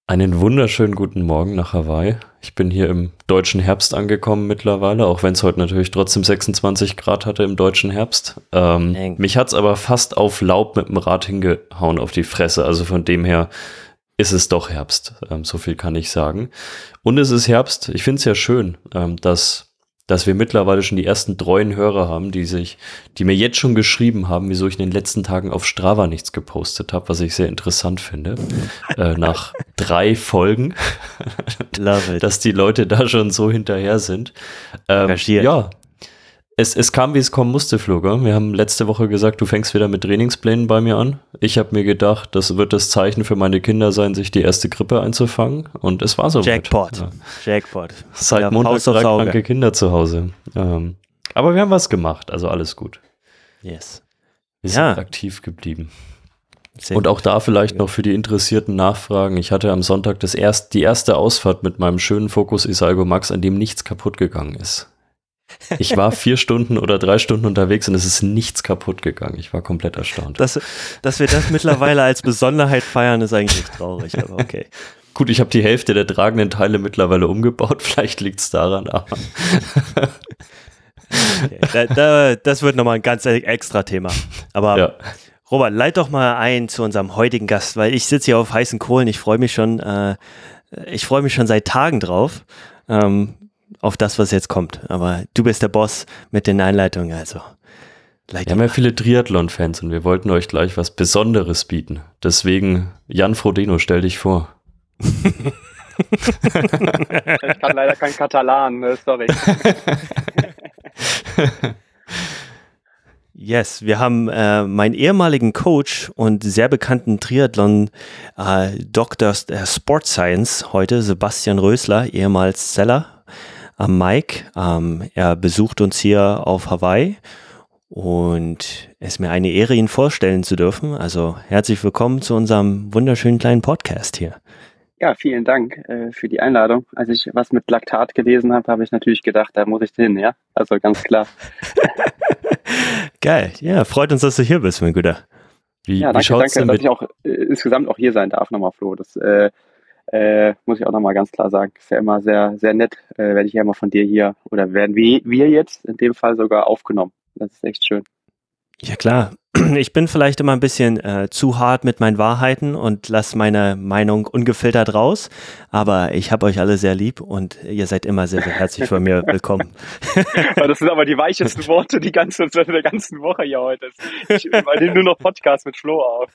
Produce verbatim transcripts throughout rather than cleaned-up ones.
Einen wunderschönen guten Morgen nach Hawaii. Ich bin hier im deutschen Herbst angekommen mittlerweile, auch wenn es heute natürlich trotzdem sechsundzwanzig Grad hatte im deutschen Herbst. Ähm, Dang. mich hat es aber fast auf Laub mit dem Rad hingehauen auf die Fresse. Also von dem her ist es doch Herbst. Ähm, so viel kann ich sagen. Und es ist Herbst. Ich finde es ja schön, ähm, dass dass wir mittlerweile schon die ersten treuen Hörer haben, die sich, die mir jetzt schon geschrieben haben, wieso ich in den letzten Tagen auf Strava nichts gepostet habe, was ich sehr interessant finde. äh, nach drei Folgen, Love it. dass die Leute da schon so hinterher sind. Ähm, Engagiert. ja, es, es kam, wie es kommen musste, Flugger. Wir haben letzte Woche gesagt, du fängst wieder mit Trainingsplänen bei mir an. Ich habe mir gedacht, das wird das Zeichen für meine Kinder sein, sich die erste Grippe einzufangen. Und es war so. Jackpot. Ja. Jackpot. Seit Ja, Montag Faust aufs drei Auge. kranke Kinder zu Hause. Ähm, aber wir haben was gemacht, also alles gut. Yes. Wir Ja. sind aktiv geblieben. Sehr Und auch gut. da vielleicht noch für die interessierten Nachfragen. Ich hatte am Sonntag das erst, die erste Ausfahrt mit meinem schönen Focus Isalgo Max, an dem nichts kaputt gegangen ist. Ich war vier Stunden oder drei Stunden unterwegs und es ist nichts kaputt gegangen. Ich war komplett erstaunt. Dass, dass wir das mittlerweile als Besonderheit feiern, ist eigentlich traurig, aber okay. Gut, ich habe die Hälfte der tragenden Teile mittlerweile umgebaut. Vielleicht liegt es daran, aber okay. Da, da, das wird nochmal ein ganz extra Thema. Aber ja. Robert, leit doch mal ein zu unserem heutigen Gast, weil ich sitze hier auf heißen Kohlen. Ich freue mich schon, äh, ich freue mich schon seit Tagen drauf, ähm, auf das, was jetzt kommt. Aber du bist der Boss mit den Einleitungen, also leit Wir haben ja viele Triathlon-Fans und wir wollten euch gleich was Besonderes bieten. Deswegen, Jan Frodeno, stell dich vor. Ich kann leider kein Katalan, ne? Sorry. Yes, wir haben äh, meinen ehemaligen Coach und sehr bekannten Triathlon äh, Doktor äh, Sport Science heute, Sebastian Rösler, ehemals Seller am Mike. Ähm, er besucht uns hier auf Hawaii und es ist mir eine Ehre, ihn vorstellen zu dürfen. Also herzlich willkommen zu unserem wunderschönen kleinen Podcast hier. Ja, vielen Dank äh, für die Einladung. Als ich was mit Laktat gelesen habe, habe ich natürlich gedacht, da muss ich hin, ja? Also ganz klar. Geil, ja, freut uns, dass du hier bist, mein Guter. Wie, Ja, wie danke, schaut's danke, denn dass mit, ich auch äh, insgesamt auch hier sein darf, nochmal, Flo. Das äh, äh, muss ich auch nochmal ganz klar sagen. Ist ja immer sehr, sehr nett, äh, werde ich ja immer von dir hier, oder werden wir, wir jetzt in dem Fall sogar aufgenommen. Das ist echt schön. Ja klar, ich bin vielleicht immer ein bisschen äh, zu hart mit meinen Wahrheiten und lasse meine Meinung ungefiltert raus, aber ich habe euch alle sehr lieb und ihr seid immer sehr, sehr herzlich von mir willkommen. Das sind aber die weichesten Worte die ganze, der ganzen Woche hier heute. Ich nehme nur noch Podcast mit Flo auf.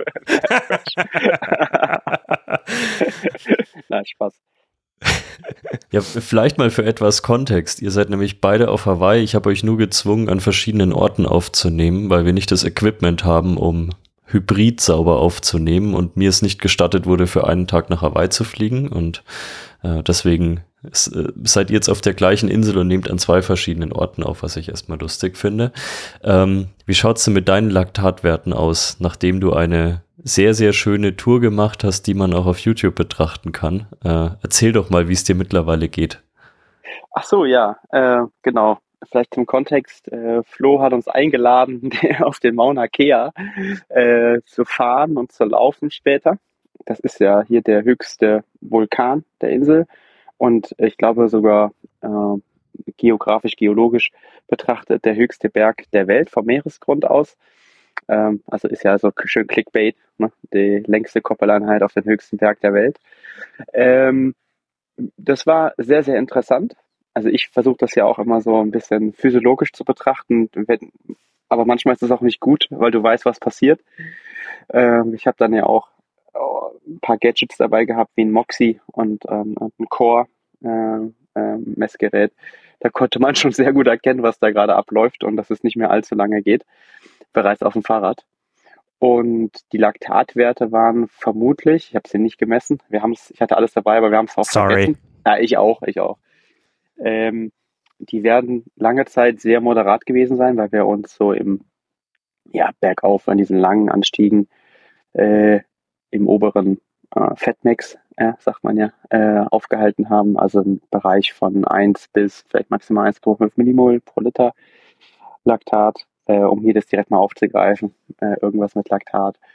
Nein, Spaß. ja, vielleicht mal für etwas Kontext. Ihr seid nämlich beide auf Hawaii. Ich habe euch nur gezwungen, an verschiedenen Orten aufzunehmen, weil wir nicht das Equipment haben, um hybrid sauber aufzunehmen und mir es nicht gestattet wurde, für einen Tag nach Hawaii zu fliegen. Und äh, deswegen ist, äh, seid ihr jetzt auf der gleichen Insel und nehmt an zwei verschiedenen Orten auf, was ich erstmal lustig finde. Ähm, wie schaut's denn mit deinen Laktatwerten aus, nachdem du eine sehr, sehr schöne Tour gemacht hast, die man auch auf YouTube betrachten kann? Äh, erzähl doch mal, wie es dir mittlerweile geht. Ach so, ja, äh, genau. Vielleicht zum Kontext. Äh, Flo hat uns eingeladen, auf den Mauna Kea äh, zu fahren und zu laufen später. Das ist ja hier der höchste Vulkan der Insel und ich glaube sogar äh, geografisch, geologisch betrachtet der höchste Berg der Welt vom Meeresgrund aus. Ähm, also ist ja so schön Clickbait, ne? Die längste Koppeleinheit auf den höchsten Berg der Welt. Ähm, das war sehr, sehr interessant. Also ich versuche das ja auch immer so ein bisschen physiologisch zu betrachten, wenn, aber manchmal ist es auch nicht gut, weil du weißt, was passiert. Ähm, ich habe dann ja auch oh, ein paar Gadgets dabei gehabt, wie ein Moxie und ähm, ein Core äh, äh, Messgerät. Da konnte man schon sehr gut erkennen, was da gerade abläuft und dass es nicht mehr allzu lange geht, bereits auf dem Fahrrad. Und die Laktatwerte waren vermutlich, ich habe sie nicht gemessen, wir haben es, ich hatte alles dabei, aber wir haben es auch Sorry. vergessen. Ja, ich auch, ich auch. Ähm, die werden lange Zeit sehr moderat gewesen sein, weil wir uns so im, ja, bergauf an diesen langen Anstiegen äh, im oberen äh, Fettmax, äh, sagt man ja, äh, aufgehalten haben. Also im Bereich von eins bis vielleicht maximal eins Komma fünf Millimol pro Liter Laktat, äh, um hier das direkt mal aufzugreifen. Äh, irgendwas mit Laktat.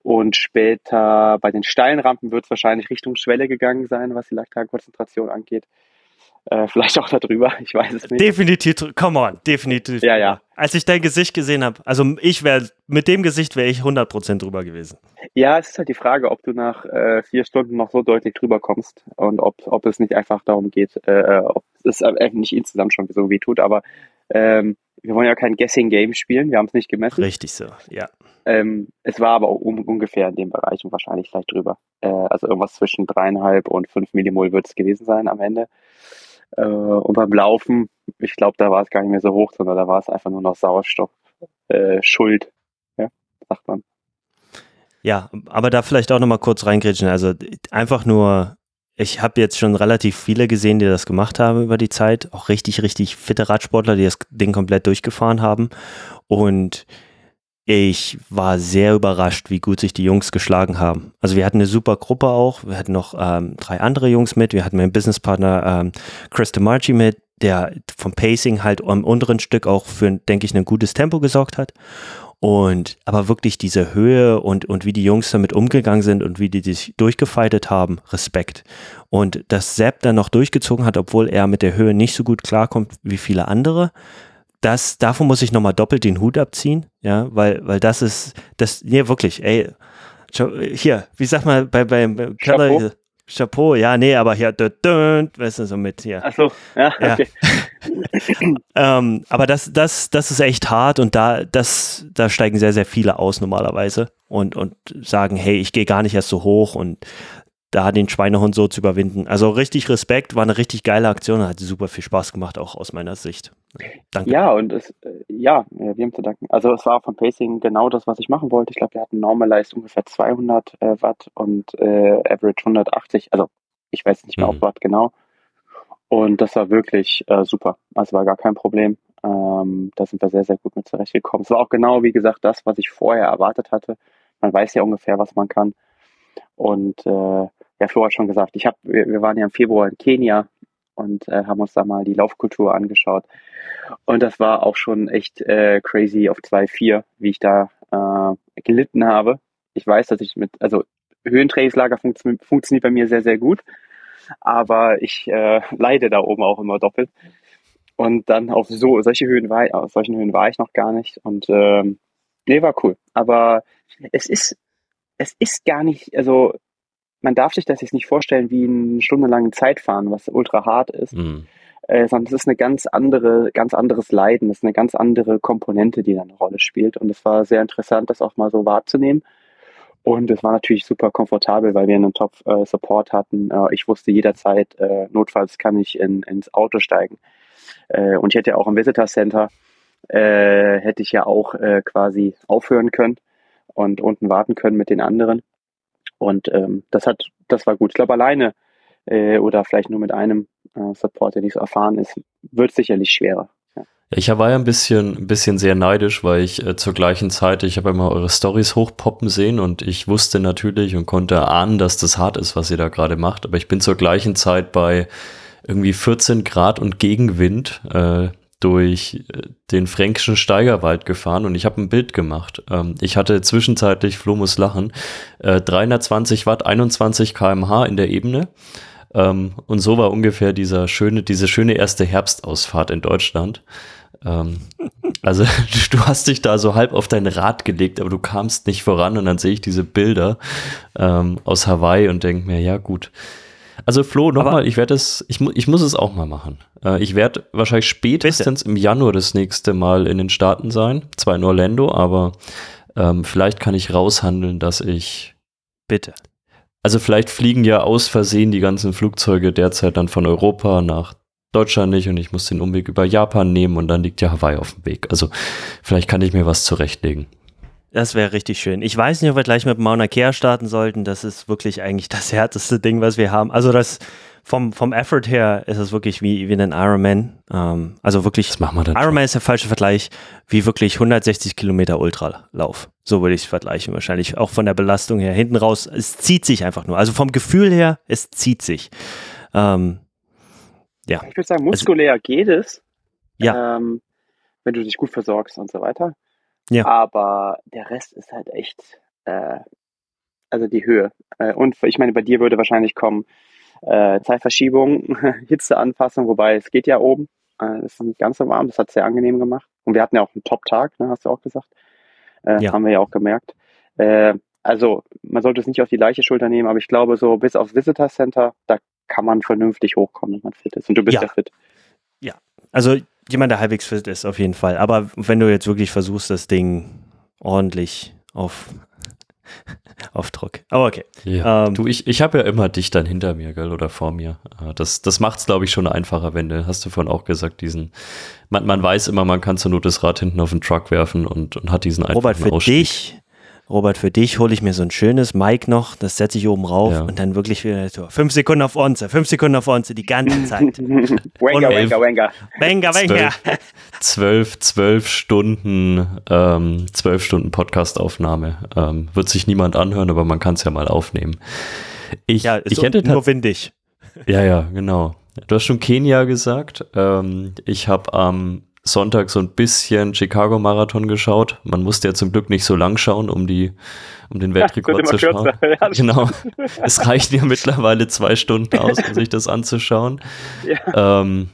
Und später bei den steilen Rampen wird es wahrscheinlich Richtung Schwelle gegangen sein, was die Laktatkonzentration angeht. Äh, vielleicht auch darüber, ich weiß es nicht. Definitiv, come on, definitiv. Ja, ja. Als ich dein Gesicht gesehen habe, also ich wäre, mit dem Gesicht wäre ich hundert Prozent drüber gewesen. Ja, es ist halt die Frage, ob du nach äh, vier Stunden noch so deutlich drüber kommst und ob, ob es nicht einfach darum geht, äh, ob es äh, nicht insgesamt schon so weh tut, aber ähm, wir wollen ja kein Guessing-Game spielen, wir haben es nicht gemessen. Richtig so, ja. Ähm, es war aber um, ungefähr in dem Bereich und wahrscheinlich vielleicht drüber. Äh, also irgendwas zwischen dreieinhalb und fünf Millimol wird es gewesen sein am Ende. Äh, und beim Laufen, ich glaube, da war es gar nicht mehr so hoch, sondern da war es einfach nur noch Sauerstoff. Äh, Schuld, ja, sagt man. Ja, aber da vielleicht auch nochmal kurz reingrätschen. Also einfach nur, ich habe jetzt schon relativ viele gesehen, die das gemacht haben über die Zeit. Auch richtig, richtig fitte Radsportler, die das Ding komplett durchgefahren haben. Und ich war sehr überrascht, wie gut sich die Jungs geschlagen haben. Also wir hatten eine super Gruppe auch. Wir hatten noch ähm, drei andere Jungs mit. Wir hatten meinen Businesspartner ähm, Chris DeMarchi mit, der vom Pacing halt am unteren Stück auch für, denke ich, ein gutes Tempo gesorgt hat. Und aber wirklich diese Höhe und, und wie die Jungs damit umgegangen sind und wie die sich durchgefeitet haben, Respekt. Und dass Sepp dann noch durchgezogen hat, obwohl er mit der Höhe nicht so gut klarkommt wie viele andere, das, davon muss ich nochmal doppelt den Hut abziehen, ja, weil, weil das ist, das, nee, wirklich, ey, hier, wie sag mal, bei, beim Keller, Chapeau. Chapeau, ja, nee, aber hier, dün, dün, weißt du, so mit hier. Ach so, ja, okay. Ja. ähm, aber das, das, das ist echt hart und da, das, da steigen sehr, sehr viele aus normalerweise und, und sagen, hey, ich gehe gar nicht erst so hoch und da den Schweinehund so zu überwinden. Also richtig Respekt, war eine richtig geile Aktion und hat super viel Spaß gemacht, auch aus meiner Sicht. Danke. Ja, und es, äh, ja, äh, wir haben zu danken. Also es war vom Pacing genau das, was ich machen wollte. Ich glaube, wir hatten Normalized ungefähr zweihundert äh, Watt und äh, Average hundertachtzig. Also ich weiß nicht mehr Mhm. auf Watt genau. Und das war wirklich äh, super. Also war gar kein Problem. Ähm, da sind wir sehr, sehr gut mit zurechtgekommen. Es war auch genau, wie gesagt, das, was ich vorher erwartet hatte. Man weiß ja ungefähr, was man kann. Und äh, ja, Flo hat schon gesagt, ich hab, wir, wir waren ja im Februar in Kenia und äh, haben uns da mal die Laufkultur angeschaut. Und das war auch schon echt äh, crazy auf zwei Komma vier, wie ich da äh, gelitten habe. Ich weiß, dass ich mit, also Höhentrainingslager funktio- funktioniert bei mir sehr, sehr gut, aber ich äh, leide da oben auch immer doppelt. Und dann auf so solche Höhen war ich, auf solchen Höhen war ich noch gar nicht. Und ähm, nee, war cool. Aber es ist, es ist gar nicht, also man darf sich das jetzt nicht vorstellen wie ein stundenlangen Zeitfahren, was ultra hart ist. Mhm. Äh, sondern es ist eine ganz andere, ganz anderes Leiden, es ist eine ganz andere Komponente, die da eine Rolle spielt. Und es war sehr interessant, das auch mal so wahrzunehmen. Und es war natürlich super komfortabel, weil wir einen Top-Support äh, hatten. Äh, ich wusste jederzeit, äh, notfalls kann ich in, ins Auto steigen. Äh, und ich hätte ja auch im Visitor Center, äh, hätte ich ja auch äh, quasi aufhören können und unten warten können mit den anderen. Und ähm, das hat, das war gut. Ich glaube, alleine äh, oder vielleicht nur mit einem äh, Support, der nicht so erfahren ist, wird es sicherlich schwerer. Ja. Ich war ja ein bisschen, ein bisschen sehr neidisch, weil ich äh, zur gleichen Zeit, ich habe immer eure Stories hochpoppen sehen und ich wusste natürlich und konnte ahnen, dass das hart ist, was ihr da gerade macht. Aber ich bin zur gleichen Zeit bei irgendwie vierzehn Grad und Gegenwind äh, durch äh, den fränkischen Steigerwald gefahren und ich habe ein Bild gemacht. Ähm, ich hatte zwischenzeitlich, Flo muss lachen, äh, dreihundertzwanzig Watt, einundzwanzig Kilometer pro Stunde in der Ebene. Ähm, und so war ungefähr dieser schöne, diese schöne erste Herbstausfahrt in Deutschland. Ähm, also du hast dich da so halb auf dein Rad gelegt, aber du kamst nicht voran und dann sehe ich diese Bilder ähm, aus Hawaii und denke mir, ja gut. Also Flo, nochmal, ich werde es, ich, mu ich muss es auch mal machen. Äh, ich werde wahrscheinlich spätestens Bitte. im Januar das nächste Mal in den Staaten sein, zwar in Orlando, aber ähm, vielleicht kann ich raushandeln, dass ich Bitte. Also vielleicht fliegen ja aus Versehen die ganzen Flugzeuge derzeit dann von Europa nach Deutschland nicht und ich muss den Umweg über Japan nehmen und dann liegt ja Hawaii auf dem Weg. Also vielleicht kann ich mir was zurechtlegen. Das wäre richtig schön. Ich weiß nicht, ob wir gleich mit Mauna Kea starten sollten. Das ist wirklich eigentlich das härteste Ding, was wir haben. Also das vom, vom Effort her ist es wirklich wie, wie ein Ironman. Ähm, also wirklich, das machen wir dann Ironman schon. ist der falsche Vergleich, wie wirklich hundertsechzig Kilometer Ultralauf. So würde ich es vergleichen wahrscheinlich. Auch von der Belastung her. Hinten raus, es zieht sich einfach nur. Also vom Gefühl her, es zieht sich. Ähm, ja. Ich würde sagen, muskulär also, geht es. Ja. Ähm, wenn du dich gut versorgst und so weiter. Ja. Aber der Rest ist halt echt, äh, also die Höhe. Äh, und ich meine, bei dir würde wahrscheinlich kommen äh, Zeitverschiebung, Hitzeanpassung, wobei es geht ja oben. Äh, es ist nicht ganz so warm, das hat sehr angenehm gemacht. Und wir hatten ja auch einen Top-Tag, ne, hast du auch gesagt. Äh, Ja. Haben wir ja auch gemerkt. Äh, also man sollte es nicht auf die leichte Schulter nehmen, aber ich glaube, so bis aufs Visitor Center, da kann man vernünftig hochkommen, wenn man fit ist. Und du bist ja, Ja. fit. Ja, also jemand, der halbwegs fit ist, auf jeden Fall. Aber wenn du jetzt wirklich versuchst, das Ding ordentlich auf, auf Druck. Aber okay. Ja. Ähm, Du, ich, ich habe ja immer dich dann hinter mir, gell, oder vor mir. Äh, Das, das macht es, glaube ich, schon einfacher, wenn du, hast du vorhin auch gesagt, diesen, man, man weiß immer, man kann zur Not das Rad hinten auf den Truck werfen und, und hat diesen einfachen Robert, für Ausstieg. dich, Robert, für dich hole ich mir so ein schönes Mic noch, das setze ich oben rauf Ja. und dann wirklich wieder so fünf Sekunden auf Onze, fünf Sekunden auf Onze, die ganze Zeit. Wenger, elf- Wenger, Wenger. Wenger, Wenger. Zwölf, zwölf Stunden, ähm, zwölf Stunden Podcastaufnahme. Ähm, wird sich niemand anhören, aber man kann es ja mal aufnehmen. Ich, Ja, ist ich hätte nur tats- windig. Ja, ja, genau. Du hast schon Kenia gesagt. Ähm, ich habe am Sonntag so ein bisschen Chicago-Marathon geschaut. Man musste ja zum Glück nicht so lang schauen, um die, um den Weltrekord wird zu immer schauen. kürzer. Ja, das Genau. Es reichen ja mittlerweile zwei Stunden aus, um sich das anzuschauen. Ja. Ähm,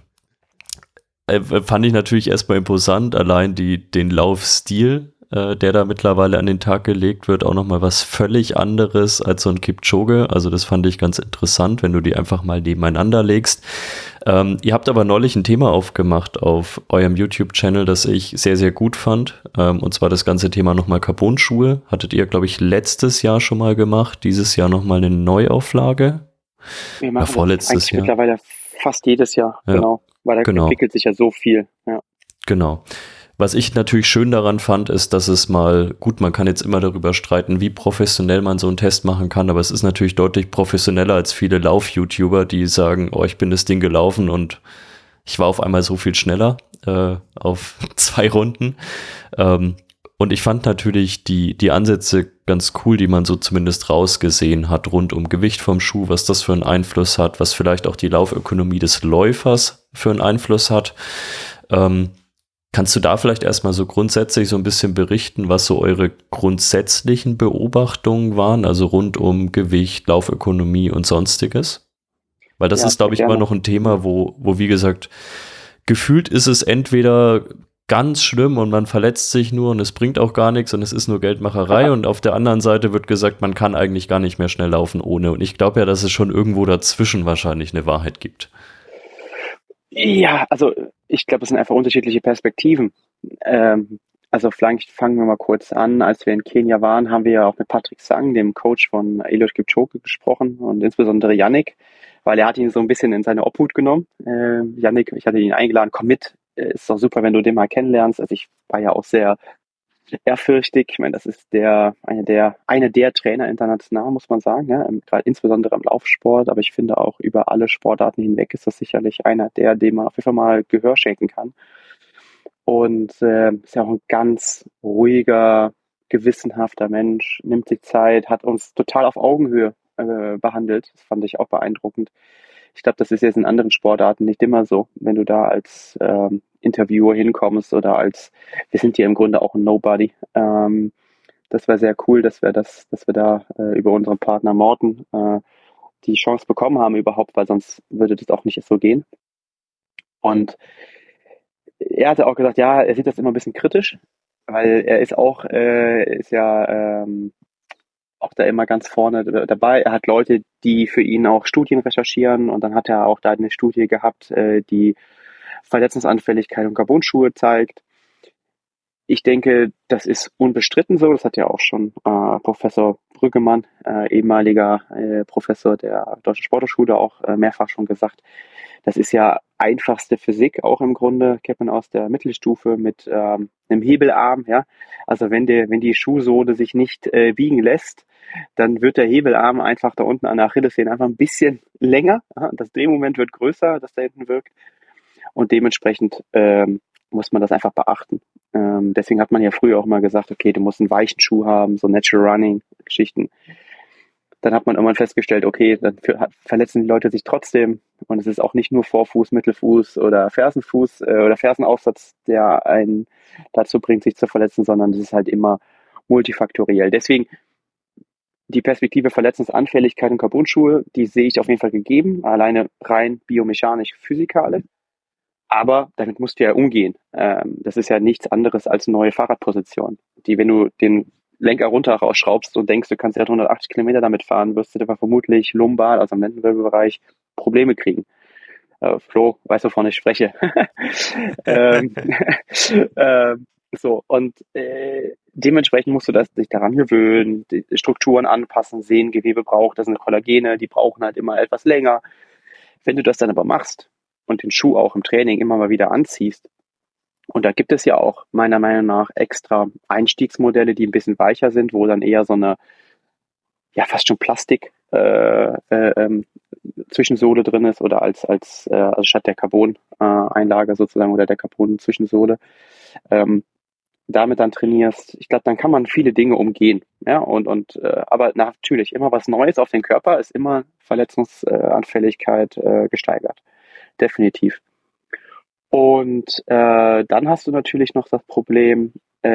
äh, fand ich natürlich erstmal imposant, allein die, den Laufstil, äh, der da mittlerweile an den Tag gelegt wird, auch nochmal was völlig anderes als so ein Kipchoge. Also das fand ich ganz interessant, wenn du die einfach mal nebeneinander legst. Ähm, ihr habt aber neulich ein Thema aufgemacht auf eurem YouTube-Channel, das ich sehr, sehr gut fand. Ähm, und zwar das ganze Thema nochmal Carbon-Schuhe. Hattet ihr, glaube ich, letztes Jahr schon mal gemacht. Dieses Jahr nochmal eine Neuauflage. Wir machen Ja, vorletztes das eigentlich Jahr. mittlerweile fast jedes Jahr, Ja, genau. Weil da genau. entwickelt sich ja so viel. Ja. Genau. Was ich natürlich schön daran fand, ist, dass es mal, gut, man kann jetzt immer darüber streiten, wie professionell man so einen Test machen kann, aber es ist natürlich deutlich professioneller als viele Lauf-YouTuber, die sagen, oh, ich bin das Ding gelaufen und ich war auf einmal so viel schneller äh, auf zwei Runden. Ähm, und ich fand natürlich die, die Ansätze ganz cool, die man so zumindest rausgesehen hat, rund um Gewicht vom Schuh, was das für einen Einfluss hat, was vielleicht auch die Laufökonomie des Läufers für einen Einfluss hat. Ähm, Kannst du da vielleicht erstmal so grundsätzlich so ein bisschen berichten, was so eure grundsätzlichen Beobachtungen waren, also rund um Gewicht, Laufökonomie und Sonstiges? Weil das Ja, ist, glaube ich, gerne. immer noch ein Thema, wo, wo, wie gesagt, gefühlt ist es entweder ganz schlimm und man verletzt sich nur und es bringt auch gar nichts und es ist nur Geldmacherei und auf der anderen Seite wird gesagt, man kann eigentlich gar nicht mehr schnell laufen ohne. Und ich glaube ja, dass es schon irgendwo dazwischen wahrscheinlich eine Wahrheit gibt. Ja, also ich glaube, es sind einfach unterschiedliche Perspektiven. Ähm, also vielleicht fangen wir mal kurz an. Als wir in Kenia waren, haben wir ja auch mit Patrick Sang, dem Coach von Eliud Kipchoge, gesprochen und insbesondere Yannick, weil er hat ihn so ein bisschen in seine Obhut genommen. Äh, Yannick, ich hatte ihn eingeladen, komm mit, äh, ist doch super, wenn du den mal kennenlernst. Also ich war ja auch sehr ehrfürchtig. Ich meine, das ist der eine der eine der Trainer international, muss man sagen, ja, gerade insbesondere im Laufsport, aber ich finde auch über alle Sportarten hinweg ist das sicherlich einer der, dem man auf jeden Fall mal Gehör schenken kann. Und äh, ist ja auch ein ganz ruhiger, gewissenhafter Mensch, nimmt sich Zeit, hat uns total auf Augenhöhe äh, behandelt. Das fand ich auch beeindruckend. Ich glaube, das ist jetzt in anderen Sportarten nicht immer so. Wenn du da als ähm, Interviewer hinkommst oder als, wir sind hier im Grunde auch ein Nobody. Ähm, das war sehr cool, dass wir das, dass wir da äh, über unseren Partner Morten äh, die Chance bekommen haben überhaupt, weil sonst würde das auch nicht so gehen. Und er hatte auch gesagt, ja, er sieht das immer ein bisschen kritisch, weil er ist auch, äh, ist ja ähm, auch da immer ganz vorne dabei. Er hat Leute, die für ihn auch Studien recherchieren und dann hat er auch da eine Studie gehabt, äh, die Verletzungsanfälligkeit und Carbon-Schuhe zeigt. Ich denke, das ist unbestritten so. Das hat ja auch schon äh, Professor Brüggemann, äh, ehemaliger äh, Professor der Deutschen Sporthochschule, auch äh, mehrfach schon gesagt. Das ist ja einfachste Physik auch im Grunde, kennt man aus der Mittelstufe mit ähm, einem Hebelarm. Ja? Also wenn, der, wenn die Schuhsohle sich nicht äh, biegen lässt, dann wird der Hebelarm einfach da unten an der Achillessehne einfach ein bisschen länger. Ja? Das Drehmoment wird größer, das da hinten wirkt. Und dementsprechend ähm, muss man das einfach beachten. Ähm, deswegen hat man ja früher auch mal gesagt, okay, du musst einen weichen Schuh haben, so Natural Running Geschichten. Dann hat man irgendwann festgestellt, okay, dann für, verletzen die Leute sich trotzdem. Und es ist auch nicht nur Vorfuß, Mittelfuß oder Fersenfuß äh, oder Fersenaufsatz, der einen dazu bringt, sich zu verletzen, sondern es ist halt immer multifaktoriell. Deswegen die Perspektive Verletzungsanfälligkeit und Carbon-Schuhe, die sehe ich auf jeden Fall gegeben, alleine rein biomechanisch, physikalisch. Aber damit musst du ja umgehen. Ähm, das ist ja nichts anderes als eine neue Fahrradposition, die, wenn du den Lenker runter rausschraubst und denkst, du kannst ja hundertachtzig Kilometer damit fahren, wirst du da vermutlich lumbar, also im Lendenwirbelbereich, Probleme kriegen. Äh, Flo, weißt du, wovon ich spreche. ähm, ähm, so, und äh, dementsprechend musst du das, dich daran gewöhnen, die Strukturen anpassen, Sehngewebe braucht, das sind Kollagene, die brauchen halt immer etwas länger. Wenn du das dann aber machst und den Schuh auch im Training immer mal wieder anziehst, und da gibt es ja auch meiner Meinung nach extra Einstiegsmodelle, die ein bisschen weicher sind, wo dann eher so eine, ja, fast schon Plastik äh, äh, ähm, Zwischensohle drin ist oder als, als äh, also statt der Carbon-Einlage äh, sozusagen oder der Carbon-Zwischensohle. Ähm, damit dann trainierst, ich glaube, dann kann man viele Dinge umgehen. Ja, und, und äh, aber natürlich, immer was Neues auf den Körper ist immer Verletzungsanfälligkeit äh, gesteigert. Definitiv. Und äh, dann hast du natürlich noch das Problem,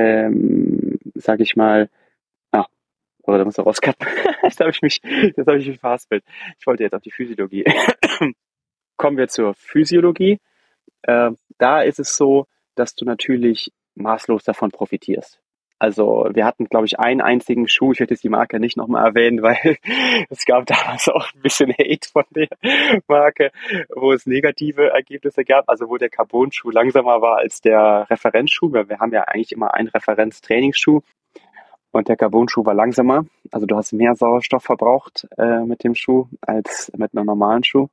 ähm, sag ich mal, ah, oder da musst du rauscutten. Jetzt habe ich mich, jetzt habe ich mich verhaspelt. Ich wollte jetzt auf die Physiologie. Kommen wir zur Physiologie. Äh, da ist es so, dass du natürlich maßlos davon profitierst. Also wir hatten, glaube ich, einen einzigen Schuh, ich werde jetzt die Marke nicht nochmal erwähnen, weil es gab damals auch ein bisschen Hate von der Marke, wo es negative Ergebnisse gab, also wo der Carbon-Schuh langsamer war als der Referenzschuh, weil wir haben ja eigentlich immer einen Referenz-Trainingsschuh und der Carbon-Schuh war langsamer, also du hast mehr Sauerstoff verbraucht äh, mit dem Schuh als mit einem normalen Schuh.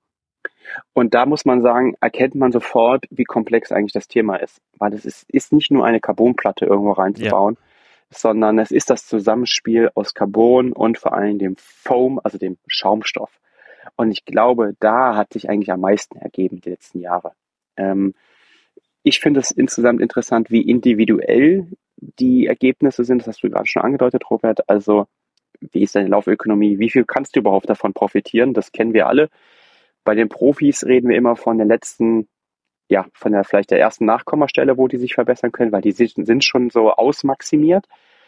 Und da muss man sagen, erkennt man sofort, wie komplex eigentlich das Thema ist. Weil es ist, ist nicht nur eine Carbonplatte irgendwo reinzubauen, ja, sondern es ist das Zusammenspiel aus Carbon und vor allem dem Foam, also dem Schaumstoff. Und ich glaube, da hat sich eigentlich am meisten ergeben die letzten Jahre. Ähm, ich finde es insgesamt interessant, wie individuell die Ergebnisse sind. Das hast du gerade schon angedeutet, Robert. Also, wie ist deine Laufökonomie? Wie viel kannst du überhaupt davon profitieren? Das kennen wir alle. Bei den Profis reden wir immer von der letzten, ja, von der vielleicht der ersten Nachkommastelle, wo die sich verbessern können, weil die sind schon so ausmaximiert.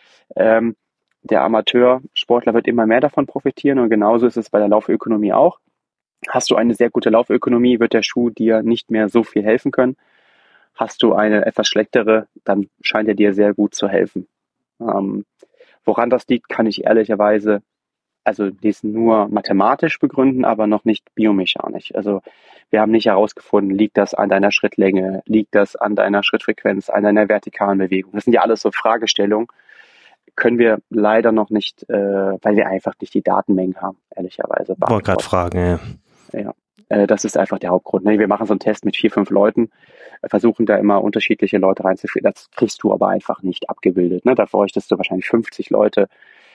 Ähm, der Amateursportler wird immer mehr davon profitieren und genauso ist es bei der Laufökonomie auch. Hast du eine sehr gute Laufökonomie, wird der Schuh dir nicht mehr so viel helfen können. Hast du eine etwas schlechtere, dann scheint er dir sehr gut zu helfen. Ähm, woran das liegt, kann ich ehrlicherweise also dies nur mathematisch begründen, aber noch nicht biomechanisch. Also wir haben nicht herausgefunden, liegt das an deiner Schrittlänge, liegt das an deiner Schrittfrequenz, an deiner vertikalen Bewegung. Das sind ja alles so Fragestellungen, können wir leider noch nicht, äh, weil wir einfach nicht die Datenmengen haben, ehrlicherweise. Ich wollte gerade fragen, ja. Ja, äh, das ist einfach der Hauptgrund. Ne? Wir machen so einen Test mit vier, fünf Leuten, versuchen da immer unterschiedliche Leute reinzuführen. Das kriegst du aber einfach nicht abgebildet. Ne? Da bräuchtest du wahrscheinlich fünfzig Leute,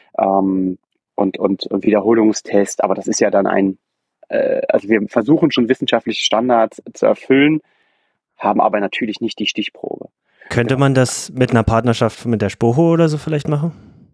ähm, Und, und, und Wiederholungstest, aber das ist ja dann ein, äh, also wir versuchen schon wissenschaftliche Standards zu erfüllen, haben aber natürlich nicht die Stichprobe. Könnte man das mit einer Partnerschaft mit der Spoho oder so vielleicht machen?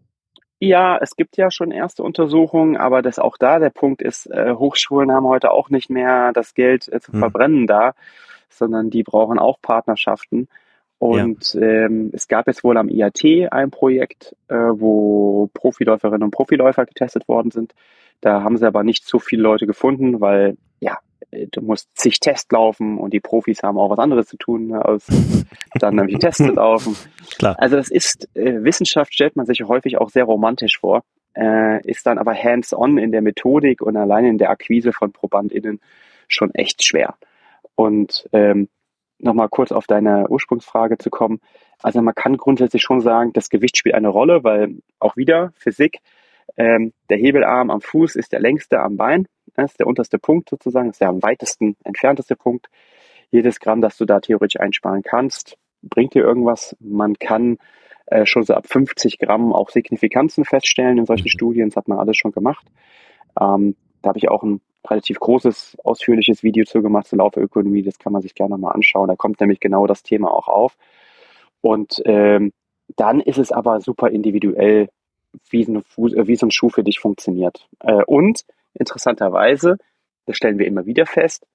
Ja, es gibt ja schon erste Untersuchungen, aber das auch da der Punkt ist, äh, Hochschulen haben heute auch nicht mehr das Geld äh, zu hm. verbrennen da, sondern die brauchen auch Partnerschaften. Und ja. ähm, es gab jetzt wohl am I A T ein Projekt, äh, wo Profiläuferinnen und Profiläufer getestet worden sind. Da haben sie aber nicht so viele Leute gefunden, weil ja, du musst zig Tests laufen und die Profis haben auch was anderes zu tun, ne, als dann nämlich Tests zu laufen. Klar. Also das ist, äh, Wissenschaft stellt man sich häufig auch sehr romantisch vor, äh, ist dann aber hands-on in der Methodik und allein in der Akquise von ProbandInnen schon echt schwer. Und ähm, nochmal kurz auf deine Ursprungsfrage zu kommen. Also man kann grundsätzlich schon sagen, das Gewicht spielt eine Rolle, weil auch wieder Physik, ähm, der Hebelarm am Fuß ist der längste am Bein, das ist der unterste Punkt sozusagen, das ist der am weitesten entfernteste Punkt. Jedes Gramm, das du da theoretisch einsparen kannst, bringt dir irgendwas. Man kann äh, schon so ab fünfzig Gramm auch Signifikanzen feststellen in solchen Studien, das hat man alles schon gemacht. Ähm, da habe ich auch ein relativ großes, ausführliches Video zu gemacht zur Laufökonomie, das kann man sich gerne mal anschauen, da kommt nämlich genau das Thema auch auf. Und ähm, dann ist es aber super individuell, wie so, eine Fuß, äh, wie so ein Schuh für dich funktioniert. Äh, und interessanterweise, das stellen wir immer wieder fest,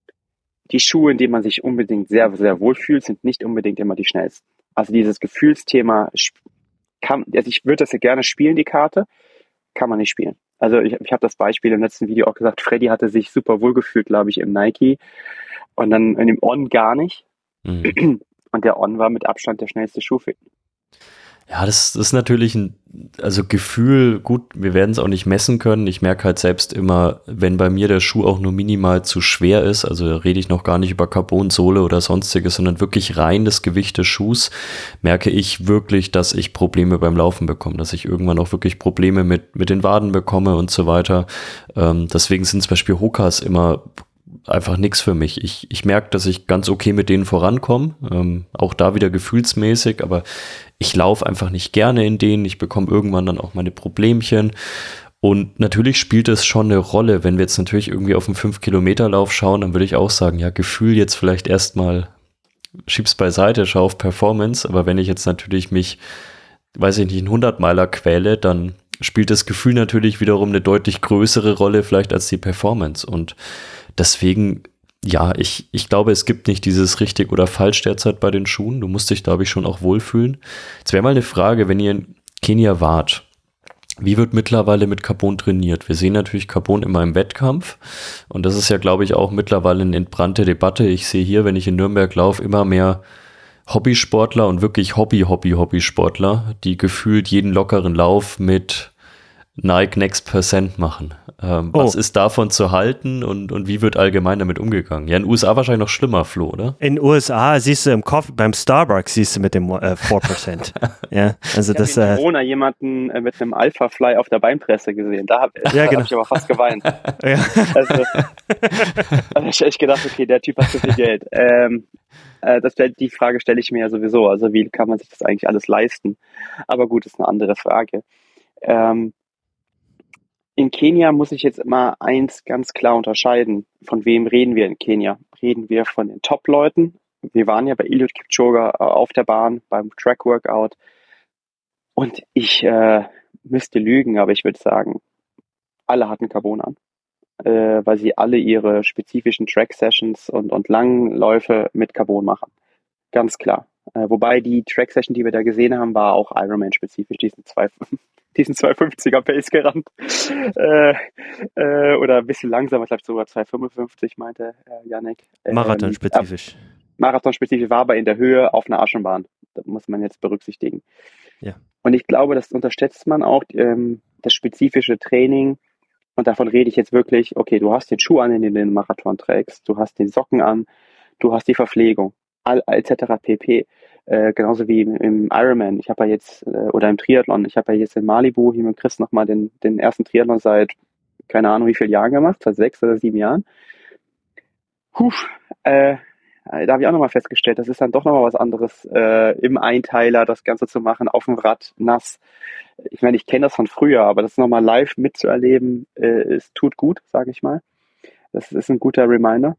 die Schuhe, in denen man sich unbedingt sehr, sehr wohl fühlt, sind nicht unbedingt immer die schnellsten. Also dieses Gefühlsthema, kann, also ich würde das ja gerne spielen, die Karte, kann man nicht spielen. Also ich, ich habe das Beispiel im letzten Video auch gesagt, Freddy hatte sich super wohl gefühlt, glaube ich, im Nike und dann in dem On gar nicht. Mhm. Und der On war mit Abstand der schnellste Schuh für ihn. Ja, das, das ist natürlich ein, also Gefühl, gut, wir werden es auch nicht messen können. Ich merke halt selbst immer, wenn bei mir der Schuh auch nur minimal zu schwer ist, also da rede ich noch gar nicht über Carbonsohle oder sonstiges, sondern wirklich rein das Gewicht des Schuhs, merke ich wirklich, dass ich Probleme beim Laufen bekomme, dass ich irgendwann auch wirklich Probleme mit, mit den Waden bekomme und so weiter. Ähm, deswegen sind zum Beispiel Hokas immer einfach nichts für mich. Ich, ich merke, dass ich ganz okay mit denen vorankomme, ähm, auch da wieder gefühlsmäßig, aber ich laufe einfach nicht gerne in denen. Ich bekomme irgendwann dann auch meine Problemchen. Und natürlich spielt es schon eine Rolle, wenn wir jetzt natürlich irgendwie auf einen fünf Kilometer Lauf schauen, dann würde ich auch sagen, ja, Gefühl jetzt vielleicht erstmal schieb's beiseite, schau auf Performance. Aber wenn ich jetzt natürlich mich, weiß ich nicht, einen hundert-Meiler quäle, dann spielt das Gefühl natürlich wiederum eine deutlich größere Rolle vielleicht als die Performance. Und deswegen, ja, ich, ich glaube, es gibt nicht dieses richtig oder falsch derzeit bei den Schuhen. Du musst dich, glaube ich, schon auch wohlfühlen. Jetzt wäre mal eine Frage, wenn ihr in Kenia wart, wie wird mittlerweile mit Carbon trainiert? Wir sehen natürlich Carbon immer im Wettkampf und das ist ja, glaube ich, auch mittlerweile eine entbrannte Debatte. Ich sehe hier, wenn ich in Nürnberg laufe, immer mehr Hobbysportler und wirklich Hobby-Hobby-Hobbysportler, die gefühlt jeden lockeren Lauf mit Nike Next Percent machen. Ähm, oh. Was ist davon zu halten und, und wie wird allgemein damit umgegangen? Ja, in den U S A wahrscheinlich noch schlimmer, Flo, oder? In den U S A siehst du im Coffee, beim Starbucks siehst du mit dem äh, vier Prozent. Ja, also ich das. Ich habe in Corona äh, jemanden äh, mit einem Alpha Fly auf der Beinpresse gesehen. Da habe ja, genau. hab ich aber fast geweint. ja. Also, also ich echt gedacht, okay, der Typ hat so viel Geld. Ähm, äh, das, die Frage stelle ich mir ja sowieso. Also wie kann man sich das eigentlich alles leisten? Aber gut, ist eine andere Frage. Ähm, In Kenia muss ich jetzt immer eins ganz klar unterscheiden. Von wem reden wir in Kenia? Reden wir von den Top-Leuten? Wir waren ja bei Eliud Kipchoge auf der Bahn beim Track-Workout. Und ich äh, müsste lügen, aber ich würde sagen, alle hatten Carbon an, äh, weil sie alle ihre spezifischen Track-Sessions und, und Langläufe mit Carbon machen. Ganz klar. Äh, wobei die Track-Session, die wir da gesehen haben, war auch Ironman-spezifisch. Die sind zwei diesen zwei fünfziger Pace gerannt. Äh, äh, oder ein bisschen langsamer, ich glaube sogar zwei fünfundfünfzig, meinte äh, Yannick. Ähm, Marathon-spezifisch. Äh, Marathon-spezifisch war aber in der Höhe auf einer Aschenbahn. Das muss man jetzt berücksichtigen. Ja. Und ich glaube, das unterschätzt man auch, ähm, das spezifische Training. Und davon rede ich jetzt wirklich, okay, du hast den Schuh an, in den du den Marathon trägst, du hast den Socken an, du hast die Verpflegung, all, et cetera pp. Äh, genauso wie im, im Ironman. Ich habe ja jetzt, äh, oder im Triathlon, ich habe ja jetzt in Malibu hier mit Chris nochmal den, den ersten Triathlon seit, keine Ahnung wie vielen Jahren gemacht, seit sechs oder sieben Jahren. Puh, äh, da habe ich auch nochmal festgestellt, das ist dann doch nochmal was anderes, äh, im Einteiler das Ganze zu machen, auf dem Rad, nass. Ich meine, ich kenne das von früher, aber das nochmal live mitzuerleben, äh, es tut gut, sage ich mal. Das ist ein guter Reminder.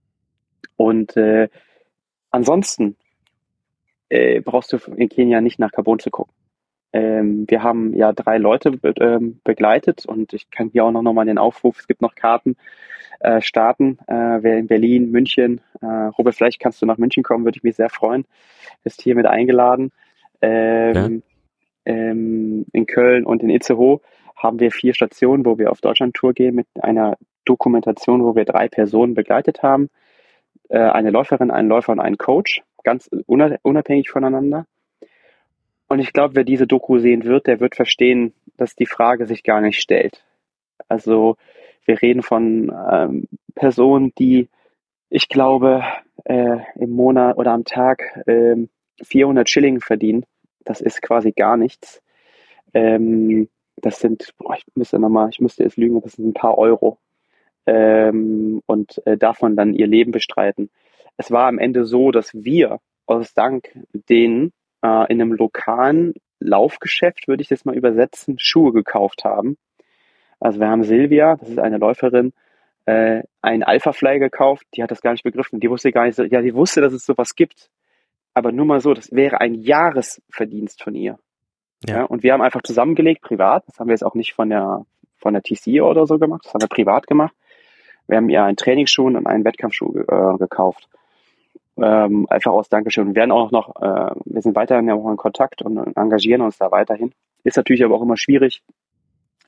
Und äh, ansonsten äh, brauchst du in Kenia nicht nach Carbon zu gucken. Ähm, wir haben ja drei Leute be- ähm, begleitet und ich kann hier auch noch mal den Aufruf, es gibt noch Karten, äh, starten, äh, wer in Berlin, München, äh, Robert, vielleicht kannst du nach München kommen, würde ich mich sehr freuen, bist hier mit eingeladen. Ähm, ja. ähm, in Köln und in Itzehoe haben wir vier Stationen, wo wir auf Deutschland-Tour gehen mit einer Dokumentation, wo wir drei Personen begleitet haben, äh, eine Läuferin, einen Läufer und einen Coach, ganz unabhängig voneinander. Und ich glaube, wer diese Doku sehen wird, der wird verstehen, dass die Frage sich gar nicht stellt. Also wir reden von ähm, Personen, die, ich glaube, äh, im Monat oder am Tag äh, vierhundert Schilling verdienen. Das ist quasi gar nichts. Ähm, das sind, boah, ich müsste nochmal, ich müsste es lügen, das sind ein paar Euro. Ähm, und äh, davon dann ihr Leben bestreiten. Es war am Ende so, dass wir aus Dank denen äh, in einem lokalen Laufgeschäft, würde ich das mal übersetzen, Schuhe gekauft haben. Also wir haben Silvia, das ist eine Läuferin, äh, einen Alpha Fly gekauft, die hat das gar nicht begriffen. Die wusste gar nicht, so, ja, die wusste, dass es sowas gibt. Aber nur mal so, das wäre ein Jahresverdienst von ihr. Ja. Ja, und wir haben einfach zusammengelegt, privat, das haben wir jetzt auch nicht von der, von der T C oder so gemacht, das haben wir privat gemacht. Wir haben ihr einen Trainingsschuh und einen Wettkampfschuh äh, gekauft. Ähm, einfach aus Dankeschön. Wir werden auch noch, äh, wir sind weiterhin ja auch in Kontakt und engagieren uns da weiterhin. Ist natürlich aber auch immer schwierig.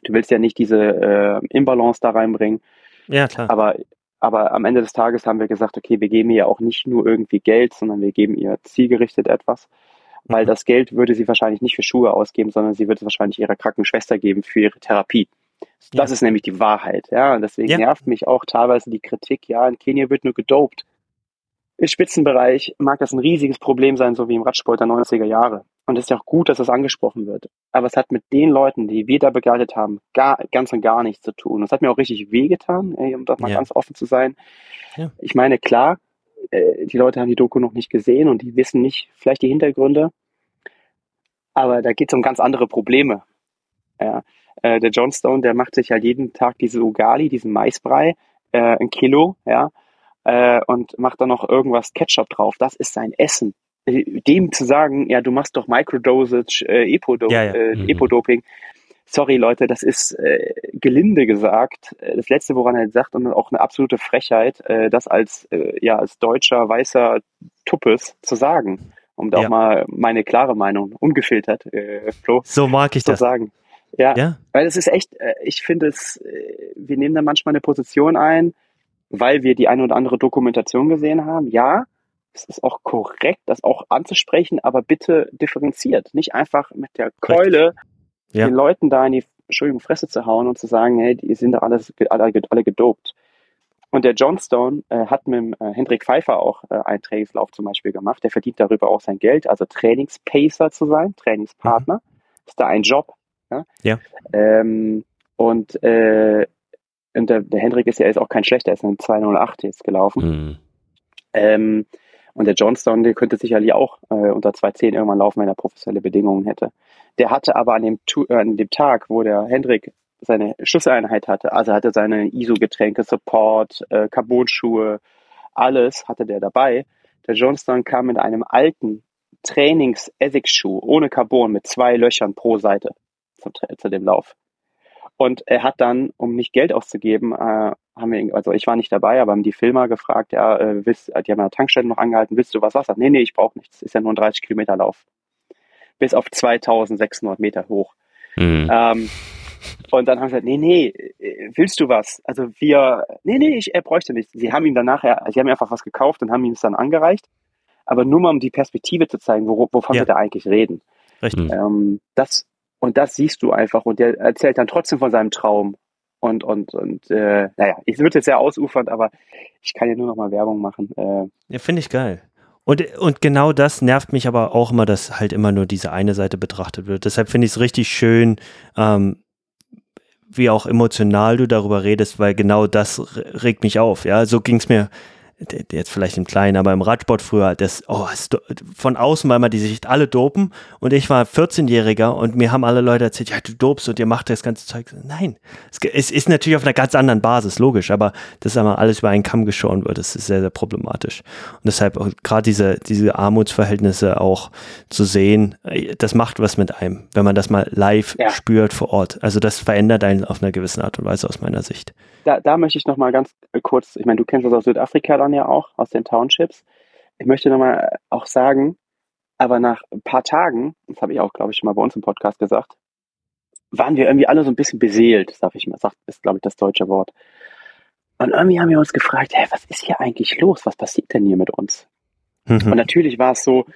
Du willst ja nicht diese äh, Imbalance da reinbringen. Ja, klar. Aber, aber am Ende des Tages haben wir gesagt, okay, wir geben ihr auch nicht nur irgendwie Geld, sondern wir geben ihr zielgerichtet etwas. Weil Mhm. das Geld würde sie wahrscheinlich nicht für Schuhe ausgeben, sondern sie würde es wahrscheinlich ihrer kranken Schwester geben für ihre Therapie. Das Ja. ist nämlich die Wahrheit. Ja, und deswegen Ja. nervt mich auch teilweise die Kritik, ja, in Kenia wird nur gedopt. Im Spitzenbereich mag das ein riesiges Problem sein, so wie im Radsport der neunziger Jahre. Und es ist ja auch gut, dass das angesprochen wird. Aber es hat mit den Leuten, die wir da begleitet haben, gar, ganz und gar nichts zu tun. Das hat mir auch richtig wehgetan, ey, um doch mal Ja. ganz offen zu sein. Ja. Ich meine, klar, äh, die Leute haben die Doku noch nicht gesehen und die wissen nicht vielleicht die Hintergründe. Aber da geht es um ganz andere Probleme. Ja. Äh, der John Stone, der macht sich halt jeden Tag diese Ugali, diesen Maisbrei, äh, ein Kilo, ja, äh, und macht dann noch irgendwas Ketchup drauf. Das ist sein Essen. Äh, Dem zu sagen, ja, du machst doch Microdosage, äh, Epo-Do- Ja, ja. äh, Mhm. Epo-Doping. Sorry, Leute, das ist äh, gelinde gesagt äh, das Letzte, woran er sagt, und auch eine absolute Frechheit, äh, das als, äh, ja, als deutscher, weißer Tuppes zu sagen. Um da Ja. auch mal meine klare Meinung, ungefiltert, äh, Flo, So mag ich zu das. sagen. Ja, Ja. weil es ist echt, äh, ich finde es, äh, wir nehmen da manchmal eine Position ein, weil wir die eine oder andere Dokumentation gesehen haben. Ja, es ist auch korrekt, das auch anzusprechen, aber bitte differenziert. Nicht einfach mit der Keule Ja. den Leuten da in die, Entschuldigung, Fresse zu hauen und zu sagen, hey, die sind doch alles, alle, alle gedopt. Und der John Stone äh, hat mit dem, äh, Hendrik Pfeiffer auch äh, einen Trainingslauf zum Beispiel gemacht. Der verdient darüber auch sein Geld, also Trainingspacer zu sein, Trainingspartner. Ist da ein Job. Ja. Ja. Ähm, und äh, und der, der Hendrik ist ja jetzt auch kein schlechter, er ist ein zwei null acht jetzt gelaufen. Mhm. Ähm, und der Johnston, der könnte sicherlich auch äh, unter zwei zehn irgendwann laufen, wenn er professionelle Bedingungen hätte. Der hatte aber an dem, Tu- äh, an dem Tag, wo der Hendrik seine Schusseinheit hatte, also hatte seine I S O-Getränke, Support, äh, Carbon-Schuhe, alles hatte der dabei. Der Johnston kam mit einem alten Trainings-Essex-Schuh ohne Carbon mit zwei Löchern pro Seite zum, Tra- zu dem Lauf. Und er hat dann, um nicht Geld auszugeben, äh, haben wir, also ich war nicht dabei, aber haben die Filmer gefragt, ja, äh, willst, die haben an der Tankstelle noch angehalten, willst du was Wasser? Nee, nee, ich brauche nichts. Ist ja nur ein dreißig Kilometer Lauf. Bis auf zweitausendsechshundert Meter hoch. Mhm. Ähm, und dann haben sie gesagt, nee, nee, willst du was? Also wir, nee, nee, ich, er bräuchte nichts. Sie haben ihm danach, sie haben einfach was gekauft und haben ihm es dann angereicht. Aber nur mal um die Perspektive zu zeigen, wo, wovon Ja. wir da eigentlich reden. Richtig. Mhm. Ähm, das, und das siehst du einfach. Und der erzählt dann trotzdem von seinem Traum. Und, und, und, äh, naja, ich würde jetzt sehr ausufern, aber ich kann ja nur noch mal Werbung machen. Äh, Ja, finde ich geil. Und, und genau das nervt mich aber auch immer, dass halt immer nur diese eine Seite betrachtet wird. Deshalb finde ich es richtig schön, ähm, wie auch emotional du darüber redest, weil genau das re- regt mich auf. Ja, so ging es mir d- jetzt vielleicht im Kleinen, aber im Radsport früher, das, oh, es do- von außen war immer die Sicht, alle dopen und ich war vierzehnjähriger und mir haben alle Leute erzählt, ja, du dopst und ihr macht das ganze Zeug. Nein, es, ge- es ist natürlich auf einer ganz anderen Basis, logisch, aber dass einmal alles über einen Kamm geschoren wird, das ist sehr, sehr problematisch. Und deshalb auch gerade diese, diese Armutsverhältnisse auch zu sehen, äh, das macht was mit einem, wenn man das mal live Ja. spürt vor Ort. Also das verändert einen auf einer gewissen Art und Weise aus meiner Sicht. da, da möchte ich noch mal ganz kurz, ich meine, du kennst das aus Südafrika dann ja auch, aus den Townships. Ich möchte noch mal auch sagen, aber nach ein paar Tagen, das habe ich auch, glaube ich, schon mal bei uns im Podcast gesagt, waren wir irgendwie alle so ein bisschen beseelt, sag ich mal, sagt, ist, glaube ich, das deutsche Wort. Und irgendwie haben wir uns gefragt, hey, was ist hier eigentlich los? Was passiert denn hier mit uns? Mhm. Und natürlich war es so,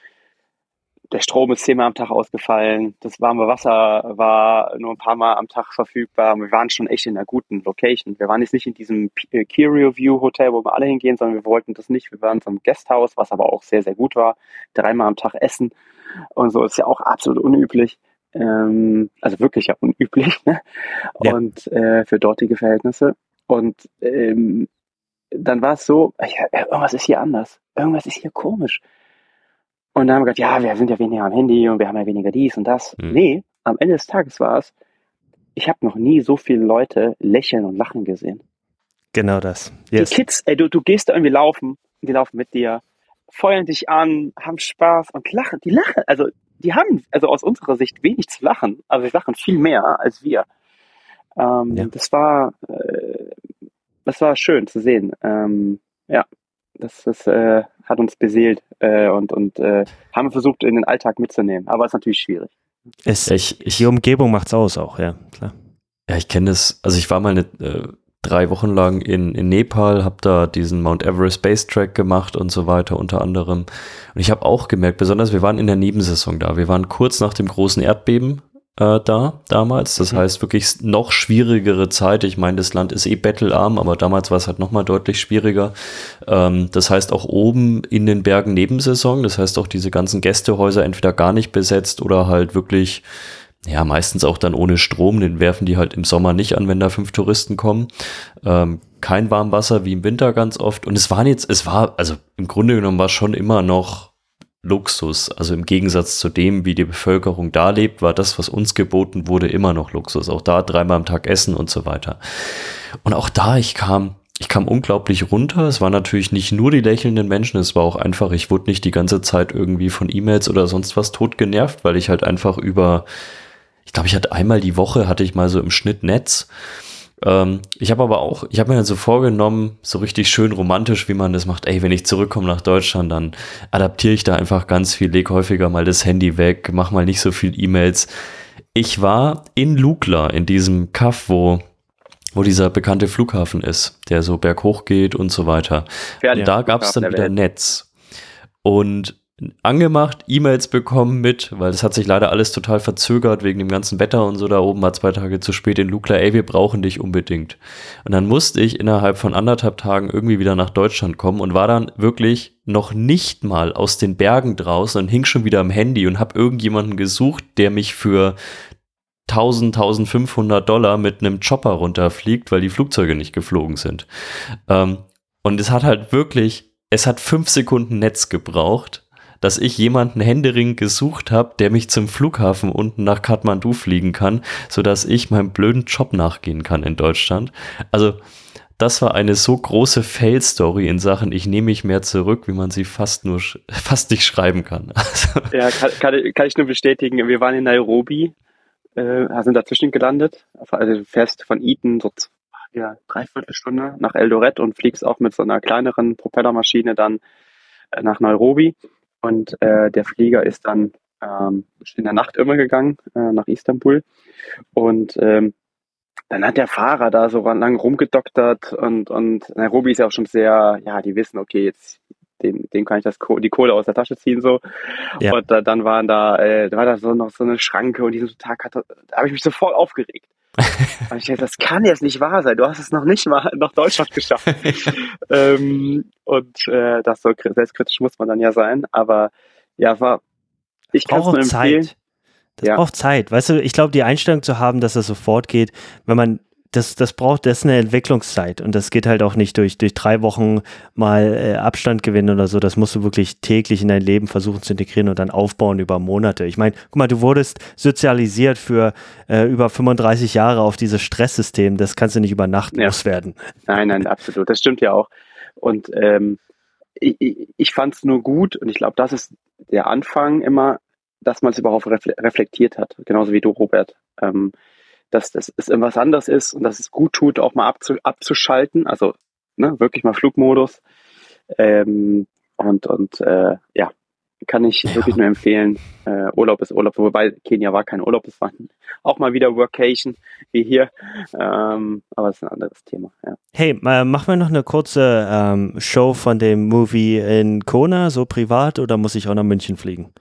der Strom ist zehnmal am Tag ausgefallen, das warme Wasser war nur ein paar Mal am Tag verfügbar. Wir waren schon echt in einer guten Location. Wir waren jetzt nicht in diesem P- Curio View Hotel, wo wir alle hingehen, sondern wir wollten das nicht. Wir waren in so einem Guesthouse, was aber auch sehr, sehr gut war. Dreimal am Tag essen und so, ist ja auch absolut unüblich. Ähm, also wirklich ja unüblich, ne? Ja. Und äh, für dortige Verhältnisse. Und ähm, dann war es so, ja, irgendwas ist hier anders. Irgendwas ist hier komisch. Und dann haben wir gesagt, ja, wir sind ja weniger am Handy und wir haben ja weniger dies und das. Mhm. Nee, am Ende des Tages war es, ich habe noch nie so viele Leute lächeln und lachen gesehen. Genau das. Die Yes. Kids, ey, du, du gehst da irgendwie laufen, die laufen mit dir, feuern dich an, haben Spaß und lachen. Die lachen, also die haben also aus unserer Sicht wenig zu lachen, aber sie lachen viel mehr als wir. Ähm, Ja. Das war, äh, das war schön zu sehen. Ähm, ja, das, das äh, hat uns beseelt äh, und, und äh, haben wir versucht, in den Alltag mitzunehmen. Aber es ist natürlich schwierig. Es, Ich, ich, die Umgebung macht's aus auch, ja, klar. Ja, ich kenne das, also ich war mal eine, äh, drei Wochen lang in, in Nepal, habe da diesen Mount Everest Base Track gemacht und so weiter unter anderem. Und ich habe auch gemerkt, besonders wir waren in der Nebensaison da. Wir waren kurz nach dem großen Erdbeben äh, da damals. Das mhm. heißt wirklich noch schwierigere Zeit. Ich meine, das Land ist eh bettelarm, aber damals war es halt nochmal deutlich schwieriger. Ähm, das heißt auch oben in den Bergen Nebensaison. Das heißt auch diese ganzen Gästehäuser entweder gar nicht besetzt oder halt wirklich ja, meistens auch dann ohne Strom, den werfen die halt im Sommer nicht an, wenn da fünf Touristen kommen. Ähm, kein Warmwasser wie im Winter ganz oft. Und es waren jetzt, es war, also im Grunde genommen war schon immer noch Luxus. Also im Gegensatz zu dem, wie die Bevölkerung da lebt, war das, was uns geboten wurde, immer noch Luxus. Auch da dreimal am Tag essen und so weiter. Und auch da, ich kam, ich kam unglaublich runter. Es waren natürlich nicht nur die lächelnden Menschen, es war auch einfach, ich wurde nicht die ganze Zeit irgendwie von E-Mails oder sonst was tot genervt, weil ich halt einfach über Ich glaube, ich hatte einmal die Woche, hatte ich mal so im Schnitt Netz. Ähm, ich habe aber auch, ich habe mir dann so vorgenommen, so richtig schön romantisch, wie man das macht, ey, wenn ich zurückkomme nach Deutschland, dann adaptiere ich da einfach ganz viel, leg häufiger mal das Handy weg, mach mal nicht so viel E-Mails. Ich war in Lukla, in diesem Kaff, wo, wo dieser bekannte Flughafen ist, der so berghoch geht und so weiter. Ja, und da gab es dann wieder Netz. Und angemacht, E-Mails bekommen mit, weil das hat sich leider alles total verzögert wegen dem ganzen Wetter und so da oben, war zwei Tage zu spät in Lukla, ey, wir brauchen dich unbedingt. Und dann musste ich innerhalb von anderthalb Tagen irgendwie wieder nach Deutschland kommen und war dann wirklich noch nicht mal aus den Bergen draußen und hing schon wieder am Handy und habe irgendjemanden gesucht, der mich für tausend, tausendfünfhundert Dollar mit einem Chopper runterfliegt, weil die Flugzeuge nicht geflogen sind. Ähm, und es hat halt wirklich, es hat fünf Sekunden Netz gebraucht, dass ich jemanden händeringend gesucht habe, der mich zum Flughafen unten nach Kathmandu fliegen kann, sodass ich meinem blöden Job nachgehen kann in Deutschland. Also das war eine so große Fail-Story in Sachen, ich nehme mich mehr zurück, wie man sie fast nur fast nicht schreiben kann. Also ja, kann, kann, kann ich nur bestätigen. Wir waren in Nairobi, äh, sind dazwischen gelandet. Also du fährst von Eton so ja, dreiviertel Stunde nach Eldoret und fliegst auch mit so einer kleineren Propellermaschine dann äh, nach Nairobi. Und äh, der Flieger ist dann ähm, in der Nacht immer gegangen äh, nach Istanbul. Und ähm, dann hat der Fahrer da so lang rumgedoktert und, und Nairobi ist ja auch schon sehr, ja, die wissen, okay, jetzt dem, dem kann ich das die Kohle aus der Tasche ziehen so. Ja. Und äh, dann waren da, äh, da war da so noch so eine Schranke und diesen Tag hat, da habe ich mich sofort aufgeregt. Und ich dachte, das kann jetzt nicht wahr sein. Du hast es noch nicht mal nach Deutschland geschafft. ähm, und äh, das so selbstkritisch muss man dann ja sein. Aber ja, war ich kann es nur empfehlen. Zeit. Das ja. braucht Zeit. Weißt du, ich glaube, die Einstellung zu haben, dass das sofort geht, wenn man das, das braucht, das ist eine Entwicklungszeit und das geht halt auch nicht durch, durch drei Wochen mal äh, Abstand gewinnen oder so. Das musst du wirklich täglich in dein Leben versuchen zu integrieren und dann aufbauen über Monate. Ich meine, guck mal, du wurdest sozialisiert für äh, über fünfunddreißig Jahre auf dieses Stresssystem. Das kannst du nicht über Nacht ja. loswerden. Nein, nein, absolut. Das stimmt ja auch. Und ähm, ich, ich, ich fand es nur gut und ich glaube, das ist der Anfang immer, dass man es überhaupt reflektiert hat. Genauso wie du, Robert. Ähm, dass das irgendwas anderes ist und dass es gut tut, auch mal abzu, abzuschalten, also ne, wirklich mal Flugmodus. Ähm, und und äh, ja, kann ich ja. wirklich nur empfehlen. Äh, Urlaub ist Urlaub, wobei Kenia war kein Urlaub, es war auch mal wieder Workation wie hier. Ähm, aber das ist ein anderes Thema. Ja. Hey, äh, machen wir noch eine kurze ähm, Show von dem Movie in Kona, so privat, oder muss ich auch nach München fliegen?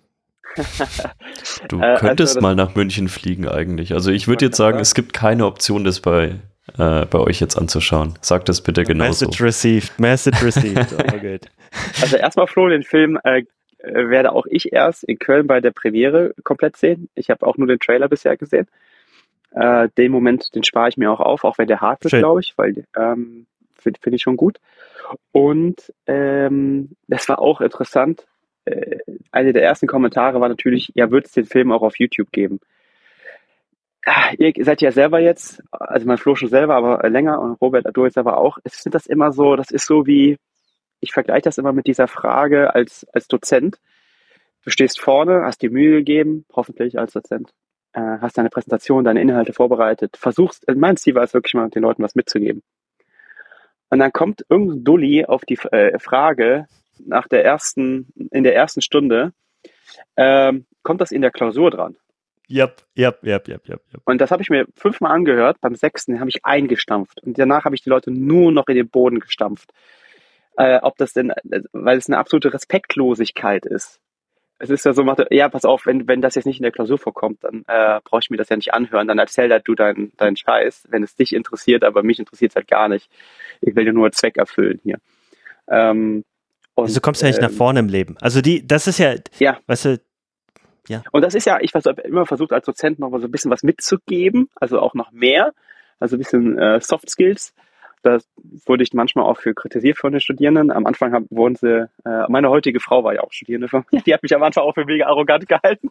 Du könntest also mal nach München fliegen eigentlich. Also ich würde jetzt sagen, es gibt keine Option, das bei, äh, bei euch jetzt anzuschauen. Sag das bitte genauso. Message received, message received. Oh, good. Also erstmal, Flo, den Film äh, werde auch ich erst in Köln bei der Premiere komplett sehen. Ich habe auch nur den Trailer bisher gesehen. Äh, den Moment, den spare ich mir auch auf, auch wenn der hart wird, glaube ich, weil ähm, finde find ich schon gut. Und ähm, das war auch interessant. Äh, eine der ersten Kommentare war natürlich, ja, wird es den Film auch auf YouTube geben? Ah, ihr seid ja selber jetzt, also mein Flo schon selber, aber länger und Robert, du jetzt aber auch. Ich finde das immer so, das ist so wie, ich vergleiche das immer mit dieser Frage als, als Dozent. Du stehst vorne, hast dir Mühe gegeben, hoffentlich als Dozent, äh, hast deine Präsentation, deine Inhalte vorbereitet, versuchst, mein Ziel war es wirklich mal, den Leuten was mitzugeben. Und dann kommt irgendein Dulli auf die äh, Frage, nach der ersten, in der ersten Stunde, ähm, kommt das in der Klausur dran? Yep, yep, yep, yep, yep, yep. Und das habe ich mir fünfmal angehört. Beim sechsten habe ich eingestampft. Und danach habe ich die Leute nur noch in den Boden gestampft. Äh, ob das denn, weil es eine absolute Respektlosigkeit ist. Es ist ja so, ja, pass auf, wenn, wenn das jetzt nicht in der Klausur vorkommt, dann äh, brauche ich mir das ja nicht anhören. Dann erzähl halt du deinen deinen Scheiß, wenn es dich interessiert, aber mich interessiert es halt gar nicht. Ich will dir nur Zweck erfüllen hier. Ähm, und, also kommst du ja nicht ähm, nach vorne im Leben. Also die, das ist ja, ja. weißt du, ja. Und das ist ja, ich habe immer versucht als Dozent noch mal so ein bisschen was mitzugeben, also auch noch mehr, also ein bisschen äh, Soft Skills. Da wurde ich manchmal auch für kritisiert von den Studierenden. Am Anfang hab, wurden sie, äh, meine heutige Frau war ja auch Studierende von mir, die hat mich am Anfang auch für mega arrogant gehalten.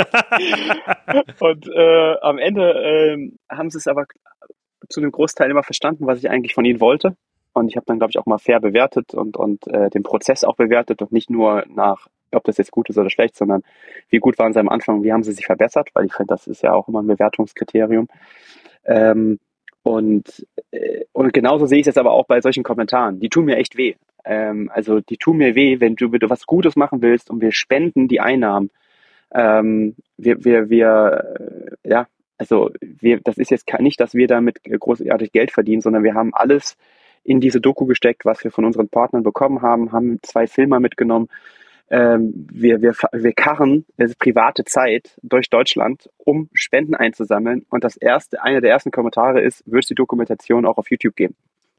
Und äh, am Ende äh, haben sie es aber zu einem Großteil immer verstanden, was ich eigentlich von ihnen wollte. Und ich habe dann, glaube ich, auch mal fair bewertet und, und äh, den Prozess auch bewertet und nicht nur nach, ob das jetzt gut ist oder schlecht, sondern wie gut waren sie am Anfang, wie haben sie sich verbessert, weil ich finde, das ist ja auch immer ein Bewertungskriterium. Ähm, Und, äh, und genauso sehe ich es jetzt aber auch bei solchen Kommentaren. Die tun mir echt weh. Ähm, also die tun mir weh, wenn du bitte was Gutes machen willst und wir spenden die Einnahmen. Ähm, wir, wir, wir, äh, ja, also wir, das ist jetzt nicht, dass wir damit großartig Geld verdienen, sondern wir haben alles in diese Doku gesteckt, was wir von unseren Partnern bekommen haben, haben zwei Filmer mitgenommen. Ähm, wir, wir, wir karren also private Zeit durch Deutschland, um Spenden einzusammeln. Und das erste, einer der ersten Kommentare ist, wird es die Dokumentation auch auf YouTube geben?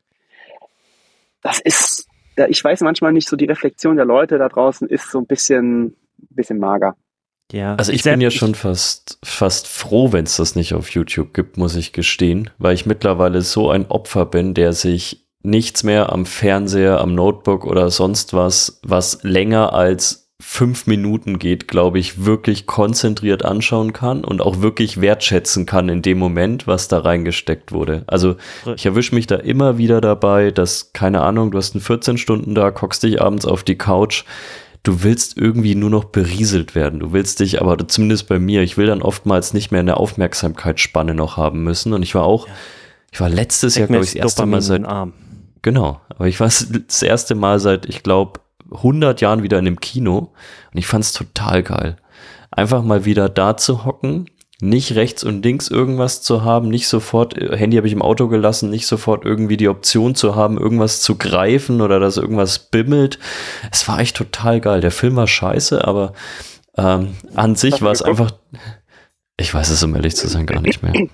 Das ist, ich weiß manchmal nicht, so die Reflexion der Leute da draußen ist so ein bisschen, bisschen mager. Ja, also ich, ich bin ja schon fast, fast froh, wenn es das nicht auf YouTube gibt, muss ich gestehen, weil ich mittlerweile so ein Opfer bin, der sich nichts mehr am Fernseher, am Notebook oder sonst was, was länger als fünf Minuten geht, glaube ich, wirklich konzentriert anschauen kann und auch wirklich wertschätzen kann in dem Moment, was da reingesteckt wurde. Also ich erwische mich da immer wieder dabei, dass, keine Ahnung, du hast einen vierzehn Stunden da, hockst dich abends auf die Couch, du willst irgendwie nur noch berieselt werden. Du willst dich, aber zumindest bei mir, ich will dann oftmals nicht mehr eine Aufmerksamkeitsspanne noch haben müssen. Und ich war auch, ich war letztes Jahr, glaube ich, das erste Mal seit Genau, aber ich war das erste Mal seit, ich glaube, hundert Jahren wieder in einem Kino und ich fand es total geil. Einfach mal wieder da zu hocken, nicht rechts und links irgendwas zu haben, nicht sofort, Handy habe ich im Auto gelassen, nicht sofort irgendwie die Option zu haben, irgendwas zu greifen oder dass irgendwas bimmelt. Es war echt total geil. Der Film war scheiße, aber ähm, an sich war es einfach, ich weiß es, um ehrlich zu sein, gar nicht mehr.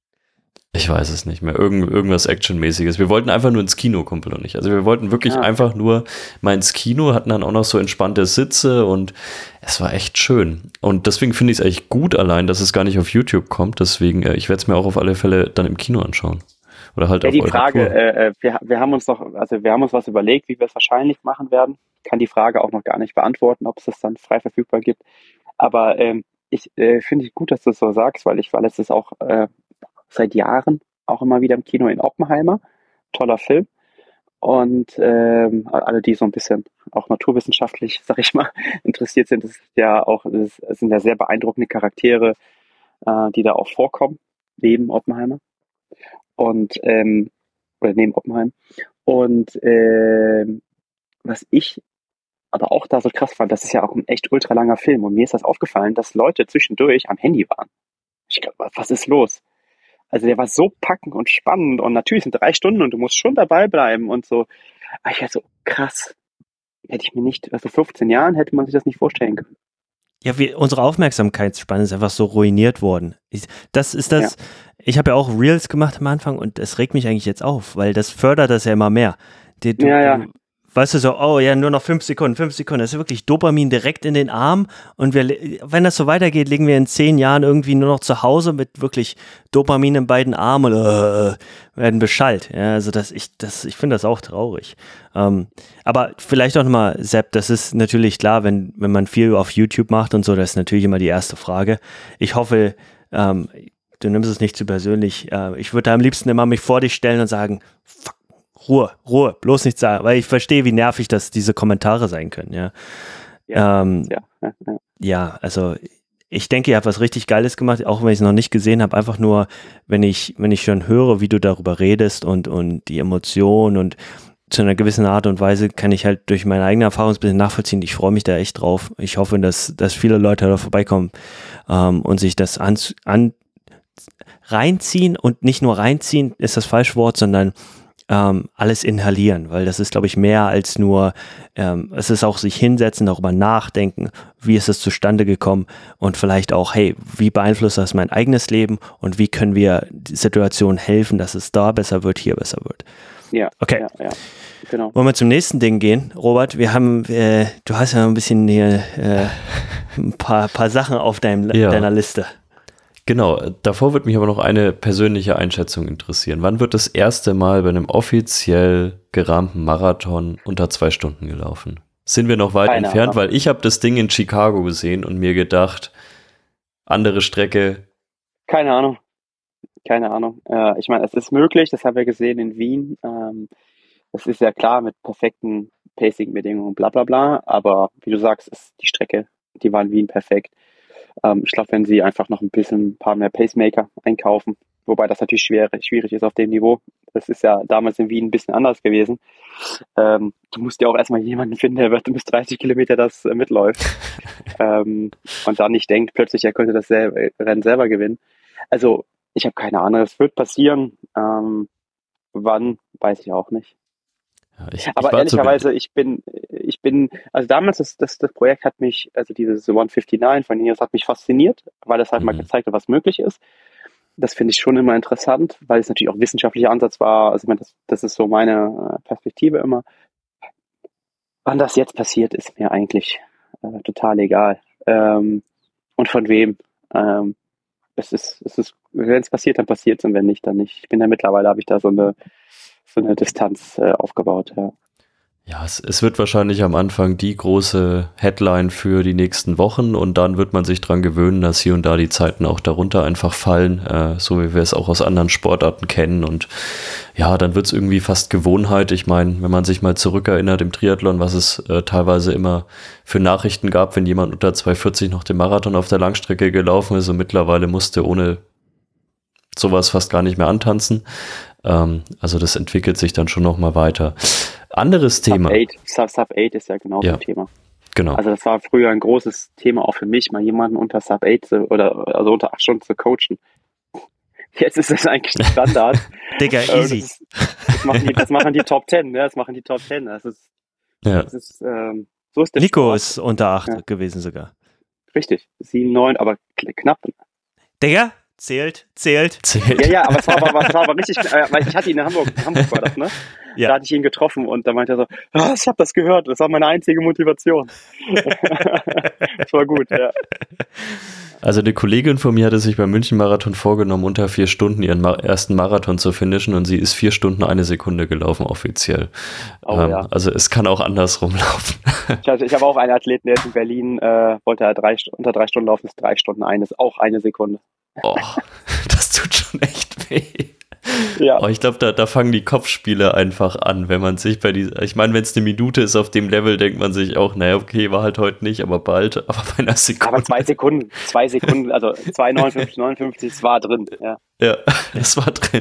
Ich weiß es nicht mehr. Irgend, irgendwas Actionmäßiges. Wir wollten einfach nur ins Kino, Kumpel und ich. Also wir wollten wirklich ja. einfach nur mal ins Kino, hatten dann auch noch so entspannte Sitze und es war echt schön. Und deswegen finde ich es echt gut allein, dass es gar nicht auf YouTube kommt. Deswegen, äh, ich werde es mir auch auf alle Fälle dann im Kino anschauen. Oder halt ja, auf die Frage, äh, wir, wir haben uns noch, also wir haben uns was überlegt, wie wir es wahrscheinlich machen werden. Kann die Frage auch noch gar nicht beantworten, ob es das dann frei verfügbar gibt. Aber ähm, ich äh, finde es gut, dass du es so sagst, weil ich war letztes auch äh, seit Jahren auch immer wieder im Kino in Oppenheimer. Toller Film. Und ähm, alle, die so ein bisschen auch naturwissenschaftlich, sag ich mal, interessiert sind, das ist ja auch, das sind ja sehr beeindruckende Charaktere, äh, die da auch vorkommen, neben Oppenheimer. Und ähm, oder neben Oppenheim. Und ähm, was ich aber auch da so krass fand, das ist ja auch ein echt ultra langer Film. Und mir ist das aufgefallen, dass Leute zwischendurch am Handy waren. Ich glaube, was ist los? Also der war so packend und spannend und natürlich sind drei Stunden und du musst schon dabei bleiben und so. Aber ich war so krass. Hätte ich mir nicht, also fünfzehn Jahren hätte man sich das nicht vorstellen können. Ja, wir, unsere Aufmerksamkeitsspanne ist einfach so ruiniert worden. Ich, das ist das, ja. Ich habe ja auch Reels gemacht am Anfang und es regt mich eigentlich jetzt auf, weil das fördert das ja immer mehr. Die, du, ja, ja. Du, weißt du so, oh ja, nur noch fünf Sekunden, fünf Sekunden, das ist wirklich Dopamin direkt in den Arm und wir, wenn das so weitergeht, liegen wir in zehn Jahren irgendwie nur noch zu Hause mit wirklich Dopamin in beiden Armen und äh, werden beschallt. Ja, also das, ich, das, ich finde das auch traurig. Ähm, aber vielleicht auch nochmal, Sepp, das ist natürlich klar, wenn, wenn man viel auf YouTube macht und so, das ist natürlich immer die erste Frage. Ich hoffe, ähm, du nimmst es nicht zu persönlich. Äh, ich würde am liebsten immer mich vor dich stellen und sagen, fuck, Ruhe, Ruhe, bloß nichts sagen, weil ich verstehe, wie nervig das diese Kommentare sein können, ja. Ja, ähm, ja, ja, ja. ja, also ich denke, ihr habt was richtig Geiles gemacht, auch wenn ich es noch nicht gesehen habe, einfach nur, wenn ich, wenn ich schon höre, wie du darüber redest und, und die Emotionen und zu einer gewissen Art und Weise kann ich halt durch meine eigene Erfahrung ein bisschen nachvollziehen. Ich freue mich da echt drauf. Ich hoffe, dass, dass viele Leute da vorbeikommen ähm, und sich das an, an, reinziehen und nicht nur reinziehen, ist das falsche Wort, sondern ähm, alles inhalieren, weil das ist, glaube ich, mehr als nur, ähm, es ist auch sich hinsetzen, darüber nachdenken, wie ist es zustande gekommen und vielleicht auch, hey, wie beeinflusst das mein eigenes Leben und wie können wir die Situation helfen, dass es da besser wird, hier besser wird. Ja, okay. Ja, ja. Genau. Wollen wir zum nächsten Ding gehen, Robert? Wir haben, äh, du hast ja ein bisschen hier äh, ein paar, paar Sachen auf deinem, ja. deiner Liste. Genau, davor würde mich aber noch eine persönliche Einschätzung interessieren. Wann wird das erste Mal bei einem offiziell gerahmten Marathon unter zwei Stunden gelaufen? Sind wir noch weit Keine entfernt? Ahnung. Weil ich habe das Ding in Chicago gesehen und mir gedacht, andere Strecke. Keine Ahnung. Keine Ahnung. Äh, ich meine, es ist möglich, das haben wir gesehen in Wien. Ähm, das ist ja klar mit perfekten Pacing-Bedingungen, bla bla bla. Aber wie du sagst, ist die Strecke, die war in Wien perfekt. Ähm, ich glaube, wenn sie einfach noch ein bisschen ein paar mehr Pacemaker einkaufen, wobei das natürlich schwer, schwierig ist auf dem Niveau. Das ist ja damals in Wien ein bisschen anders gewesen. Ähm, du musst ja auch erstmal jemanden finden, der bis dreißig Kilometer das äh, mitläuft ähm, und dann nicht denkt, plötzlich er könnte das selber, Rennen selber gewinnen. Also ich habe keine Ahnung, es wird passieren. Ähm, wann, weiß ich auch nicht. Ja, ich, Aber ich war ehrlicherweise, ich bin, ich bin, also damals, das, das, das Projekt hat mich, also dieses one fifty-nine von Ineos hat mich fasziniert, weil es halt Mhm. mal gezeigt hat, was möglich ist. Das finde ich schon immer interessant, weil es natürlich auch wissenschaftlicher Ansatz war. Also ich meine, das, das ist so meine äh, Perspektive immer. Wann das jetzt passiert, ist mir eigentlich äh, total egal. Ähm, und von wem. Ähm, es ist, es ist, wenn es passiert, dann passiert es und wenn nicht, dann nicht. Ich bin ja mittlerweile, habe ich da so eine, so eine Distanz äh, aufgebaut. Ja. Ja, es, es wird wahrscheinlich am Anfang die große Headline für die nächsten Wochen und dann wird man sich dran gewöhnen, dass hier und da die Zeiten auch darunter einfach fallen, äh, so wie wir es auch aus anderen Sportarten kennen und ja, dann wird es irgendwie fast Gewohnheit. Ich meine, wenn man sich mal zurückerinnert im Triathlon, was es äh, teilweise immer für Nachrichten gab, wenn jemand unter zwei vierzig noch den Marathon auf der Langstrecke gelaufen ist und mittlerweile musste ohne sowas fast gar nicht mehr antanzen. Ähm, also das entwickelt sich dann schon nochmal weiter. Anderes Thema. Sub acht, Sub, Sub acht ist ja genau Ja. so ein Thema. Genau. Also das war früher ein großes Thema auch für mich, mal jemanden unter Sub acht zu, oder also unter acht Stunden zu coachen. Jetzt ist das eigentlich ein Standard. Digga, Äh, easy. Das, ist, das, machen die, das machen die Top Ten, ja, das machen die Top Ten. Das ist, Ja. das ist, ähm, so ist der Nico Sport. ist unter acht Ja. gewesen sogar. Richtig, sieben, neun, aber kn- knapp. Digga, zählt, zählt. Zählt. Ja, ja, aber es war aber, es war aber richtig, äh, weil ich hatte ihn in Hamburg, in Hamburg war das, ne? Ja. Da hatte ich ihn getroffen und da meinte er so, ah, ich habe das gehört, das war meine einzige Motivation. Das war gut, ja. Also eine Kollegin von mir hatte sich beim München-Marathon vorgenommen, unter vier Stunden ihren Ma- ersten Marathon zu finishen und sie ist vier Stunden eine Sekunde gelaufen offiziell. Oh, ähm, ja. Also es kann auch andersrum laufen. Ich, hatte, ich habe auch einen Athleten, der jetzt in Berlin äh, wollte er drei, unter drei Stunden laufen, ist drei Stunden ein, ist auch eine Sekunde. Oh, das tut schon echt weh. Ja. Oh, ich glaube, da, da fangen die Kopfspiele einfach an, wenn man sich bei dieser, ich meine, wenn es eine Minute ist auf dem Level, denkt man sich auch, naja, okay, war halt heute nicht, aber bald, aber bei einer Sekunde. Aber zwei Sekunden, zwei Sekunden, also zwei neunundfünfzig, neunundfünfzig, es war drin, ja. Ja, das war drin.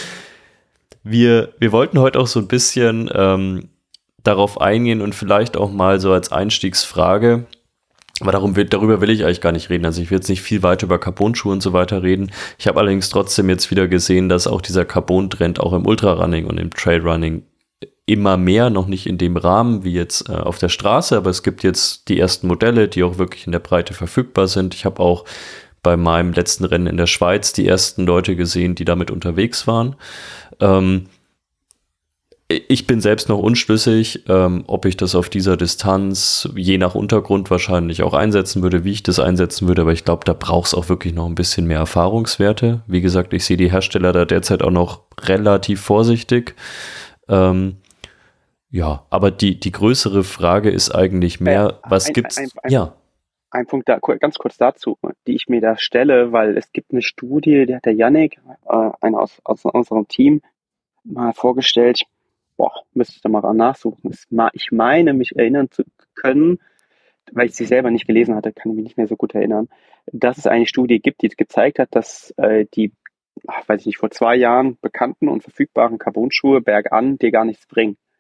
Wir, wir wollten heute auch so ein bisschen ähm, darauf eingehen und vielleicht auch mal so als Einstiegsfrage, aber darum will, darüber will ich eigentlich gar nicht reden. Also ich will jetzt nicht viel weiter über Carbon-Schuhe und so weiter reden. Ich habe allerdings trotzdem jetzt wieder gesehen, dass auch dieser Carbon-Trend auch im Ultrarunning und im Trailrunning immer mehr, noch nicht in dem Rahmen wie jetzt äh, auf der Straße, aber es gibt jetzt die ersten Modelle, die auch wirklich in der Breite verfügbar sind. Ich habe auch bei meinem letzten Rennen in der Schweiz die ersten Leute gesehen, die damit unterwegs waren. Ähm, Ich bin selbst noch unschlüssig, ähm, ob ich das auf dieser Distanz je nach Untergrund wahrscheinlich auch einsetzen würde, wie ich das einsetzen würde, aber ich glaube, da braucht es auch wirklich noch ein bisschen mehr Erfahrungswerte. Wie gesagt, ich sehe die Hersteller da derzeit auch noch relativ vorsichtig. Ähm, ja, aber die, die größere Frage ist eigentlich mehr, Äh, was ein- gibt's? ein- ein- ja, Ein Punkt da, ku- ganz kurz dazu, die ich mir da stelle, weil es gibt eine Studie, die hat der Yannick, äh, einer aus, aus unserem Team, mal vorgestellt. Boah, müsste ich da mal nachsuchen. Es ma- Ich meine, mich erinnern zu können, weil ich sie selber nicht gelesen hatte, kann ich mich nicht mehr so gut erinnern, dass es eine Studie gibt, die gezeigt hat, dass äh, die, ach, weiß ich nicht, vor zwei Jahren bekannten und verfügbaren Carbon-Schuhe bergan dir gar nichts bringen.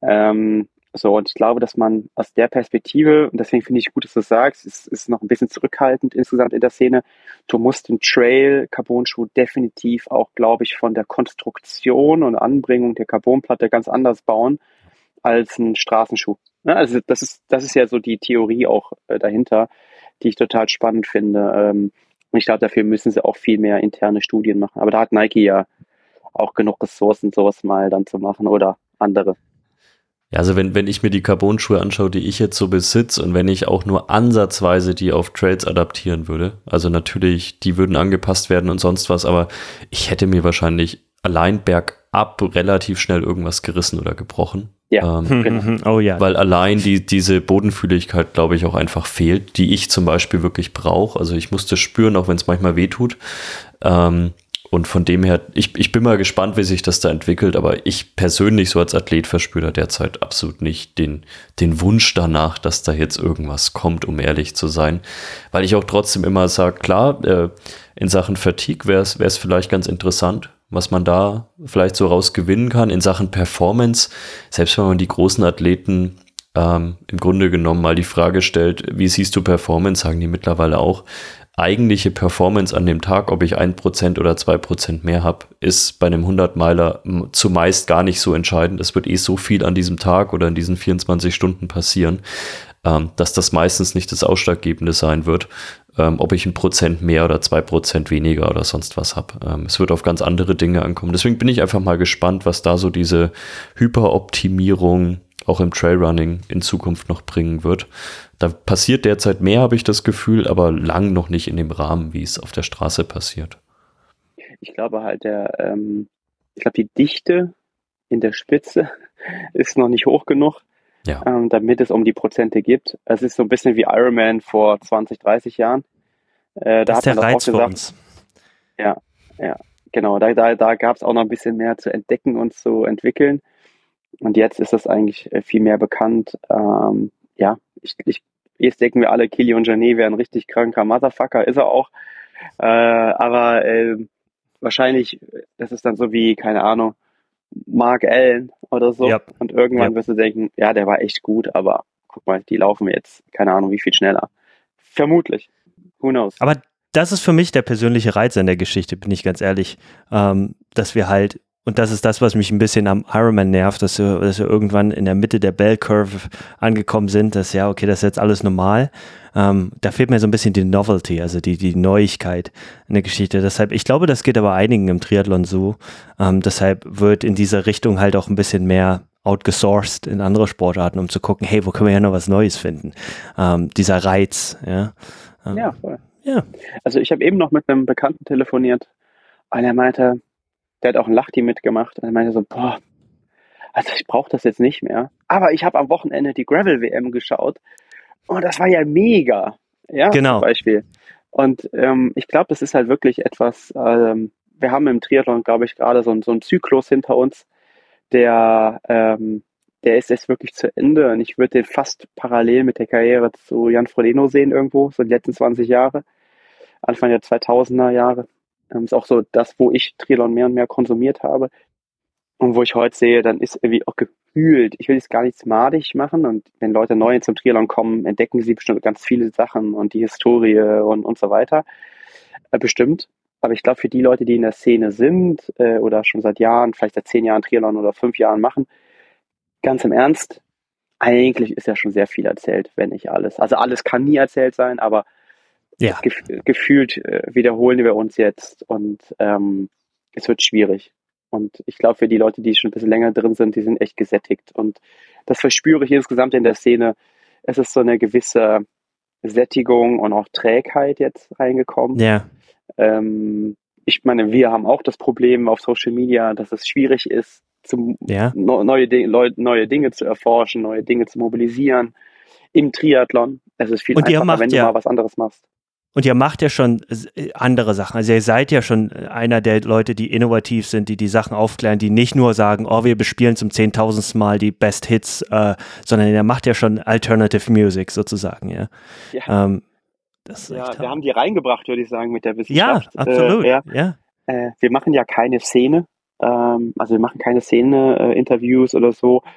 Ähm, so, und ich glaube, dass man aus der Perspektive, und deswegen finde ich gut, dass du es sagst, es ist noch ein bisschen zurückhaltend insgesamt in der Szene. Du musst den Trail Carbon-Schuh definitiv auch, glaube ich, von der Konstruktion und Anbringung der Carbonplatte ganz anders bauen als ein Straßenschuh. Ne? Also das ist, das ist ja so die Theorie auch äh, dahinter, die ich total spannend finde. Ähm, und ich glaube, dafür müssen sie auch viel mehr interne Studien machen. Aber da hat Nike ja auch genug Ressourcen, sowas mal dann zu machen oder andere. Ja, also wenn, wenn ich mir die Carbon-Schuhe anschaue, die ich jetzt so besitze und wenn ich auch nur ansatzweise die auf Trails adaptieren würde, also natürlich, die würden angepasst werden und sonst was, aber ich hätte mir wahrscheinlich allein bergab relativ schnell irgendwas gerissen oder gebrochen. Ja, ähm, genau. Oh ja. Weil allein die, diese Bodenfühligkeit, glaube ich, auch einfach fehlt, die ich zum Beispiel wirklich brauche. Also ich muss das spüren, auch wenn es manchmal weh tut. Ähm, Und von dem her, ich, ich bin mal gespannt, wie sich das da entwickelt, aber ich persönlich so als Athlet verspüre da derzeit absolut nicht den, den Wunsch danach, dass da jetzt irgendwas kommt, um ehrlich zu sein. Weil ich auch trotzdem immer sage, klar, äh, in Sachen Fatigue wäre es vielleicht ganz interessant, was man da vielleicht so rausgewinnen kann. In Sachen Performance, selbst wenn man die großen Athleten ähm, im Grunde genommen mal die Frage stellt, wie siehst du Performance, sagen die mittlerweile auch, eigentliche Performance an dem Tag, ob ich ein Prozent oder zwei Prozent mehr habe, ist bei einem hundert-Meiler zumeist gar nicht so entscheidend. Es wird eh so viel an diesem Tag oder in diesen vierundzwanzig Stunden passieren, ähm, dass das meistens nicht das Ausschlaggebende sein wird, ähm, ob ich ein Prozent mehr oder zwei Prozent weniger oder sonst was habe. Ähm, es wird auf ganz andere Dinge ankommen. Deswegen bin ich einfach mal gespannt, was da so diese Hyperoptimierung auch im Trailrunning in Zukunft noch bringen wird. Da passiert derzeit mehr, habe ich das Gefühl, aber lang noch nicht in dem Rahmen, wie es auf der Straße passiert. Ich glaube halt, der, ähm, ich glaube, die Dichte in der Spitze ist noch nicht hoch genug, ja. ähm, damit es um die Prozente gibt. Es ist so ein bisschen wie Ironman vor zwanzig, dreißig Jahren. Äh, da das hat ist der man Reiz das auch für gesagt. uns. Ja, ja, genau. Da, da, da gab es auch noch ein bisschen mehr zu entdecken und zu entwickeln. Und jetzt ist das eigentlich viel mehr bekannt. Ähm, ja, ich, ich, jetzt denken wir alle, Kilian Jornet wäre ein richtig kranker Motherfucker, ist er auch. Äh, aber äh, wahrscheinlich, das ist dann so wie, keine Ahnung, Mark Allen oder so. Yep. Und irgendwann Yep. wirst du denken, ja, der war echt gut, aber guck mal, die laufen jetzt, keine Ahnung, wie viel schneller. Vermutlich. Who knows? Aber das ist für mich der persönliche Reiz an der Geschichte, bin ich ganz ehrlich, ähm, dass wir halt, und das ist das, was mich ein bisschen am Ironman nervt, dass wir, dass wir irgendwann in der Mitte der Bell Curve angekommen sind, dass ja, okay, das ist jetzt alles normal. Ähm, da fehlt mir so ein bisschen die Novelty, also die, die Neuigkeit in der Geschichte. Deshalb, ich glaube, das geht aber einigen im Triathlon so. Ähm, deshalb wird in dieser Richtung halt auch ein bisschen mehr outgesourced in andere Sportarten, um zu gucken, hey, wo können wir ja noch was Neues finden? Ähm, dieser Reiz, ja. Ähm, Ja, voll. Ja. Also ich habe eben noch mit einem Bekannten telefoniert und er meinte, der hat auch ein Lachti mitgemacht und er meinte so, boah, also ich brauche das jetzt nicht mehr. Aber ich habe am Wochenende die Gravel-W M geschaut und das war ja mega. Ja, Genau. Zum Beispiel. Und ähm, ich glaube, das ist halt wirklich etwas, ähm, wir haben im Triathlon, glaube ich, gerade so, so einen Zyklus hinter uns, der, ähm, der ist jetzt wirklich zu Ende und ich würde den fast parallel mit der Karriere zu Jan Frodeno sehen irgendwo, so die letzten zwanzig Jahre, Anfang der zweitausender Jahre. Ähm, ist auch so das, wo ich Triathlon mehr und mehr konsumiert habe. Und wo ich heute sehe, dann ist irgendwie auch gefühlt, ich will jetzt gar nichts madig machen und wenn Leute neu zum Triathlon kommen, entdecken sie bestimmt ganz viele Sachen und die Historie und, und so weiter. Äh, bestimmt. Aber ich glaube, für die Leute, die in der Szene sind äh, oder schon seit Jahren, vielleicht seit zehn Jahren Triathlon oder fünf Jahren machen, ganz im Ernst, eigentlich ist ja schon sehr viel erzählt, wenn nicht alles. Also alles kann nie erzählt sein, aber Ja. gef gefühlt äh, wiederholen wir uns jetzt und ähm, es wird schwierig. Und ich glaube, für die Leute, die schon ein bisschen länger drin sind, die sind echt gesättigt. Und das verspüre ich insgesamt in der Szene. Es ist so eine gewisse Sättigung und auch Trägheit jetzt reingekommen. Ja. Ähm, ich meine, wir haben auch das Problem auf Social Media, dass es schwierig ist, zum, Ja. no, neue, Dinge, neue Dinge zu erforschen, neue Dinge zu mobilisieren im Triathlon. Es ist viel Und ihr einfacher, macht wenn du ja- mal was anderes machst. Und ihr macht ja schon äh, andere Sachen. Also ihr seid ja schon einer der Leute, die innovativ sind, die die Sachen aufklären, die nicht nur sagen, oh, wir bespielen zum zehntausendsten Mal die Best Hits, äh, sondern ihr macht ja schon Alternative Music sozusagen, ja. Ja, Ähm, das ist ja echt wir hart. haben die reingebracht, würde ich sagen, mit der Ja, Wissenschaft. absolut. Äh, ja. Ja. Äh, wir machen ja keine Szene, ähm, also wir machen keine Szene-Interviews oder so,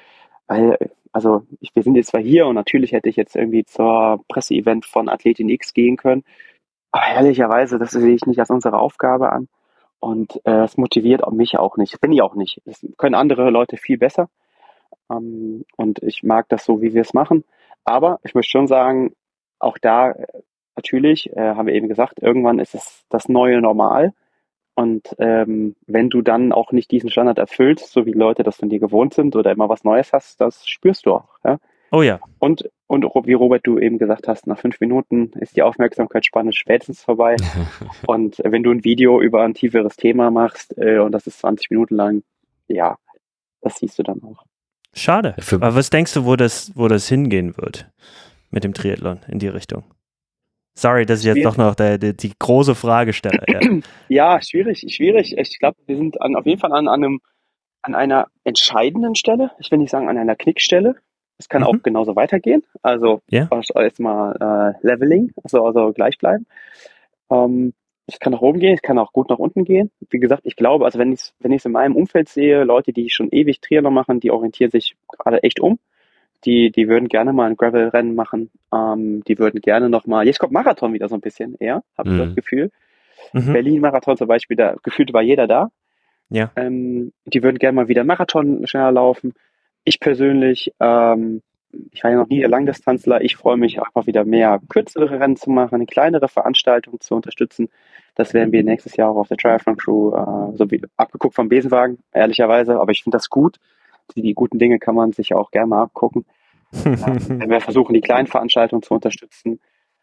weil, also ich, wir sind jetzt zwar hier und natürlich hätte ich jetzt irgendwie zur Presseevent von Athletin X gehen können, aber ehrlicherweise, das sehe ich nicht als unsere Aufgabe an und äh, es motiviert auch mich auch nicht. Bin ich auch nicht. Das können andere Leute viel besser ähm, und ich mag das so, wie wir es machen. Aber ich möchte schon sagen, auch da äh, natürlich, äh, haben wir eben gesagt, irgendwann ist es das neue Normal. Und ähm, wenn du dann auch nicht diesen Standard erfüllst, so wie Leute das von dir gewohnt sind oder immer was Neues hast, das spürst du auch. Ja? Oh ja. Und, und wie Robert, du eben gesagt hast, nach fünf Minuten ist die Aufmerksamkeitsspanne spätestens vorbei. Und wenn du ein Video über ein tieferes Thema machst äh, und das ist zwanzig Minuten lang, ja, das siehst du dann auch. Schade. Für- Aber was denkst du, wo das, wo das hingehen wird mit dem Triathlon in die Richtung? Sorry, dass ich jetzt Schwierig. doch noch der, der, die große Frage stelle. Ja. Ja, schwierig, schwierig. Ich glaube, wir sind an, auf jeden Fall an, an, einem, an einer entscheidenden Stelle. Ich will nicht sagen an einer Knickstelle. Es kann Mhm. auch genauso weitergehen. Also Ja. erstmal äh, Leveling, also, also gleich bleiben. Ähm, ich kann nach oben gehen, ich kann auch gut nach unten gehen. Wie gesagt, ich glaube, also wenn ich es wenn ich's in meinem Umfeld sehe, Leute, die schon ewig Triathlon machen, die orientieren sich gerade echt um. Die, die würden gerne mal ein Gravel-Rennen machen. Ähm, die würden gerne noch mal, jetzt kommt Marathon wieder so ein bisschen eher, habe ich Mhm. das Gefühl. Mhm. Berlin-Marathon zum Beispiel, da gefühlt war jeder da. Ja. Ähm, die würden gerne mal wieder Marathon schneller laufen. Ich persönlich, ähm, ich war ja noch nie der Langdistanzler. Ich freue mich einfach wieder mehr kürzere Rennen zu machen, eine kleinere Veranstaltung zu unterstützen. Das werden wir nächstes Jahr auch auf der Triathlon Crew, äh, so wie abgeguckt vom Besenwagen, ehrlicherweise. Aber ich finde das gut. Die, die guten Dinge kann man sich auch gerne mal abgucken. Ähm, wir versuchen, die kleinen Veranstaltungen zu unterstützen.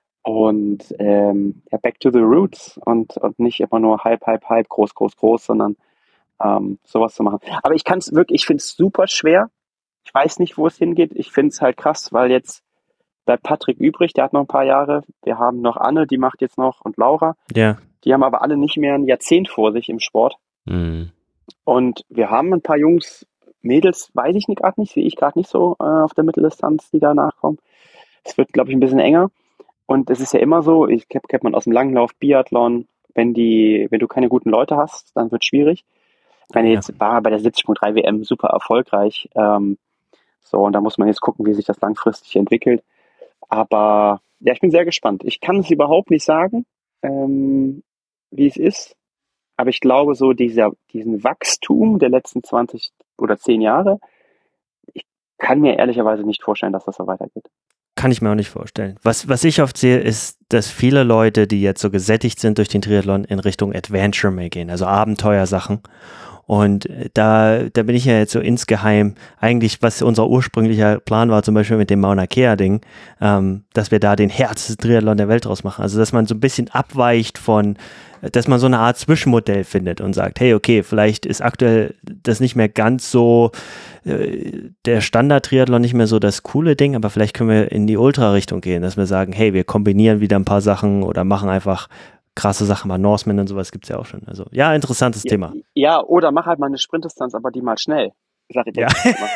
Und ähm, ja, back to the roots und, und nicht immer nur Hype, Hype, Hype, groß, groß, groß, sondern ähm, sowas zu machen. Aber ich kann es wirklich, ich finde es super schwer. Ich weiß nicht, wo es hingeht. Ich finde es halt krass, weil jetzt bleibt Patrick übrig, der hat noch ein paar Jahre. Wir haben noch Anne, die macht jetzt noch, und Laura. Ja. Die haben aber alle nicht mehr ein Jahrzehnt vor sich im Sport. Mhm. Und wir haben ein paar Jungs, Mädels, weiß ich gerade nicht, sehe ich gerade nicht so äh, auf der Mitteldistanz, die da nachkommen. Es wird, glaube ich, ein bisschen enger. Und es ist ja immer so, ich kennt man aus dem Langlauf, Biathlon, wenn die, wenn du keine guten Leute hast, dann wird es schwierig. Ich meine, Ja. jetzt war er bei der siebzig Komma drei W M super erfolgreich. Ähm, so, und da muss man jetzt gucken, wie sich das langfristig entwickelt. Aber ja, ich bin sehr gespannt. Ich kann es überhaupt nicht sagen, ähm, wie es ist. Aber ich glaube, so dieser, diesen Wachstum der letzten zwanzig oder zehn Jahre, ich kann mir ehrlicherweise nicht vorstellen, dass das so weitergeht. Kann ich mir auch nicht vorstellen. Was, was ich oft sehe, ist, dass viele Leute, die jetzt so gesättigt sind durch den Triathlon, in Richtung Adventure mehr gehen, also Abenteuersachen. Und da, da bin ich ja jetzt so insgeheim, eigentlich, was unser ursprünglicher Plan war, zum Beispiel mit dem Mauna Kea-Ding, ähm, dass wir da den härtesten Triathlon der Welt draus machen. Also, dass man so ein bisschen abweicht von, dass man so eine Art Zwischenmodell findet und sagt, hey, okay, vielleicht ist aktuell das nicht mehr ganz so, äh, der Standard-Triathlon nicht mehr so das coole Ding, aber vielleicht können wir in die Ultra-Richtung gehen, dass wir sagen, hey, wir kombinieren wieder ein paar Sachen oder machen einfach krasse Sachen, mal Norseman und sowas gibt's ja auch schon. Also, ja, interessantes Ja, Thema. ja, oder mach halt mal eine Sprintdistanz, aber die mal schnell. Sag ich dir.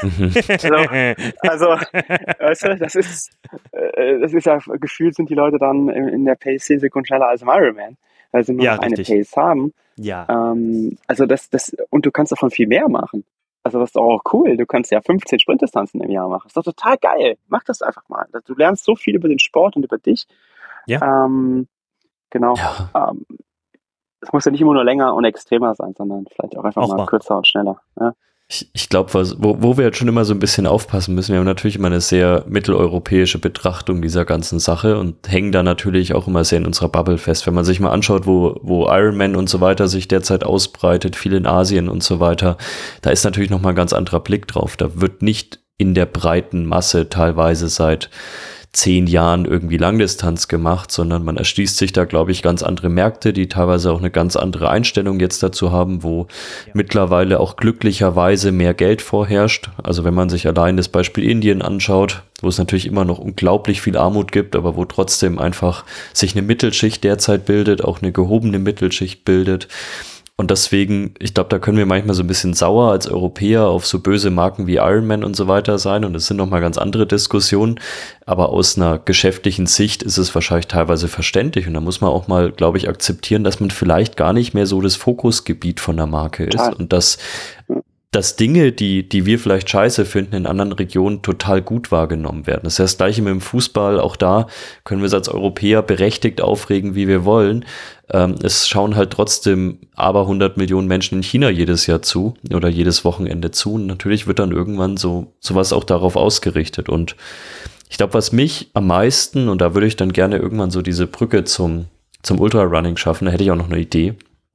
Ja. Also, weißt du, das ist, äh, das ist ja, gefühlt sind die Leute dann in, in der Pace zehn Sekunden schneller als im Ironman, weil sie nur Ja, noch eine richtig. Pace haben. Ja. Ähm, also das, das, und du kannst davon viel mehr machen. Also das ist doch auch cool. Du kannst ja fünfzehn Sprintdistanzen im Jahr machen. Das ist doch total geil. Mach das einfach mal. Du lernst so viel über den Sport und über dich. Ja. Ähm, genau. Ja. Ähm, es muss ja nicht immer nur länger und extremer sein, sondern vielleicht auch einfach Auch mal wahr. kürzer und schneller. Ja. Ich, ich glaube, wo, wo wir jetzt schon immer so ein bisschen aufpassen müssen, wir haben natürlich immer eine sehr mitteleuropäische Betrachtung dieser ganzen Sache und hängen da natürlich auch immer sehr in unserer Bubble fest. Wenn man sich mal anschaut, wo, wo Ironman und so weiter sich derzeit ausbreitet, viel in Asien und so weiter, da ist natürlich nochmal ein ganz anderer Blick drauf. Da wird nicht in der breiten Masse teilweise seit zehn Jahren irgendwie Langdistanz gemacht, sondern man erschließt sich da, glaube ich, ganz andere Märkte, die teilweise auch eine ganz andere Einstellung jetzt dazu haben, wo Ja. mittlerweile auch glücklicherweise mehr Geld vorherrscht. Also wenn man sich allein das Beispiel Indien anschaut, wo es natürlich immer noch unglaublich viel Armut gibt, aber wo trotzdem einfach sich eine Mittelschicht derzeit bildet, auch eine gehobene Mittelschicht bildet. Und deswegen, ich glaube, da können wir manchmal so ein bisschen sauer als Europäer auf so böse Marken wie Ironman und so weiter sein. Und es sind nochmal ganz andere Diskussionen. Aber aus einer geschäftlichen Sicht ist es wahrscheinlich teilweise verständlich. Und da muss man auch mal, glaube ich, akzeptieren, dass man vielleicht gar nicht mehr so das Fokusgebiet von der Marke ist. Total. Und dass dass Dinge, die, die wir vielleicht scheiße finden, in anderen Regionen total gut wahrgenommen werden. Das ist ja das Gleiche mit dem Fußball. Auch da können wir es als Europäer berechtigt aufregen, wie wir wollen. Ähm, es schauen halt trotzdem aber hundert Millionen Menschen in China jedes Jahr zu oder jedes Wochenende zu. Und natürlich wird dann irgendwann so sowas auch darauf ausgerichtet. Und ich glaube, was mich am meisten, und da würde ich dann gerne irgendwann so diese Brücke zum, zum Ultrarunning schaffen, da hätte ich auch noch eine Idee.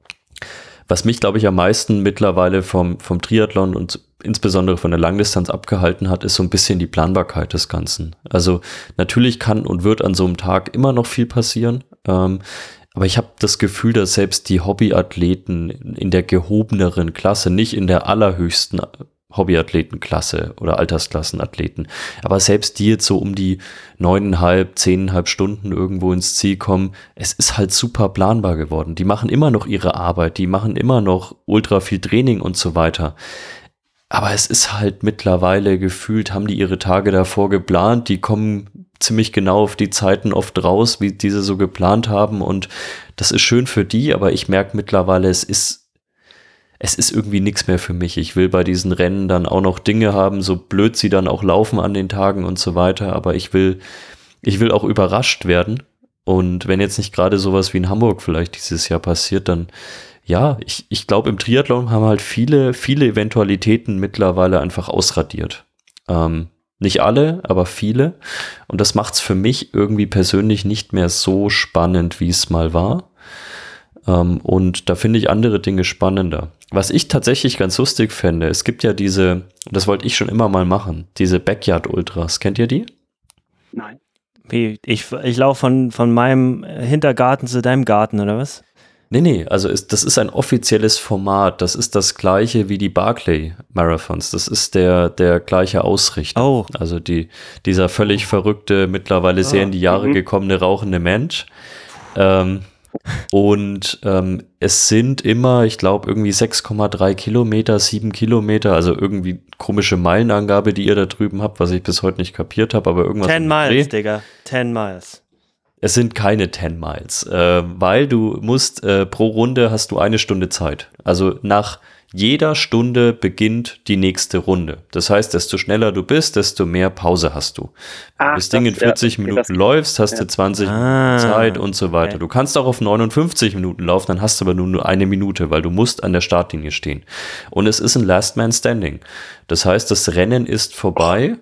Was mich, glaube ich, am meisten mittlerweile vom, vom Triathlon und insbesondere von der Langdistanz abgehalten hat, ist so ein bisschen die Planbarkeit des Ganzen. Also natürlich kann und wird an so einem Tag immer noch viel passieren, ähm, aber ich habe das Gefühl, dass selbst die Hobbyathleten in der gehobeneren Klasse, nicht in der allerhöchsten Hobbyathletenklasse oder Altersklassenathleten, aber selbst die jetzt so um die neuneinhalb, zehneinhalb Stunden irgendwo ins Ziel kommen, es ist halt super planbar geworden. Die machen immer noch ihre Arbeit, die machen immer noch ultra viel Training und so weiter. Aber es ist halt mittlerweile gefühlt, haben die ihre Tage davor geplant, die kommen ziemlich genau auf die Zeiten oft raus, wie diese so geplant haben, und das ist schön für die, aber ich merke mittlerweile, es ist Es ist irgendwie nichts mehr für mich. Ich will bei diesen Rennen dann auch noch Dinge haben, so blöd sie dann auch laufen an den Tagen und so weiter. Aber ich will, ich will auch überrascht werden. Und wenn jetzt nicht gerade sowas wie in Hamburg vielleicht dieses Jahr passiert, dann ja, ich, ich glaube, im Triathlon haben halt viele, viele Eventualitäten mittlerweile einfach ausradiert. Ähm, nicht alle, aber viele. Und das macht es für mich irgendwie persönlich nicht mehr so spannend, wie es mal war. Um, und da finde ich andere Dinge spannender. Was ich tatsächlich ganz lustig fände, es gibt ja diese, das wollte ich schon immer mal machen, diese Backyard-Ultras. Kennt ihr die? Nein. Wie, ich, ich laufe von, von meinem Hintergarten zu deinem Garten, oder was? Nee, nee, also ist, das ist ein offizielles Format. Das ist das gleiche wie die Barclay-Marathons. Das ist der, der gleiche Ausrichter. Oh. Also die, dieser völlig verrückte, mittlerweile sehr Oh. in die Jahre Mhm. gekommene, rauchende Mensch. Ähm, Und ähm, es sind immer, ich glaube, irgendwie sechs Komma drei Kilometer, sieben Kilometer, also irgendwie komische Meilenangabe, die ihr da drüben habt, was ich bis heute nicht kapiert habe, aber irgendwas. Ten um den Miles, Dreh. Digga. Ten Miles. Es sind keine zehn Miles, äh, weil du musst, äh, pro Runde hast du eine Stunde Zeit. Also nach jeder Stunde beginnt die nächste Runde. Das heißt, desto schneller du bist, desto mehr Pause hast du. Wenn Ah, das Ding in das- ja, vierzig okay, Minuten das- läufst, hast ja. du zwanzig Ah, Minuten Zeit und so weiter. okay. Du kannst auch auf neunundfünfzig Minuten laufen, dann hast du aber nur, nur eine Minute, weil du musst an der Startlinie stehen. Und es ist ein Last Man Standing. Das heißt, das Rennen ist vorbei,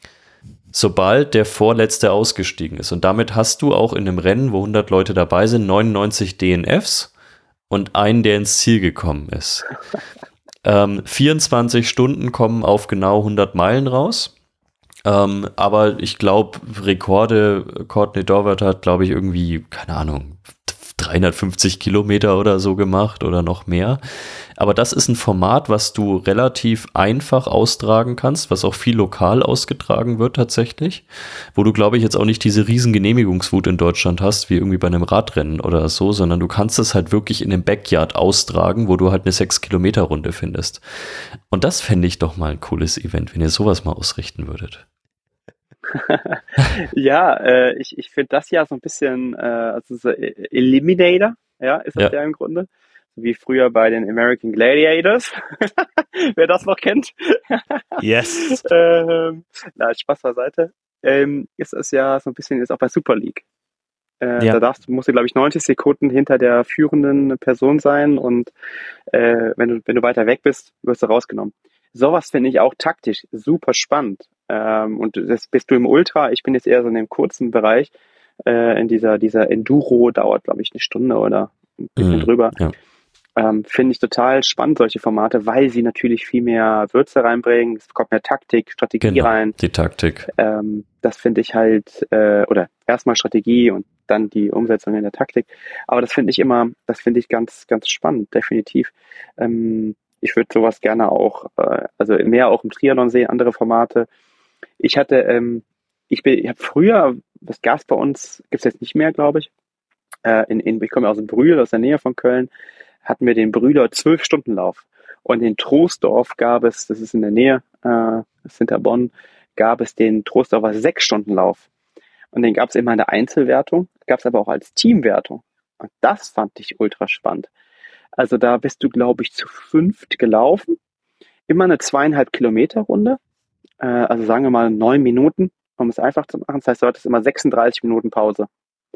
sobald der Vorletzte ausgestiegen ist. Und damit hast du auch in einem Rennen, wo hundert Leute dabei sind, neunundneunzig D N Fs und einen, der ins Ziel gekommen ist. ähm, vierundzwanzig Stunden kommen auf genau hundert Meilen raus. Ähm, aber ich glaube, Rekorde, Courtney Dorwart hat, glaube ich, irgendwie, keine Ahnung, dreihundertfünfzig Kilometer oder so gemacht oder noch mehr. Aber das ist ein Format, was du relativ einfach austragen kannst, was auch viel lokal ausgetragen wird tatsächlich, wo du, glaube ich, jetzt auch nicht diese riesen Genehmigungswut in Deutschland hast, wie irgendwie bei einem Radrennen oder so, sondern du kannst es halt wirklich in dem Backyard austragen, wo du halt eine sechs Kilometer Runde findest. Und das fände ich doch mal ein cooles Event, wenn ihr sowas mal ausrichten würdet. Ja, äh, ich, ich finde das ja so ein bisschen, äh, also so E- Eliminator, ja, ist das Ja. ja im Grunde. So wie früher bei den American Gladiators, wer das noch kennt. Yes. ähm, na, Spaß beiseite. Ähm, ist es ja so ein bisschen, ist auch bei Super League. Äh, Ja. Da darfst, musst du, glaube ich, neunzig Sekunden hinter der führenden Person sein, und äh, wenn du, wenn du weiter weg bist, wirst du rausgenommen. Sowas finde ich auch taktisch super spannend. Ähm, und das bist du im Ultra, ich bin jetzt eher so in dem kurzen Bereich. Äh, in dieser, dieser Enduro dauert, glaube ich, eine Stunde oder ein bisschen Mhm, drüber. ja. Ähm, finde ich total spannend, solche Formate, weil sie natürlich viel mehr Würze reinbringen. Es kommt mehr Taktik, Strategie Genau, rein. die Taktik. Ähm, das finde ich halt, äh, oder erstmal Strategie und dann die Umsetzung in der Taktik. Aber das finde ich immer, das finde ich ganz, ganz spannend, definitiv. Ähm, ich würde sowas gerne auch, äh, also mehr auch im Triathlon sehen, andere Formate. Ich hatte, ähm, ich bin, ich habe früher, das gab es bei uns, gibt es jetzt nicht mehr, glaube ich. Äh, in, in, ich komme aus dem Brühl, aus der Nähe von Köln, hatten wir den Brühler zwölf-Stunden-Lauf. Und in Troisdorf gab es, das ist in der Nähe, äh, das ist hinter Bonn, gab es den Troisdorfer Sechs-Stunden-Lauf. Und den gab es immer in der Einzelwertung, gab es aber auch als Teamwertung. Und das fand ich ultra spannend. Also da bist du, glaube ich, zu fünft gelaufen. immer eine zweieinhalb Kilometer Runde, äh, also sagen wir mal neun Minuten, um es einfach zu machen. Das heißt, du hattest immer sechsunddreißig Minuten Pause.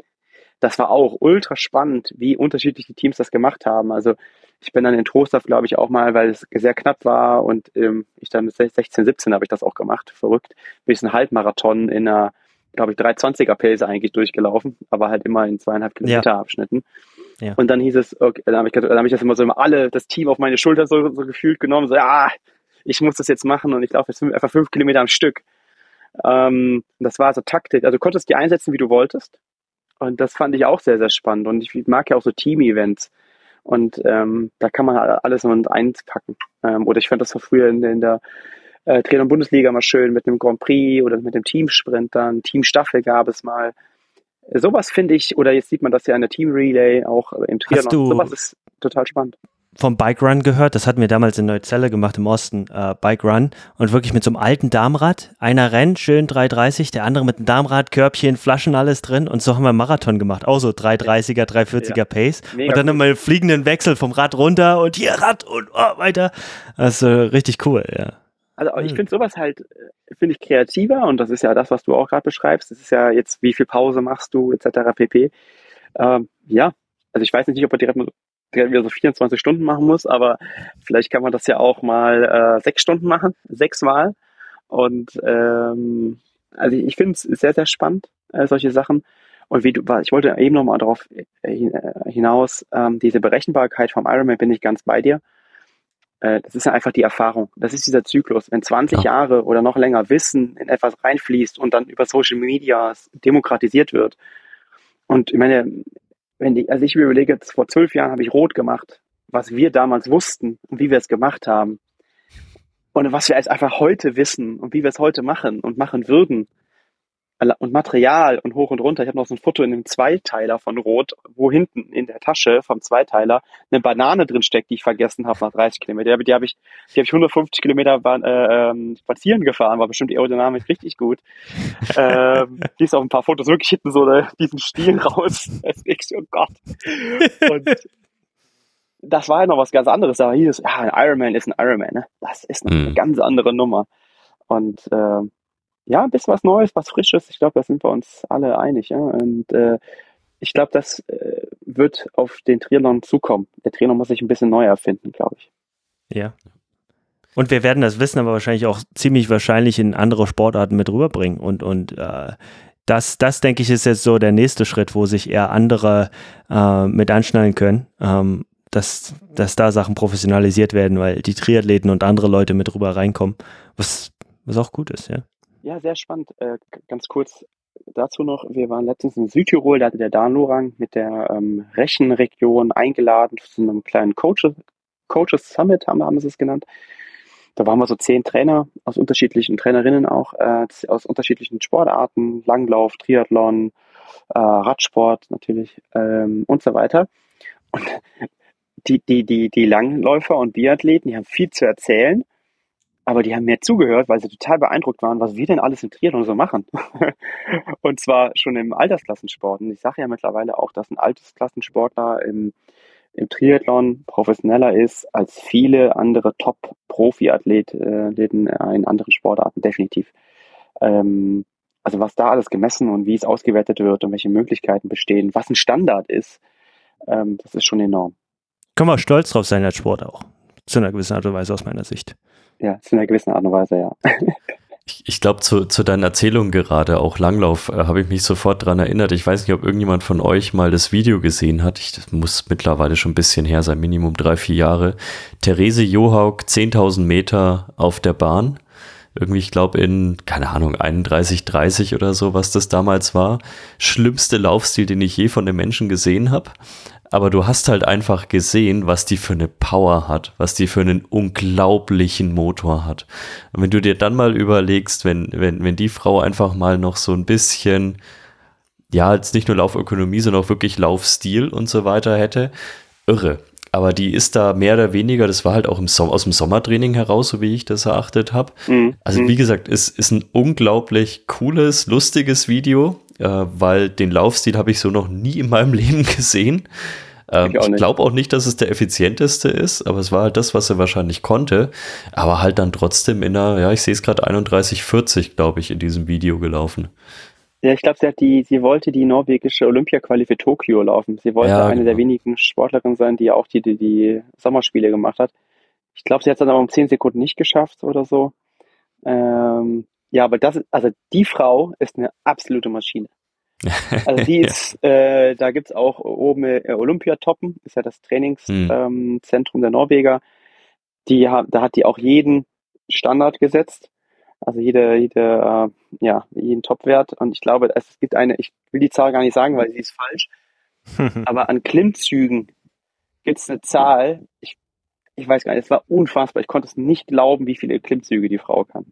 Das war auch ultra spannend, wie unterschiedlich die Teams das gemacht haben. Also ich bin dann in Trostorf, glaube ich, auch mal, weil es sehr knapp war und ähm, ich dann mit sechzehn, siebzehn habe ich das auch gemacht, verrückt. Bin ich einen Halbmarathon in einer, glaube ich, drei zwanziger Pace eigentlich durchgelaufen, aber halt immer in zweieinhalb Kilometer Ja. Abschnitten. Ja. Und dann hieß es, okay, dann habe ich, dann hab ich das immer so immer alle, das Team auf meine Schulter so, so gefühlt genommen, so ja, ich muss das jetzt machen und ich laufe jetzt fünf, einfach fünf Kilometer am Stück. Ähm, das war so Taktik. Also du konntest die einsetzen, wie du wolltest. Und das fand ich auch sehr, sehr spannend. Und ich mag ja auch so Team-Events. Und ähm, da kann man alles in eins packen. Ähm, oder ich fand das früher in, in der äh, Trainer-Bundesliga mal schön mit einem Grand Prix oder mit dem Teamsprint dann. Teamstaffel gab es mal. Sowas finde ich, oder jetzt sieht man das ja in der Team-Relay, auch im Triathlon. Sowas ist total spannend. Vom Bike Run gehört, das hatten wir damals in Neuzelle gemacht im Osten, äh, Bike Run und wirklich mit so einem alten Darmrad, einer rennt schön drei dreißig, der andere mit einem Darmrad, Körbchen, Flaschen, alles drin und so haben wir einen Marathon gemacht, auch so drei dreißiger, drei vierziger ja. Pace Mega und dann cool. Immer fliegenden Wechsel vom Rad runter und hier Rad und oh, weiter, das ist äh, richtig cool, ja. Also ich finde sowas halt, finde ich kreativer und das ist ja das, was du auch gerade beschreibst, das ist ja jetzt, wie viel Pause machst du et cetera pp. Ähm, ja, also ich weiß nicht, ob er direkt wieder so vierundzwanzig Stunden machen muss, aber vielleicht kann man das ja auch mal äh, sechs Stunden machen, sechsmal. Und ähm, also ich finde es sehr, sehr spannend, äh, solche Sachen. Und wie du, ich wollte eben nochmal darauf hinaus, ähm, diese Berechenbarkeit vom Ironman bin ich ganz bei dir. Äh, das ist ja einfach die Erfahrung. Das ist dieser Zyklus. Wenn zwanzig ja. Jahre oder noch länger Wissen in etwas reinfließt und dann über Social Media demokratisiert wird. Und ich meine, wenn die, also ich überlege jetzt, vor zwölf Jahren habe ich Rot gemacht, was wir damals wussten und wie wir es gemacht haben. Und was wir jetzt einfach heute wissen und wie wir es heute machen und machen würden. Und Material und hoch und runter. Ich habe noch so ein Foto in einem Zweiteiler von Rot, wo hinten in der Tasche vom Zweiteiler eine Banane drin steckt, die ich vergessen habe nach dreißig Kilometern. Die habe ich, die habe ich hundertfünfzig Kilometer äh, spazieren gefahren, war bestimmt aerodynamisch richtig gut. ähm, die ist auf ein paar Fotos wirklich hinten so ne, diesen Stiel raus. Das ist, oh Gott. Und das war ja noch was ganz anderes. Aber hier ist, ja, ein Ironman ist ein Ironman. Ne? Das ist noch eine mhm. ganz andere Nummer. Und äh, ja, ein bisschen was Neues, was Frisches. Ich glaube, da sind wir uns alle einig. Ja? Und äh, ich glaube, das äh, wird auf den Triathlon zukommen. Der Trainer muss sich ein bisschen neu erfinden, glaube ich. Ja. Und wir werden das Wissen aber wahrscheinlich auch ziemlich wahrscheinlich in andere Sportarten mit rüberbringen. Und, und äh, das, das, denke ich, ist jetzt so der nächste Schritt, wo sich eher andere äh, mit anschnallen können, ähm, dass, dass da Sachen professionalisiert werden, weil die Triathleten und andere Leute mit rüber reinkommen, was, was auch gut ist, ja. Ja, sehr spannend. Äh, ganz kurz dazu noch, wir waren letztens in Südtirol, da hatte der Dan Lorang mit der ähm, Rechenregion eingeladen zu einem kleinen Coaches, Coaches Summit, haben, haben sie es genannt. Da waren wir so zehn Trainer aus unterschiedlichen, Trainerinnen auch, äh, aus unterschiedlichen Sportarten, Langlauf, Triathlon, äh, Radsport natürlich ähm, und so weiter. Und die, die, die, die Langläufer und Biathleten, die haben viel zu erzählen. Aber die haben mir zugehört, weil sie total beeindruckt waren, was wir denn alles im Triathlon so machen. Und zwar schon im Altersklassensport. Und ich sage ja mittlerweile auch, dass ein Altersklassensportler im, im Triathlon professioneller ist als viele andere Top-Profi-Athleten in anderen Sportarten, definitiv. Ähm, also was da alles gemessen und wie es ausgewertet wird und welche Möglichkeiten bestehen, was ein Standard ist, ähm, das ist schon enorm. Können wir stolz drauf sein als Sport auch. Zu einer gewissen Art und Weise aus meiner Sicht. Ja, zu einer gewissen Art und Weise, ja. Ich, ich glaube, zu, zu deinen Erzählungen gerade, auch Langlauf, äh, habe ich mich sofort dran erinnert. Ich weiß nicht, ob irgendjemand von euch mal das Video gesehen hat. Ich, das muss mittlerweile schon ein bisschen her sein, Minimum drei, vier Jahre. Therese Johaug, zehntausend Meter auf der Bahn. Irgendwie, ich glaube in, keine Ahnung, einunddreißig dreißig oder so, was das damals war. Schlimmste Laufstil, den ich je von den Menschen gesehen habe. Aber du hast halt einfach gesehen, was die für eine Power hat, was die für einen unglaublichen Motor hat. Und wenn du dir dann mal überlegst, wenn, wenn, wenn die Frau einfach mal noch so ein bisschen, ja, jetzt nicht nur Laufökonomie, sondern auch wirklich Laufstil und so weiter hätte, irre. Aber die ist da mehr oder weniger, das war halt auch im Som- aus dem Sommertraining heraus, so wie ich das erachtet habe. Mhm. Also wie gesagt, es ist ein unglaublich cooles, lustiges Video, äh, weil den Laufstil habe ich so noch nie in meinem Leben gesehen. Ähm, Ich auch ich nicht. glaube auch nicht, dass es der effizienteste ist, aber es war halt das, was er wahrscheinlich konnte. Aber halt dann trotzdem in einer, ja, ich sehe es gerade einunddreißig vierzig, glaube ich, in diesem Video gelaufen. Ja, ich glaube, sie hat die, sie wollte die norwegische Olympia-Quali für Tokio laufen. Sie wollte Ja, eine der genau. wenigen Sportlerinnen sein, die auch die, die, die Sommerspiele gemacht hat. Ich glaube, sie hat es dann aber um zehn Sekunden nicht geschafft oder so. Ähm, ja, aber das ist, also die Frau ist eine absolute Maschine. Also die Ja. ist, äh, da gibt's auch oben äh, Olympiatoppen, ist ja das Hm. Trainingszentrum ähm, Zentrum der Norweger. Die hat, da hat die auch jeden Standard gesetzt, also jede, jede, äh, ja, jeden Topwert. Und ich glaube, es gibt eine, ich will die Zahl gar nicht sagen, weil sie ist falsch, aber an Klimmzügen gibt's eine Zahl, ich, ich weiß gar nicht, es war unfassbar. Ich konnte es nicht glauben, wie viele Klimmzüge die Frau kann.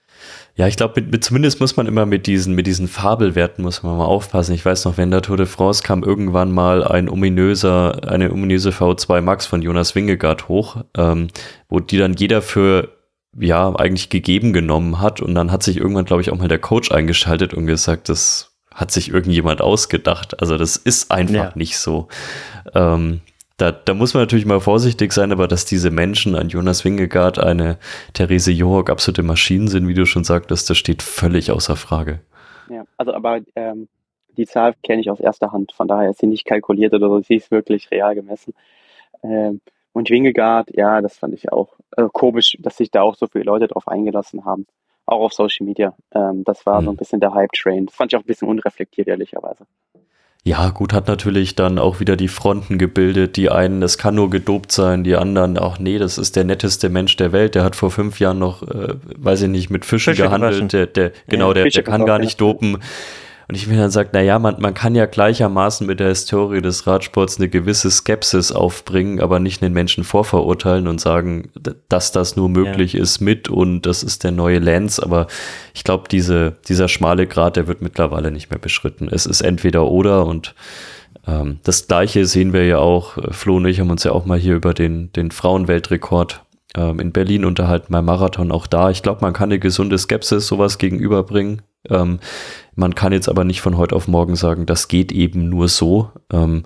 Ja, ich glaube, mit, mit, zumindest muss man immer mit diesen, mit diesen Fabelwerten muss man mal aufpassen. Ich weiß noch, wenn der Tour de France kam irgendwann mal ein ominöser, eine ominöse V zwei Max von Jonas Vingegaard hoch, ähm, wo die dann jeder für, ja, eigentlich gegeben genommen hat und dann hat sich irgendwann, glaube ich, auch mal der Coach eingeschaltet und gesagt, das hat sich irgendjemand ausgedacht. Also das ist einfach Ja. nicht so. Ähm, Da, da muss man natürlich mal vorsichtig sein, aber dass diese Menschen, ein Jonas Vingegaard, eine Therese Johaug absolute Maschinen sind, wie du schon sagtest, das steht völlig außer Frage. Ja, also aber ähm, die Zahl kenne ich aus erster Hand, von daher ist sie nicht kalkuliert oder so, sie ist wirklich real gemessen. Ähm, und Vingegaard, ja, das fand ich auch äh, komisch, dass sich da auch so viele Leute drauf eingelassen haben, auch auf Social Media. Ähm, das war so ein Hm. bisschen der Hype-Train. Das fand ich auch ein bisschen unreflektiert, ehrlicherweise. Ja, gut, hat natürlich dann auch wieder die Fronten gebildet. Die einen, es kann nur gedopt sein, die anderen, ach nee, das ist der netteste Mensch der Welt. Der hat vor fünf Jahren noch, äh, weiß ich nicht, mit Fischen Fische gehandelt. gewaschen. Der, der, genau, Ja, der, Fische der kann verkauft, gar ja. nicht dopen. Und ich mir dann sagt, naja, man, man kann ja gleichermaßen mit der Historie des Radsports eine gewisse Skepsis aufbringen, aber nicht den Menschen vorverurteilen und sagen, d- dass das nur möglich ist mit und das ist der neue Lance. Aber ich glaube, diese, dieser schmale Grat, der wird mittlerweile nicht mehr beschritten. Es ist entweder oder und ähm, das Gleiche sehen wir ja auch. äh, Flo und ich haben uns ja auch mal hier über den, den Frauenweltrekord ähm, in Berlin unterhalten beim Marathon. Auch da, ich glaube, man kann eine gesunde Skepsis sowas gegenüberbringen. Ähm, man kann jetzt aber nicht von heute auf morgen sagen, das geht eben nur so. Ähm,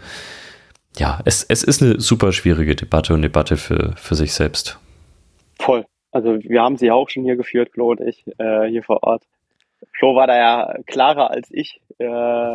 ja, es, es ist eine super schwierige Debatte und Debatte für, für sich selbst. Voll. Also wir haben sie auch schon hier geführt, Flo und ich, äh, hier vor Ort. Flo war da ja klarer als ich. Äh,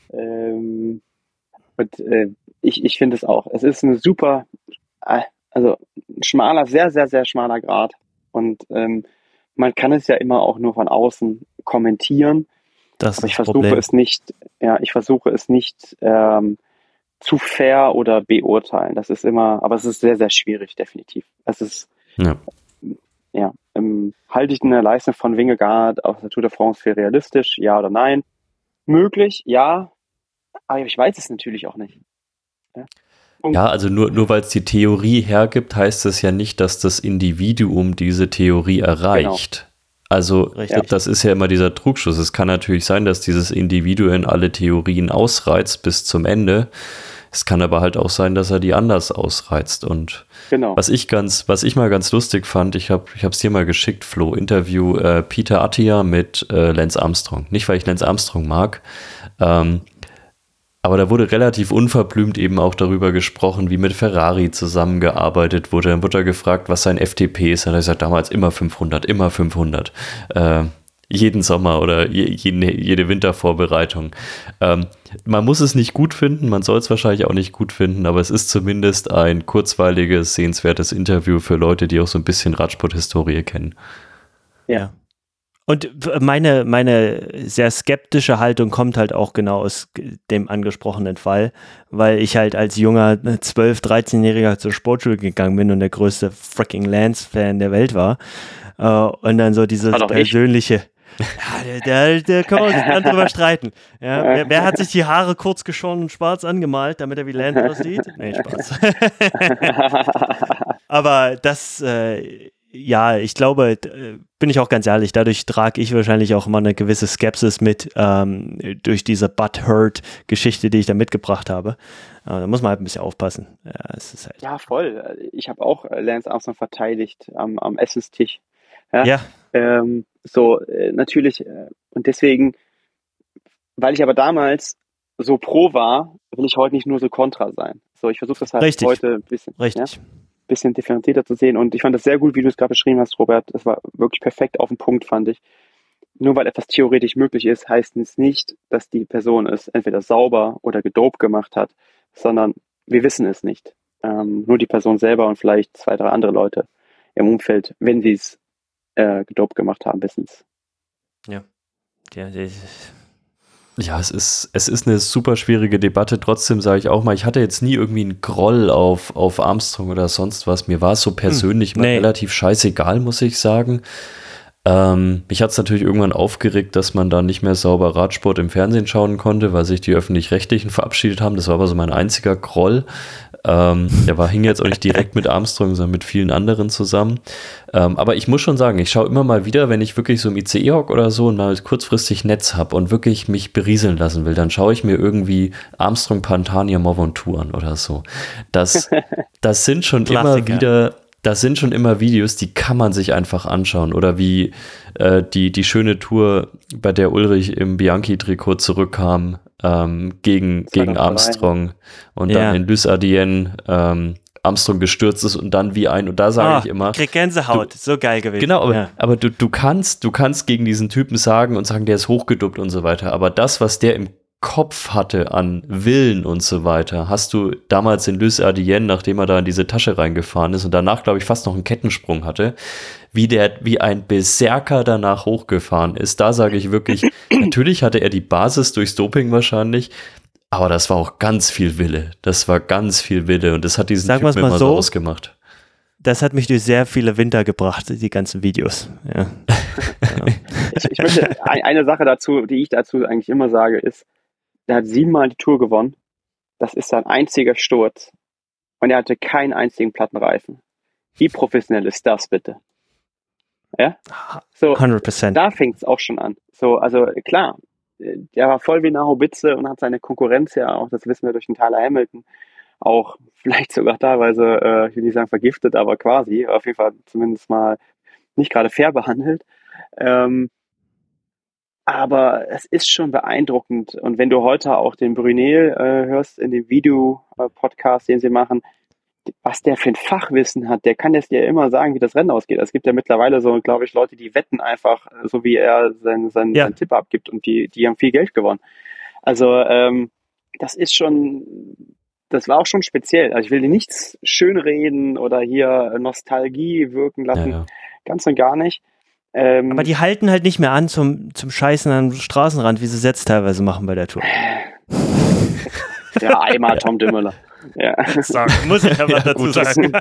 ähm, und äh, ich, ich finde es auch. Es ist eine super, äh, also ein schmaler, sehr, sehr, sehr schmaler Grat. Und ähm, man kann es ja immer auch nur von außen kommentieren. Das ist Aber ich das versuche Problem. es nicht, ja, ich versuche es nicht ähm, zu fair oder beurteilen. Das ist immer, aber es ist sehr, sehr schwierig, definitiv. Es ist, Ja. ja, ähm, halte ich eine Leistung von Vingegaard auf der Tour de France für realistisch? Ja oder nein? Möglich, ja, aber ich weiß es natürlich auch nicht. Ja, Punkt. Ja, also nur, nur weil es die Theorie hergibt, heißt es ja nicht, dass das Individuum diese Theorie erreicht. Also Richtig. das ist ja immer dieser Trugschluss. Es kann natürlich sein, dass dieses Individuum alle Theorien ausreizt bis zum Ende. Es kann aber halt auch sein, dass er die anders ausreizt. Und Genau. was ich ganz, was ich mal ganz lustig fand, ich habe, ich habe es dir mal geschickt, Flo, Interview äh, Peter Attia mit äh, Lance Armstrong. Nicht, weil ich Lance Armstrong mag, ähm, aber da wurde relativ unverblümt eben auch darüber gesprochen, wie mit Ferrari zusammengearbeitet wurde. Dann wurde er gefragt, was sein F T P ist. Und er sagt damals immer fünfhundert, immer fünfhundert. Äh, jeden Sommer oder je, jede, jede Wintervorbereitung. Ähm, man muss es nicht gut finden, man soll es wahrscheinlich auch nicht gut finden, aber es ist zumindest ein kurzweiliges, sehenswertes Interview für Leute, die auch so ein bisschen Radsport-Historie kennen. Ja. Und meine, meine sehr skeptische Haltung kommt halt auch genau aus dem angesprochenen Fall, weil ich halt als junger zwölf-, dreizehnjähriger zur Sportschule gegangen bin und der größte freaking Lance-Fan der Welt war. Und dann so dieses persönliche, ja, da, da können wir uns dann drüber streiten. Ja, wer, wer hat sich die Haare kurz geschoren und schwarz angemalt, damit er wie Lance aussieht? Nee, Spaß. Aber das, äh, ja, ich glaube, bin ich auch ganz ehrlich, dadurch trage ich wahrscheinlich auch immer eine gewisse Skepsis mit, ähm, durch diese Butthurt-Geschichte, die ich da mitgebracht habe. Aber da muss man halt ein bisschen aufpassen. Ja, es ist halt ja voll. Ich habe auch Lance Armstrong verteidigt am, am Essenstisch. Ja. ja. Ähm, so, äh, natürlich. Äh, und deswegen, weil ich aber damals so pro war, will ich heute nicht nur so kontra sein. So, ich versuche das halt Richtig. heute ein bisschen, Richtig. Ja, bisschen differenzierter zu sehen. Und ich fand das sehr gut, wie du es gerade beschrieben hast, Robert. Das war wirklich perfekt auf den Punkt, fand ich. Nur weil etwas theoretisch möglich ist, heißt es nicht, dass die Person es entweder sauber oder gedopt gemacht hat, sondern wir wissen es nicht. Ähm, nur die Person selber und vielleicht zwei, drei andere Leute im Umfeld, wenn sie es äh, gedopt gemacht haben, wissen es. Ja. Ja, das Ja, es ist, es ist eine super schwierige Debatte. Trotzdem sage ich auch mal, ich hatte jetzt nie irgendwie einen Groll auf, auf Armstrong oder sonst was. Mir war es so persönlich Hm, mal nee. relativ scheißegal, muss ich sagen. Ähm, mich hat es natürlich irgendwann aufgeregt, dass man da nicht mehr sauber Radsport im Fernsehen schauen konnte, weil sich die Öffentlich-Rechtlichen verabschiedet haben. Das war aber so mein einziger Groll. Ähm, der war, hing jetzt auch nicht direkt mit Armstrong, sondern mit vielen anderen zusammen. Ähm, aber ich muss schon sagen, ich schaue immer mal wieder, wenn ich wirklich so im I C E hocke oder so und mal kurzfristig Netz habe und wirklich mich berieseln lassen will, dann schaue ich mir irgendwie Armstrong, Pantania, Mont Ventoux an oder so. Das, das sind schon immer Klassiker. wieder... Das sind schon immer Videos, die kann man sich einfach anschauen. Oder wie äh, die, die schöne Tour, bei der Ulrich im Bianchi-Trikot zurückkam, ähm, gegen, gegen Armstrong und Ja. dann in Les Ardennes ähm, Armstrong gestürzt ist und dann wie ein, und da sage Ah, ich immer, ich krieg Gänsehaut, du- so geil gewesen. genau, aber, Ja. aber du, du kannst, du kannst gegen diesen Typen sagen und sagen, der ist hochgedopt und so weiter. Aber das, was der im Kopf hatte an Willen und so weiter, hast du damals in Les Ardennes, nachdem er da in diese Tasche reingefahren ist und danach, glaube ich, fast noch einen Kettensprung hatte, wie der, wie ein Berserker danach hochgefahren ist. Da sage ich wirklich, natürlich hatte er die Basis durchs Doping wahrscheinlich, aber das war auch ganz viel Wille. Das war ganz viel Wille und das hat diesen Sagen wir's Typen mal immer so so. ausgemacht. Das hat mich durch sehr viele Winter gebracht, die ganzen Videos. Ja. Ich, ich möchte ein, eine Sache dazu, die ich dazu eigentlich immer sage, ist, der hat siebenmal die Tour gewonnen. Das ist sein einziger Sturz. Und er hatte keinen einzigen Plattenreifen. Wie professionell ist das bitte? Ja? So, hundert Prozent. da fängt es auch schon an. So, also klar, der war voll wie eine Haubitze und hat seine Konkurrenz ja auch, das wissen wir durch den Tyler Hamilton, auch vielleicht sogar teilweise, äh, ich will nicht sagen vergiftet, aber quasi, auf jeden Fall zumindest mal nicht gerade fair behandelt. Ähm, aber es ist schon beeindruckend. Und wenn du heute auch den Brunel äh, hörst in dem Video-Podcast, den sie machen, was der für ein Fachwissen hat, der kann jetzt dir immer sagen, wie das Rennen ausgeht. Es gibt ja mittlerweile so, glaube ich, Leute, die wetten einfach, so wie er seinen, seinen, Ja. seinen Tipp abgibt und die, die haben viel Geld gewonnen. Also ähm, das ist schon, das war auch schon speziell. Also ich will dir nichts schönreden oder hier Nostalgie wirken Ja, lassen, ja. ganz und gar nicht. Ähm, Aber die halten halt nicht mehr an zum, zum Scheißen am Straßenrand, wie sie es jetzt teilweise machen bei der Tour. ja, einmal Tom Dümmler. Ja. Sagen, muss ich aber Ja, dazu gut, sagen.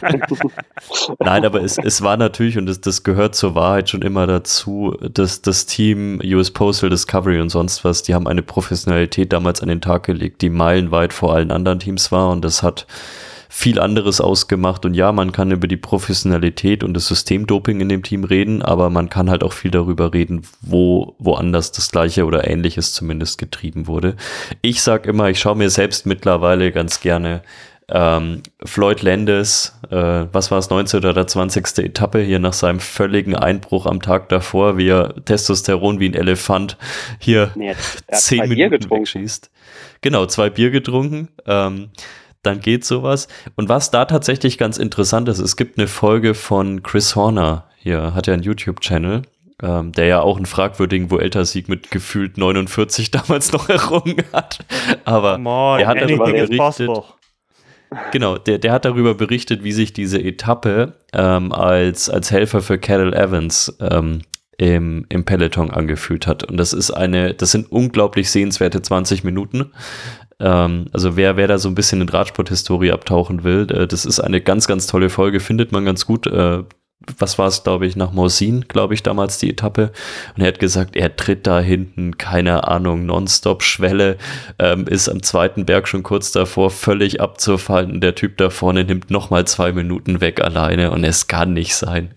Nein, aber es, es war natürlich, und das, das gehört zur Wahrheit schon immer dazu, dass das Team U S Postal Discovery und sonst was, die haben eine Professionalität damals an den Tag gelegt, die meilenweit vor allen anderen Teams war, und das hat viel anderes ausgemacht. Und ja, man kann über die Professionalität und das Systemdoping in dem Team reden, aber man kann halt auch viel darüber reden, wo woanders das Gleiche oder Ähnliches zumindest getrieben wurde. Ich sag immer, ich schaue mir selbst mittlerweile ganz gerne ähm, Floyd Landis, äh, was war es, neunzehnte oder zwanzigste Etappe, hier nach seinem völligen Einbruch am Tag davor, wie er Testosteron wie ein Elefant hier Nee, er hat- er hat zehn zwei Bier Minuten getrunken. wegschießt. Genau, zwei Bier getrunken. Ähm, dann geht sowas. Und was da tatsächlich ganz interessant ist, es gibt eine Folge von Chris Horner, hier hat er einen YouTube-Channel, ähm, der ja auch einen fragwürdigen Vuelta-Sieg mit gefühlt neunundvierzig damals noch errungen hat. Aber Come on, er hat darüber anything is berichtet, possible. genau, der, der hat darüber berichtet, wie sich diese Etappe ähm, als, als Helfer für Cadel Evans ähm, im, im Peloton angefühlt hat. Und das ist eine, das sind unglaublich sehenswerte zwanzig Minuten. Ähm, also wer, wer da so ein bisschen in Radsport-Historie abtauchen will, äh, das ist eine ganz, ganz tolle Folge, findet man ganz gut. Äh, was war es, glaube ich, nach Morsin, glaube ich, damals die Etappe. Und er hat gesagt, er tritt da hinten, keine Ahnung, Nonstop-Schwelle, ähm, ist am zweiten Berg schon kurz davor, völlig abzufallen. Und der Typ da vorne nimmt nochmal zwei Minuten weg alleine und es kann nicht sein.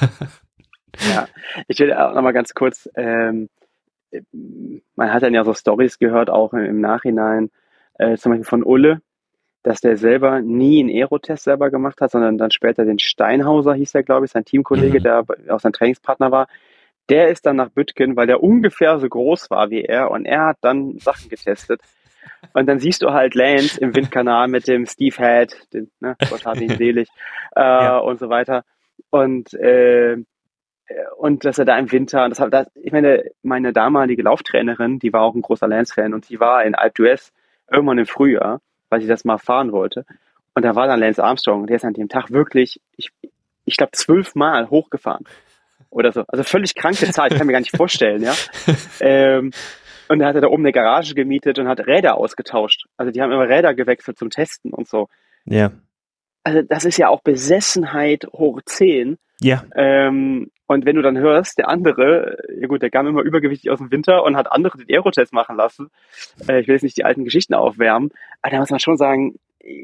Ja, ich will auch noch mal ganz kurz, ähm, man hat dann ja so Storys gehört, auch im Nachhinein, äh, zum Beispiel von Ulle, dass der selber nie einen Aerotest selber gemacht hat, sondern dann später den Steinhauser, hieß der, glaube ich, sein Teamkollege, Mhm. der auch sein Trainingspartner war. Der ist dann nach Bütgen, weil der ungefähr so groß war wie er, und er hat dann Sachen getestet. Und dann siehst du halt Lance im Windkanal mit dem Steve Head, den, ne, Gott hab ihn selig, äh, ja. und so weiter. Und, äh, und dass er da im Winter, und das, das, ich meine, meine damalige Lauftrainerin, die war auch ein großer Lance-Fan und die war in Alpe d'Huez irgendwann im Frühjahr, weil sie das mal fahren wollte. Und da war dann Lance Armstrong und der ist an dem Tag wirklich, ich, ich glaube, zwölfmal hochgefahren oder so. Also völlig kranke Zahl, ich kann mir gar nicht vorstellen, ja. ähm, und dann hat er da oben eine Garage gemietet und hat Räder ausgetauscht. Also die haben immer Räder gewechselt zum Testen und so. Ja. Also das ist ja auch Besessenheit hoch zehn. Ja. Ähm, und wenn du dann hörst, der andere, ja gut, der kam immer übergewichtig aus dem Winter und hat andere den Aerotest machen lassen. Äh, ich will jetzt nicht die alten Geschichten aufwärmen, aber da muss man schon sagen,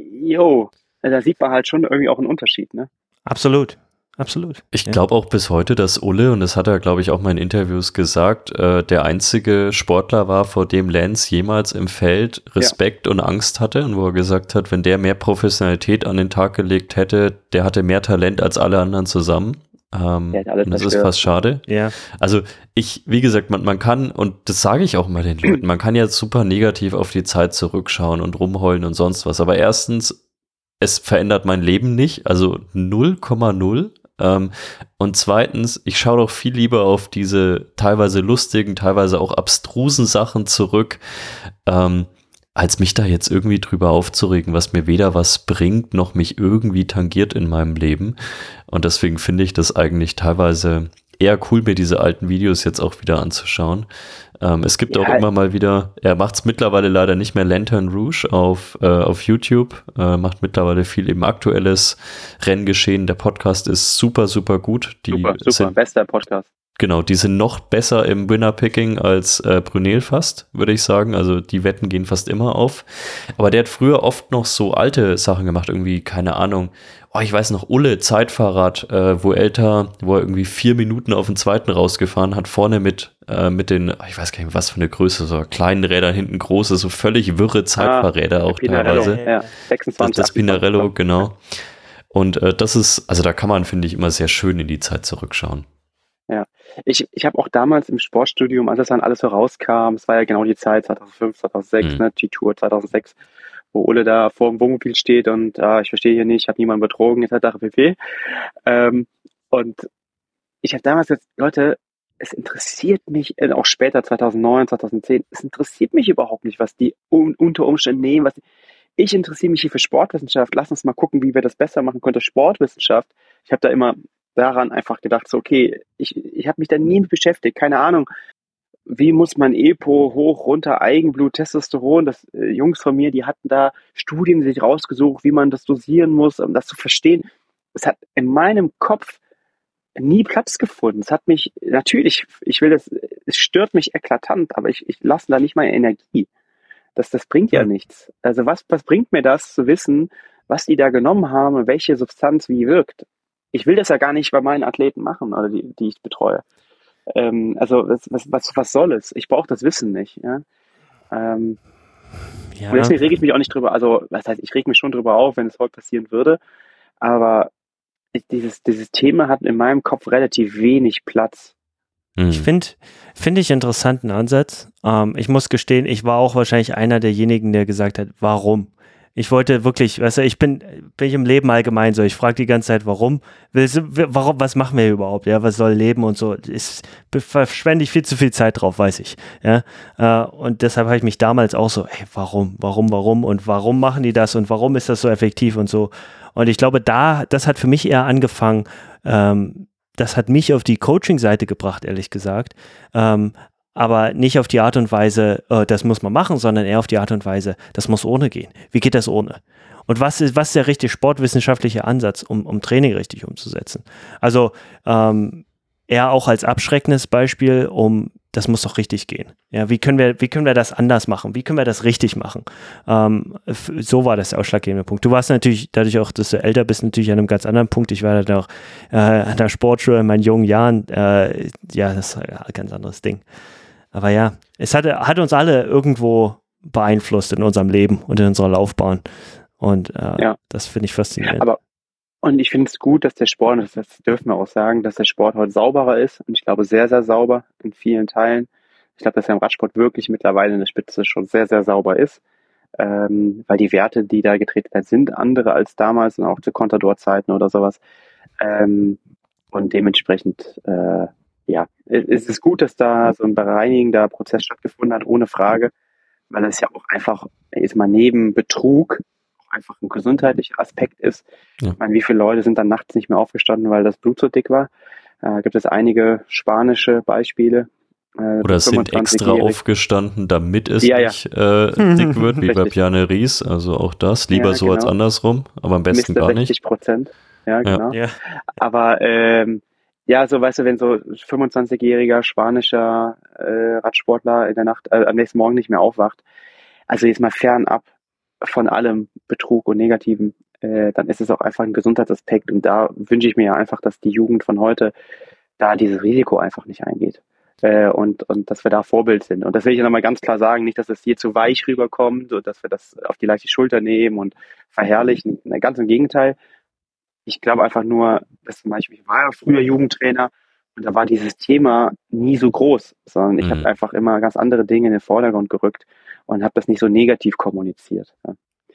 jo, da sieht man halt schon irgendwie auch einen Unterschied, ne? Absolut. Absolut. Ich ja. glaube auch bis heute, dass Ulle, und das hat er, glaube ich, auch mal in Interviews gesagt, äh, der einzige Sportler war, vor dem Lance jemals im Feld Respekt ja. und Angst hatte und wo er gesagt hat, wenn der mehr Professionalität an den Tag gelegt hätte, der hatte mehr Talent als alle anderen zusammen. Ähm, und das ist fast schade. Ja. Also ich, wie gesagt, man, man kann, und das sage ich auch mal den Leuten, man kann ja super negativ auf die Zeit zurückschauen und rumheulen und sonst was, aber erstens, es verändert mein Leben nicht, also null Komma null. Ähm, und zweitens, ich schaue doch viel lieber auf diese teilweise lustigen, teilweise auch abstrusen Sachen zurück, ähm, als mich da jetzt irgendwie drüber aufzuregen, was mir weder was bringt, noch mich irgendwie tangiert in meinem Leben. Und deswegen finde ich das eigentlich teilweise eher cool, mir diese alten Videos jetzt auch wieder anzuschauen. Ähm, es gibt ja auch immer mal wieder, er macht es mittlerweile leider nicht mehr, Lantern Rouge auf, äh, auf YouTube, äh, macht mittlerweile viel eben aktuelles Renngeschehen. Der Podcast ist super, super gut. Die super, super, sind, bester Podcast. Genau, die sind noch besser im Winner-Picking als äh, Brunel fast, würde ich sagen. Also die Wetten gehen fast immer auf. Aber der hat früher oft noch so alte Sachen gemacht, irgendwie, keine Ahnung. Oh, ich weiß noch, Ulle, Zeitfahrrad, äh, wo älter, wo er irgendwie vier Minuten auf den zweiten rausgefahren hat, vorne mit, äh, mit den, ich weiß gar nicht, was für eine Größe, so kleinen Rädern, hinten große, so völlig wirre Zeitfahrräder ah, auch Pinarello, teilweise. Ja, sechsundzwanzig, das, das Pinarello, genau. Und äh, das ist, also da kann man, finde ich, immer sehr schön in die Zeit zurückschauen. Ja, ich, ich habe auch damals im Sportstudium, als das dann alles so rauskam, es war ja genau die Zeit, zweitausendfünf, zweitausendsechs, mhm. ne, G-Tour zweitausendsechs, wo Ulle da vor dem Wohnmobil steht und ah, ich verstehe hier nicht, ich habe niemanden betrogen, et cetera pp. Ähm, und ich habe damals gesagt, Leute, es interessiert mich, äh, auch später zweitausendneun, zweitausendzehn, es interessiert mich überhaupt nicht, was die un- unter Umständen nehmen, was die, ich interessiere mich hier für Sportwissenschaft, lass uns mal gucken, wie wir das besser machen können, Sportwissenschaft. Ich habe da immer daran einfach gedacht, so okay, ich, ich habe mich da nie mit beschäftigt, keine Ahnung, wie muss man Epo hoch, runter, Eigenblut, Testosteron, das äh, Jungs von mir, die hatten da Studien sich rausgesucht, wie man das dosieren muss, um das zu verstehen. Es hat in meinem Kopf nie Platz gefunden. Es hat mich, natürlich, ich will das, es stört mich eklatant, aber ich, ich lasse da nicht meine Energie. Das, das bringt ja, ja nichts. Also was, was bringt mir das zu wissen, was die da genommen haben und welche Substanz wie wirkt? Ich will das ja gar nicht bei meinen Athleten machen, oder die, die ich betreue. Ähm, also was, was, was soll es? Ich brauche das Wissen nicht. Ja? Ähm, ja. Und deswegen rege ich mich auch nicht drüber, also was heißt, ich rege mich schon drüber auf, wenn es heute passieren würde, aber ich, dieses, dieses Thema hat in meinem Kopf relativ wenig Platz. Ich finde finde ich interessanten Ansatz. Ähm, ich muss gestehen, ich war auch wahrscheinlich einer derjenigen, der gesagt hat, warum? Ich wollte wirklich, weißt du, ich bin, bin ich im Leben allgemein so, ich frage die ganze Zeit, warum? Warum, was machen wir überhaupt? Ja, was soll Leben und so? Ist, verschwende ich viel zu viel Zeit drauf, weiß ich. Ja, und deshalb habe ich mich damals auch so, ey, warum, warum, warum und warum machen die das und warum ist das so effektiv und so? Und ich glaube, da, das hat für mich eher angefangen, ähm, das hat mich auf die Coaching-Seite gebracht, ehrlich gesagt. Ähm, aber nicht auf die Art und Weise, äh, das muss man machen, sondern eher auf die Art und Weise, das muss ohne gehen. Wie geht das ohne? Und was ist, was ist der richtig sportwissenschaftliche Ansatz, um, um Training richtig umzusetzen? Also ähm, eher auch als abschreckendes Beispiel, um das muss doch richtig gehen. Ja, wie können wir, wie können wir das anders machen? Wie können wir das richtig machen? Ähm, f- so war das der ausschlaggebende Punkt. Du warst natürlich, dadurch auch, dass du älter bist, natürlich an einem ganz anderen Punkt. Ich war dann auch äh, an der Sportschule in meinen jungen Jahren. Äh, ja, das ist ein ganz anderes Ding. Aber ja, es hat, hat uns alle irgendwo beeinflusst in unserem Leben und in unserer Laufbahn. Und äh, ja. das finde ich faszinierend. Aber und ich finde es gut, dass der Sport, das dürfen wir auch sagen, dass der Sport heute sauberer ist. Und ich glaube, sehr, sehr sauber in vielen Teilen. Ich glaube, dass er im Radsport wirklich mittlerweile in der Spitze schon sehr, sehr sauber ist, ähm, weil die Werte, die da getreten werden, sind andere als damals und auch zu Contador-Zeiten oder sowas. Ähm, und dementsprechend, äh, ja, es ist gut, dass da so ein bereinigender Prozess stattgefunden hat, ohne Frage, weil es ja auch einfach, ist mal neben Betrug auch einfach ein gesundheitlicher Aspekt ist. Ja. Ich meine, wie viele Leute sind dann nachts nicht mehr aufgestanden, weil das Blut so dick war? Äh, gibt es einige spanische Beispiele. Äh, Oder sind extra fünfundzwanzigjährig. aufgestanden, damit es Ja, ja. nicht äh, dick wird, wie bei Richtig. Bjarne Ries. Also auch das, lieber Ja, so als genau. andersrum, aber am besten Mister gar nicht. sechzig Prozent. Ja, genau. Ja. Aber ähm, ja, so weißt du, wenn so fünfundzwanzigjähriger spanischer äh, Radsportler in der Nacht, äh, am nächsten Morgen nicht mehr aufwacht, also jetzt mal fernab von allem Betrug und Negativen, äh, dann ist es auch einfach ein Gesundheitsaspekt. Und da wünsche ich mir ja einfach, dass die Jugend von heute da dieses Risiko einfach nicht eingeht. Äh, und, und dass wir da Vorbild sind. Und das will ich ja nochmal ganz klar sagen, nicht, dass es hier zu weich rüberkommt, so dass wir das auf die leichte Schulter nehmen und verherrlichen. Ganz im Gegenteil. Ich glaube einfach nur, dass zum Beispiel, ich war ja früher Jugendtrainer und da war dieses Thema nie so groß, sondern ich Mhm. habe einfach immer ganz andere Dinge in den Vordergrund gerückt und habe das nicht so negativ kommuniziert. Ja.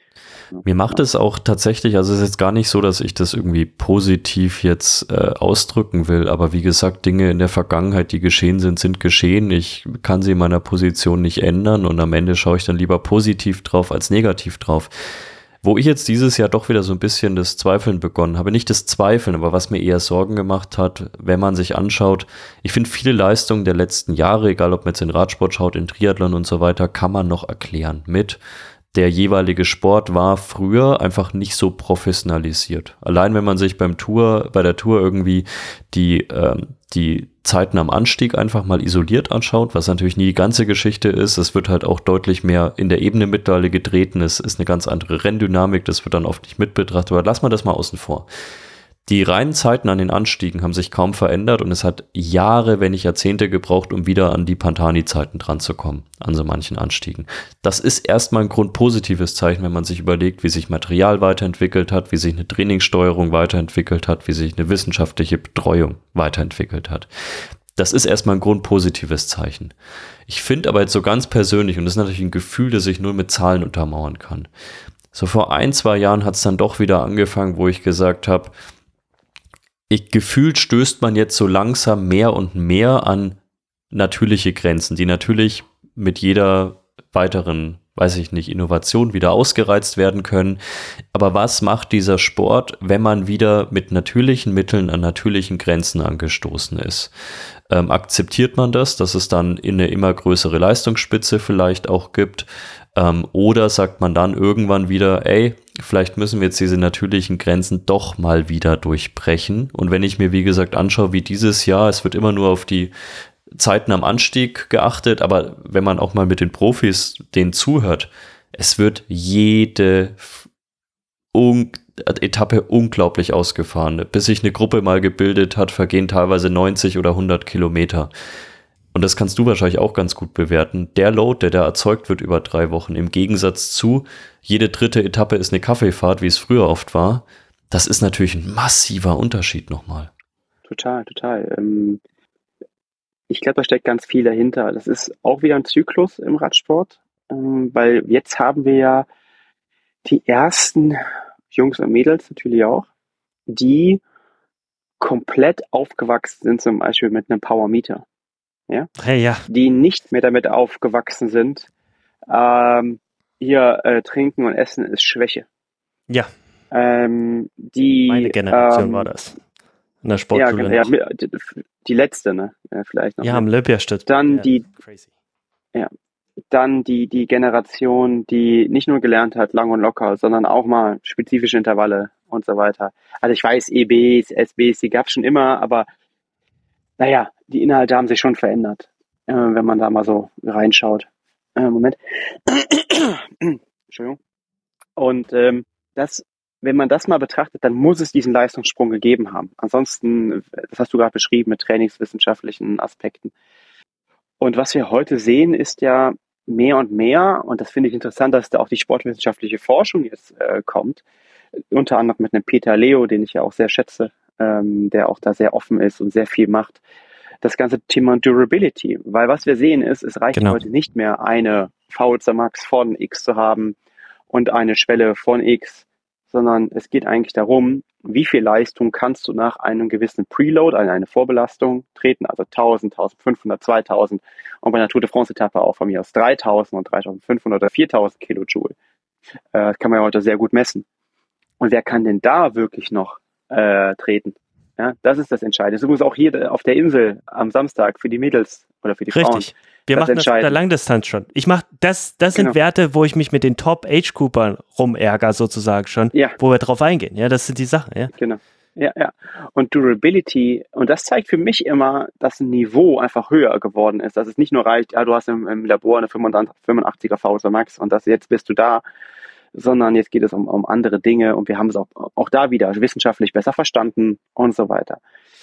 Mir macht es auch tatsächlich, also es ist jetzt gar nicht so, dass ich das irgendwie positiv jetzt äh, ausdrücken will, aber wie gesagt, Dinge in der Vergangenheit, die geschehen sind, sind geschehen. Ich kann sie in meiner Position nicht ändern und am Ende schaue ich dann lieber positiv drauf als negativ drauf. Wo ich jetzt dieses Jahr doch wieder so ein bisschen das Zweifeln begonnen habe, nicht das Zweifeln, aber was mir eher Sorgen gemacht hat, wenn man sich anschaut, ich finde viele Leistungen der letzten Jahre, egal ob man jetzt in Radsport schaut, in Triathlon und so weiter, kann man noch erklären mit. Der jeweilige Sport war früher einfach nicht so professionalisiert. Allein wenn man sich beim Tour, bei der Tour irgendwie die, ähm, die Zeiten am Anstieg einfach mal isoliert anschaut, was natürlich nie die ganze Geschichte ist. Es wird halt auch deutlich mehr in der Ebene mittlerweile getreten. Es ist eine ganz andere Renndynamik, das wird dann oft nicht mit betrachtet, aber lass mal das mal außen vor. Die reinen Zeiten an den Anstiegen haben sich kaum verändert und es hat Jahre, wenn nicht Jahrzehnte gebraucht, um wieder an die Pantani-Zeiten dran zu kommen, an so manchen Anstiegen. Das ist erstmal ein grundpositives Zeichen, wenn man sich überlegt, wie sich Material weiterentwickelt hat, wie sich eine Trainingssteuerung weiterentwickelt hat, wie sich eine wissenschaftliche Betreuung weiterentwickelt hat. Das ist erstmal ein grundpositives Zeichen. Ich finde aber jetzt so ganz persönlich, und das ist natürlich ein Gefühl, das ich nur mit Zahlen untermauern kann. So vor ein, zwei Jahren hat es dann doch wieder angefangen, wo ich gesagt habe, Ich, gefühlt stößt man jetzt so langsam mehr und mehr an natürliche Grenzen, die natürlich mit jeder weiteren, weiß ich nicht, Innovation wieder ausgereizt werden können. Aber was macht dieser Sport, wenn man wieder mit natürlichen Mitteln an natürlichen Grenzen angestoßen ist? Ähm, akzeptiert man das, dass es dann in eine immer größere Leistungsspitze vielleicht auch gibt? Ähm, oder sagt man dann irgendwann wieder, ey, vielleicht müssen wir jetzt diese natürlichen Grenzen doch mal wieder durchbrechen. Und wenn ich mir, wie gesagt, anschaue, wie dieses Jahr, es wird immer nur auf die Zeiten am Anstieg geachtet, aber wenn man auch mal mit den Profis denen zuhört, es wird jede un- Etappe unglaublich ausgefahren. Bis sich eine Gruppe mal gebildet hat, vergehen teilweise neunzig oder hundert Kilometer. Und das kannst du wahrscheinlich auch ganz gut bewerten. Der Load, der da erzeugt wird über drei Wochen, im Gegensatz zu, jede dritte Etappe ist eine Kaffeefahrt, wie es früher oft war, das ist natürlich ein massiver Unterschied nochmal. Total, total. Ähm, ich glaube, da steckt ganz viel dahinter. Das ist auch wieder ein Zyklus im Radsport, ähm, weil jetzt haben wir ja die ersten Jungs und Mädels natürlich auch, die komplett aufgewachsen sind, zum Beispiel mit einem Powermeter. Ja? Hey, ja. Die nicht mehr damit aufgewachsen sind, ähm, hier äh, trinken und essen ist Schwäche. Ja, Ähm, die, meine Generation ähm, war das. In der Ja, Sportschule. genau, ja, noch. mit- die, die letzte, ne? Ja, vielleicht noch. Ja, ne? am Olympiastütz. Dann Ja, die, crazy. dann die, die Generation, die nicht nur gelernt hat, lang und locker, sondern auch mal spezifische Intervalle und so weiter. Also ich weiß, E Bs, S Bs, die gab es schon immer, aber naja, die Inhalte haben sich schon verändert, äh, wenn man da mal so reinschaut. Äh, Moment. Entschuldigung. Und ähm, das, wenn man das mal betrachtet, dann muss es diesen Leistungssprung gegeben haben. Ansonsten, das hast du gerade beschrieben mit trainingswissenschaftlichen Aspekten. Und was wir heute sehen, ist ja mehr und mehr, und das finde ich interessant, dass da auch die sportwissenschaftliche Forschung jetzt äh, kommt, unter anderem mit einem Peter Leo, den ich ja auch sehr schätze, ähm, der auch da sehr offen ist und sehr viel macht. das ganze Thema Durability. Weil was wir sehen ist, es reicht Genau. heute nicht mehr, eine V H C Max von X zu haben und eine Schwelle von X, sondern es geht eigentlich darum, wie viel Leistung kannst du nach einem gewissen Preload, also eine Vorbelastung treten, also tausend, eintausendfünfhundert, zweitausend und bei einer Tour de France-Etappe auch von mir aus dreitausend und dreitausendfünfhundert oder viertausend Kilojoule. Äh, kann man ja heute sehr gut messen. Und wer kann denn da wirklich noch äh, treten? Ja, das ist das Entscheidende. So muss auch hier auf der Insel am Samstag für die Mädels oder für die Frauen. Richtig. Wir das machen das mit der Langdistanz schon. Ich mach das, das sind Genau. Werte, wo ich mich mit den Top-Age-Groupern rumärger sozusagen schon, Ja. wo wir drauf eingehen. Ja, das sind die Sachen, ja. Genau. Ja, ja. Und Durability, und das zeigt für mich immer, dass ein Niveau einfach höher geworden ist. Dass es nicht nur reicht, ja, du hast im, im Labor eine fünfundachtziger V H C Max und das jetzt bist du da, sondern jetzt geht es um, um andere Dinge und wir haben es auch, auch da wieder wissenschaftlich besser verstanden und so weiter.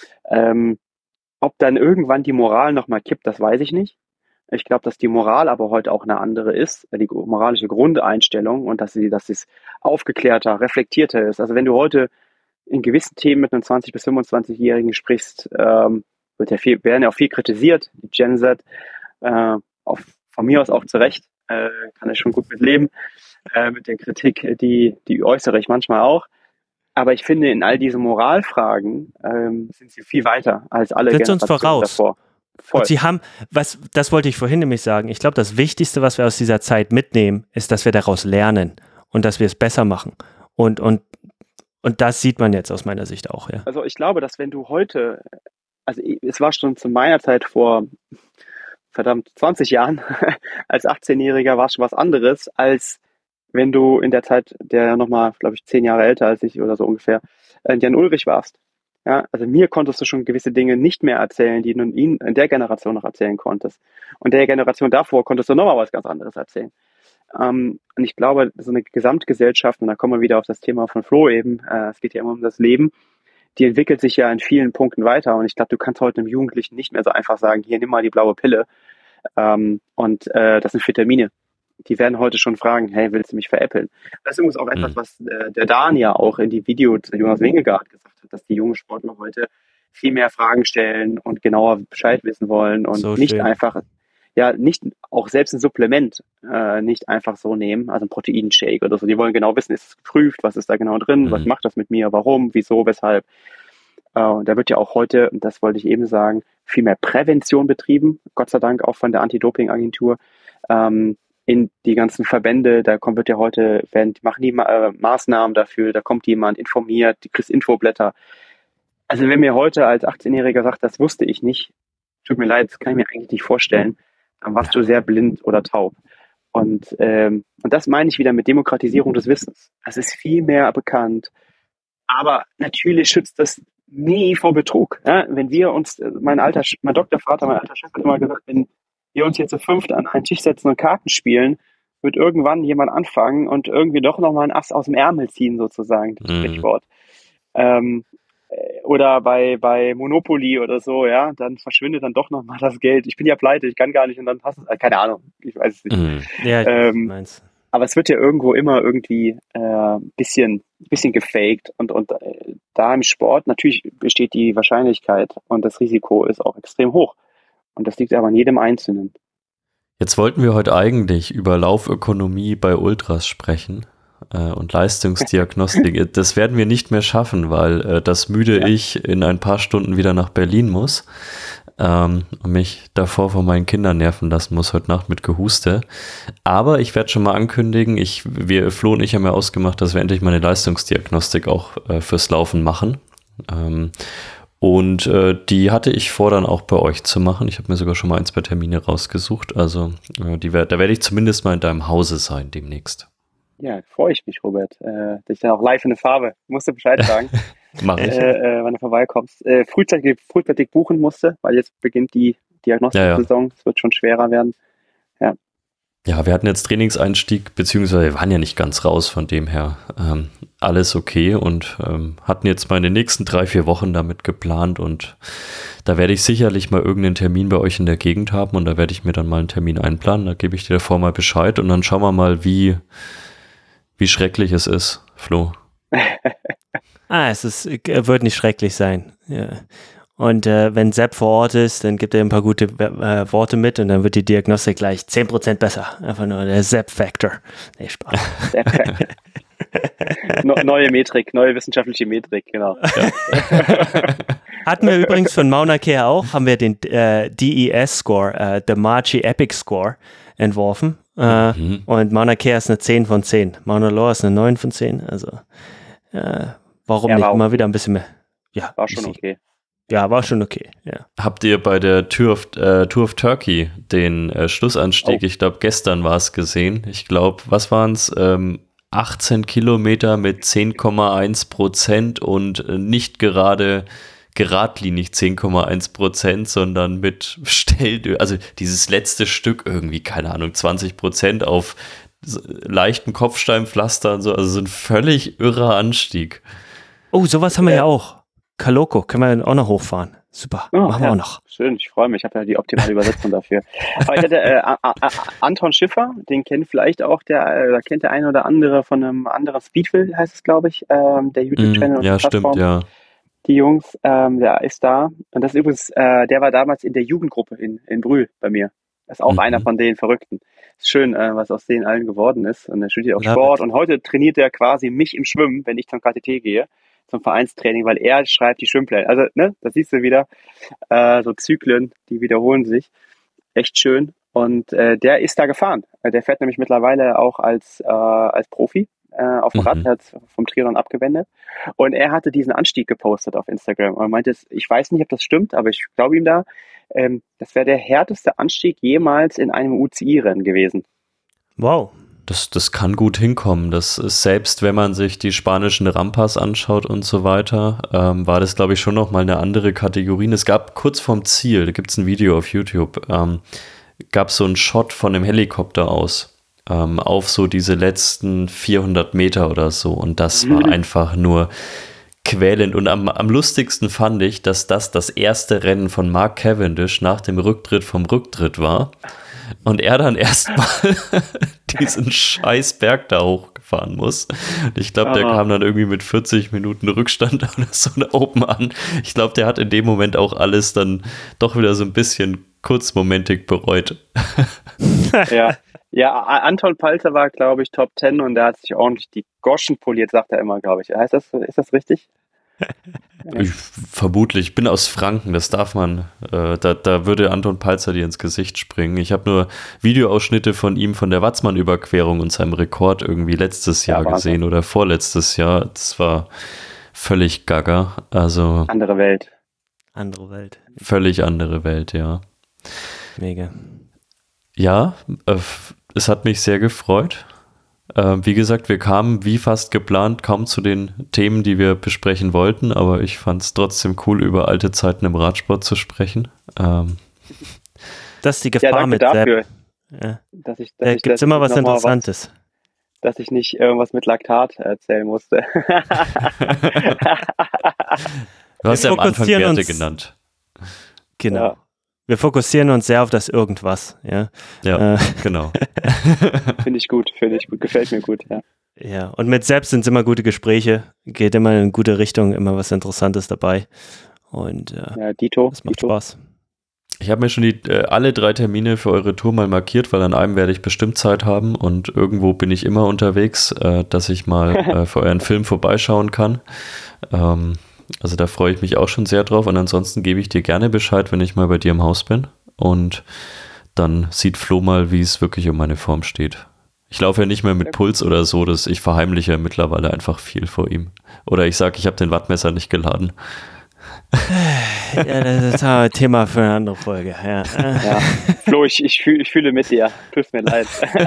Ähm, ob dann irgendwann die Moral nochmal kippt, das weiß ich nicht. Ich glaube, dass die Moral aber heute auch eine andere ist, die moralische Grundeinstellung und dass sie, dass es aufgeklärter, reflektierter ist. Also wenn du heute in gewissen Themen mit einem zwanzig- bis fünfundzwanzigjährigen sprichst, ähm, wird ja viel, werden ja auch viel kritisiert, die Gen Z, äh, auf, von mir aus auch zu Recht, äh, kann ich schon gut mit leben, äh, mit der Kritik, die, die äußere ich manchmal auch. Aber ich finde, in all diesen Moralfragen ähm, sind sie viel weiter als alle Setz uns Generationen voraus. davor. Voll. Und sie haben, was, das wollte ich vorhin nämlich sagen, ich glaube, das Wichtigste, was wir aus dieser Zeit mitnehmen, ist, dass wir daraus lernen und dass wir es besser machen. Und, und, und das sieht man jetzt aus meiner Sicht auch, ja. Also ich glaube, dass wenn du heute, also es war schon zu meiner Zeit vor verdammt zwanzig Jahren, als achtzehnjähriger war es schon was anderes, als wenn du in der Zeit, der nochmal, glaube ich, zehn Jahre älter als ich oder so ungefähr, äh, Jan Ulrich warst. Ja, also mir konntest du schon gewisse Dinge nicht mehr erzählen, die du in, in der Generation noch erzählen konntest. Und der Generation davor konntest du nochmal was ganz anderes erzählen. Ähm, und ich glaube, so eine Gesamtgesellschaft, und da kommen wir wieder auf das Thema von Flo eben, äh, es geht ja immer um das Leben, die entwickelt sich ja in vielen Punkten weiter. Und ich glaube, du kannst heute einem Jugendlichen nicht mehr so einfach sagen, hier, nimm mal die blaue Pille. Ähm, und äh, das sind Vitamine. Die werden heute schon fragen, hey, willst du mich veräppeln? Das ist übrigens auch etwas, was äh, der Dan ja auch in die Video zu Jonas Wingegaard gesagt hat, dass die jungen Sportler heute viel mehr Fragen stellen und genauer Bescheid wissen wollen und So nicht schön. einfach, ja, nicht auch selbst ein Supplement äh, nicht einfach so nehmen, also ein Proteinshake oder so. Die wollen genau wissen, ist es geprüft, was ist da genau drin, Mhm. was macht das mit mir, warum, wieso, weshalb. Äh, und da wird ja auch heute, und das wollte ich eben sagen, viel mehr Prävention betrieben, Gott sei Dank auch von der Anti-Doping-Agentur. Ähm, in die ganzen Verbände, da kommt, wird ja heute, werden, machen die äh, Maßnahmen dafür, da kommt jemand, informiert, du kriegst Infoblätter. Also wenn mir heute als achtzehnjähriger sagt, das wusste ich nicht, tut mir leid, das kann ich mir eigentlich nicht vorstellen, dann warst du sehr blind oder taub. Und, ähm, und das meine ich wieder mit Demokratisierung des Wissens. Es ist viel mehr bekannt, aber natürlich schützt das nie vor Betrug. Ja? Wenn wir uns, mein alter, mein Doktorvater, mein alter Chef hat immer gesagt, wenn wir uns jetzt zu fünft an einen Tisch setzen und Karten spielen, wird irgendwann jemand anfangen und irgendwie doch nochmal einen Ass aus dem Ärmel ziehen, sozusagen, das Mhm. Sprichwort. Ähm, äh, oder bei, bei Monopoly oder so, ja, dann verschwindet dann doch nochmal das Geld. Ich bin ja pleite, ich kann gar nicht und dann passt es. Äh, keine Ahnung, ich weiß es nicht. Mhm. Ja, ich weiß, was du Ähm, meinst. aber es wird ja irgendwo immer irgendwie äh, bisschen, bisschen gefaked und, und äh, da im Sport natürlich besteht die Wahrscheinlichkeit und das Risiko ist auch extrem hoch. Und das liegt aber an jedem Einzelnen. Jetzt wollten wir heute eigentlich über Laufökonomie bei Ultras sprechen äh, und Leistungsdiagnostik. Das werden wir nicht mehr schaffen, weil äh, das müde Ja. ich in ein paar Stunden wieder nach Berlin muss ähm, und mich davor von meinen Kindern nerven lassen muss heute Nacht mit Gehuste. Aber ich werde schon mal ankündigen, ich, wir, Flo und ich haben ja ausgemacht, dass wir endlich mal eine Leistungsdiagnostik auch äh, fürs Laufen machen. Ähm, Und äh, die hatte ich vor, dann auch bei euch zu machen. Ich habe mir sogar schon mal ein, zwei Termine rausgesucht. Also äh, die werd, da werde ich zumindest mal in deinem Hause sein demnächst. Ja, freue ich mich, Robert. Äh, dich dann auch live in der Farbe. Musst du Bescheid sagen, Mache äh, ich. äh, wenn du vorbeikommst. Äh, frühzeitig, frühzeitig buchen musste, weil jetzt beginnt die Diagnostiksaison. Es wird schon schwerer werden. Ja, wir hatten jetzt Trainingseinstieg, beziehungsweise wir waren ja nicht ganz raus, von dem her ähm, alles okay und ähm, hatten jetzt meine nächsten drei, vier Wochen damit geplant und da werde ich sicherlich mal irgendeinen Termin bei euch in der Gegend haben und da werde ich mir dann mal einen Termin einplanen, da gebe ich dir davor mal Bescheid und dann schauen wir mal, wie, wie schrecklich es ist, Flo. Ah, es ist, äh, wird nicht schrecklich sein. Ja. Und äh, wenn Sepp vor Ort ist, dann gibt er ein paar gute äh, Worte mit und dann wird die Diagnostik gleich zehn Prozent besser. Einfach nur der Sepp-Factor. Nee, Spaß. no, neue Metrik, neue wissenschaftliche Metrik, genau. Ja. Hatten wir übrigens von Mauna Kea auch, haben wir den äh, D E S-Score, äh, der Marchi Epic Score entworfen. Äh, mhm. Und Mauna Kea ist eine zehn von zehn. Mauna Loa ist eine neun von zehn. Also, äh, warum ja, nicht immer wieder ein bisschen mehr? Ja, war schon okay. Ja, war schon okay. Ja. Habt ihr bei der Tour of, äh, Tour of Turkey den äh, Schlussanstieg, oh. ich glaube gestern war es gesehen, ich glaube, was waren es, ähm, achtzehn Kilometer mit zehn Komma eins Prozent und äh, nicht gerade geradlinig zehn Komma eins Prozent, sondern mit Stell, also dieses letzte Stück irgendwie, keine Ahnung, zwanzig Prozent auf leichten Kopfsteinpflaster und so, also so ein völlig irrer Anstieg. Oh, sowas haben wir ja auch. Kaloko, können wir auch noch hochfahren. Super, oh, machen wir ja, auch noch. Schön, ich freue mich, ich habe ja die optimale Übersetzung dafür. Aber ich hatte äh, A- A- Anton Schiffer, den kennt vielleicht auch, der äh, kennt der eine oder andere von einem anderen Speedville, heißt es, glaube ich, ähm, der YouTube-Channel. Mm, ja, stimmt, ja. Die Jungs, ähm, der ist da. Und das ist übrigens, äh, der war damals in der Jugendgruppe in, in Brühl bei mir. Das ist auch mhm. einer von den Verrückten. Ist schön, äh, was aus denen allen geworden ist. Und er studiert auch Love Sport. It. Und heute trainiert er quasi mich im Schwimmen, wenn ich zum K T T gehe, zum Vereinstraining, weil er schreibt die Schwimmpläne. Also, ne, das siehst du wieder, äh, so Zyklen, die wiederholen sich. Echt schön. Und äh, der ist da gefahren. Der fährt nämlich mittlerweile auch als, äh, als Profi äh, auf dem mhm. Rad, hat vom Triathlon abgewendet. Und er hatte diesen Anstieg gepostet auf Instagram. Und er meinte, ich weiß nicht, ob das stimmt, aber ich glaube ihm da, ähm, das wäre der härteste Anstieg jemals in einem U C I-Rennen gewesen. Wow. Das, das kann gut hinkommen. Das ist, selbst wenn man sich die spanischen Rampas anschaut und so weiter, ähm, war das, glaube ich, schon nochmal eine andere Kategorie. Es gab kurz vorm Ziel, da gibt es ein Video auf YouTube, ähm, gab es so einen Shot von einem Helikopter aus ähm, auf so diese letzten vierhundert Meter oder so. Und das war einfach nur quälend. Und am, am lustigsten fand ich, dass das das erste Rennen von Mark Cavendish nach dem Rücktritt vom Rücktritt war. Und er dann erstmal diesen scheiß Berg da hochgefahren muss. Und ich glaube, der kam dann irgendwie mit vierzig Minuten Rückstand oder so nach oben an. Ich glaube, der hat in dem Moment auch alles dann doch wieder so ein bisschen kurzmomentig bereut. Ja, ja, Anton Palzer war, glaube ich, Top zehn und der hat sich ordentlich die Goschen poliert, sagt er immer, glaube ich. Heißt das, ist das richtig? Ich, vermutlich, ich bin aus Franken, das darf man, äh, da, da würde Anton Palzer dir ins Gesicht springen. Ich habe nur Videoausschnitte von ihm von der Watzmann-Überquerung und seinem Rekord irgendwie letztes Jahr ja, gesehen oder vorletztes Jahr. Das war völlig gaga. Also andere Welt. Andere Welt. Völlig andere Welt, ja. Mega. Ja, äh, es hat mich sehr gefreut. Äh, wie gesagt, wir kamen wie fast geplant kaum zu den Themen, die wir besprechen wollten, aber ich fand es trotzdem cool, über alte Zeiten im Radsport zu sprechen. Ähm, das ist die Gefahr ja, mit dafür. Ja. Dass ich, dass da ich, gibt es immer was Interessantes. Was, dass ich nicht irgendwas mit Laktat erzählen musste. Du hast ja am Anfang Werte genannt. Genau. Ja. Wir fokussieren uns sehr auf das Irgendwas. Ja, ja äh. genau. Finde ich gut, finde ich gut, gefällt mir gut, ja. Ja, und mit Selbst sind es immer gute Gespräche, geht immer in gute Richtung, immer was Interessantes dabei. Und äh, ja, Dito, das macht Dito. Spaß. Ich habe mir schon die, äh, alle drei Termine für eure Tour mal markiert, weil an einem werde ich bestimmt Zeit haben und irgendwo bin ich immer unterwegs, äh, dass ich mal äh, für euren Film vorbeischauen kann. Ähm, Also da freue ich mich auch schon sehr drauf und ansonsten gebe ich dir gerne Bescheid, wenn ich mal bei dir im Haus bin und dann sieht Flo mal, wie es wirklich um meine Form steht. Ich laufe ja nicht mehr mit Puls oder so, das, ich verheimliche mittlerweile einfach viel vor ihm. Oder ich sage, ich habe den Wattmesser nicht geladen. Ja, das ist ein Thema für eine andere Folge. Ja, ja. Flo, ich, ich, fühl, ich fühle mit dir, tut mir leid.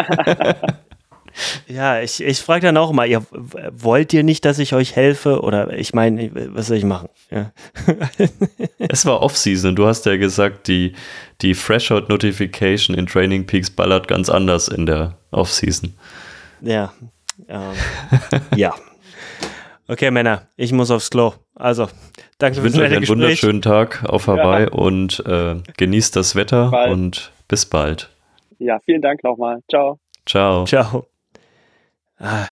Ja, ich, ich frage dann auch mal, ihr, wollt ihr nicht, dass ich euch helfe? Oder ich meine, was soll ich machen? Ja. Es war Off-Season. Du hast ja gesagt, die, die Fresh-Out-Notification in Training Peaks ballert ganz anders in der Off-Season. Ja. Ähm, ja. Okay, Männer, ich muss aufs Klo. Also, danke fürs nette Gespräch. Ich wünsche euch einen Gespräch. wunderschönen Tag auf Hawaii ja. und äh, genießt das Wetter bald. Und bis bald. Ja, vielen Dank nochmal. Ciao. Ciao. Ciao. Ah,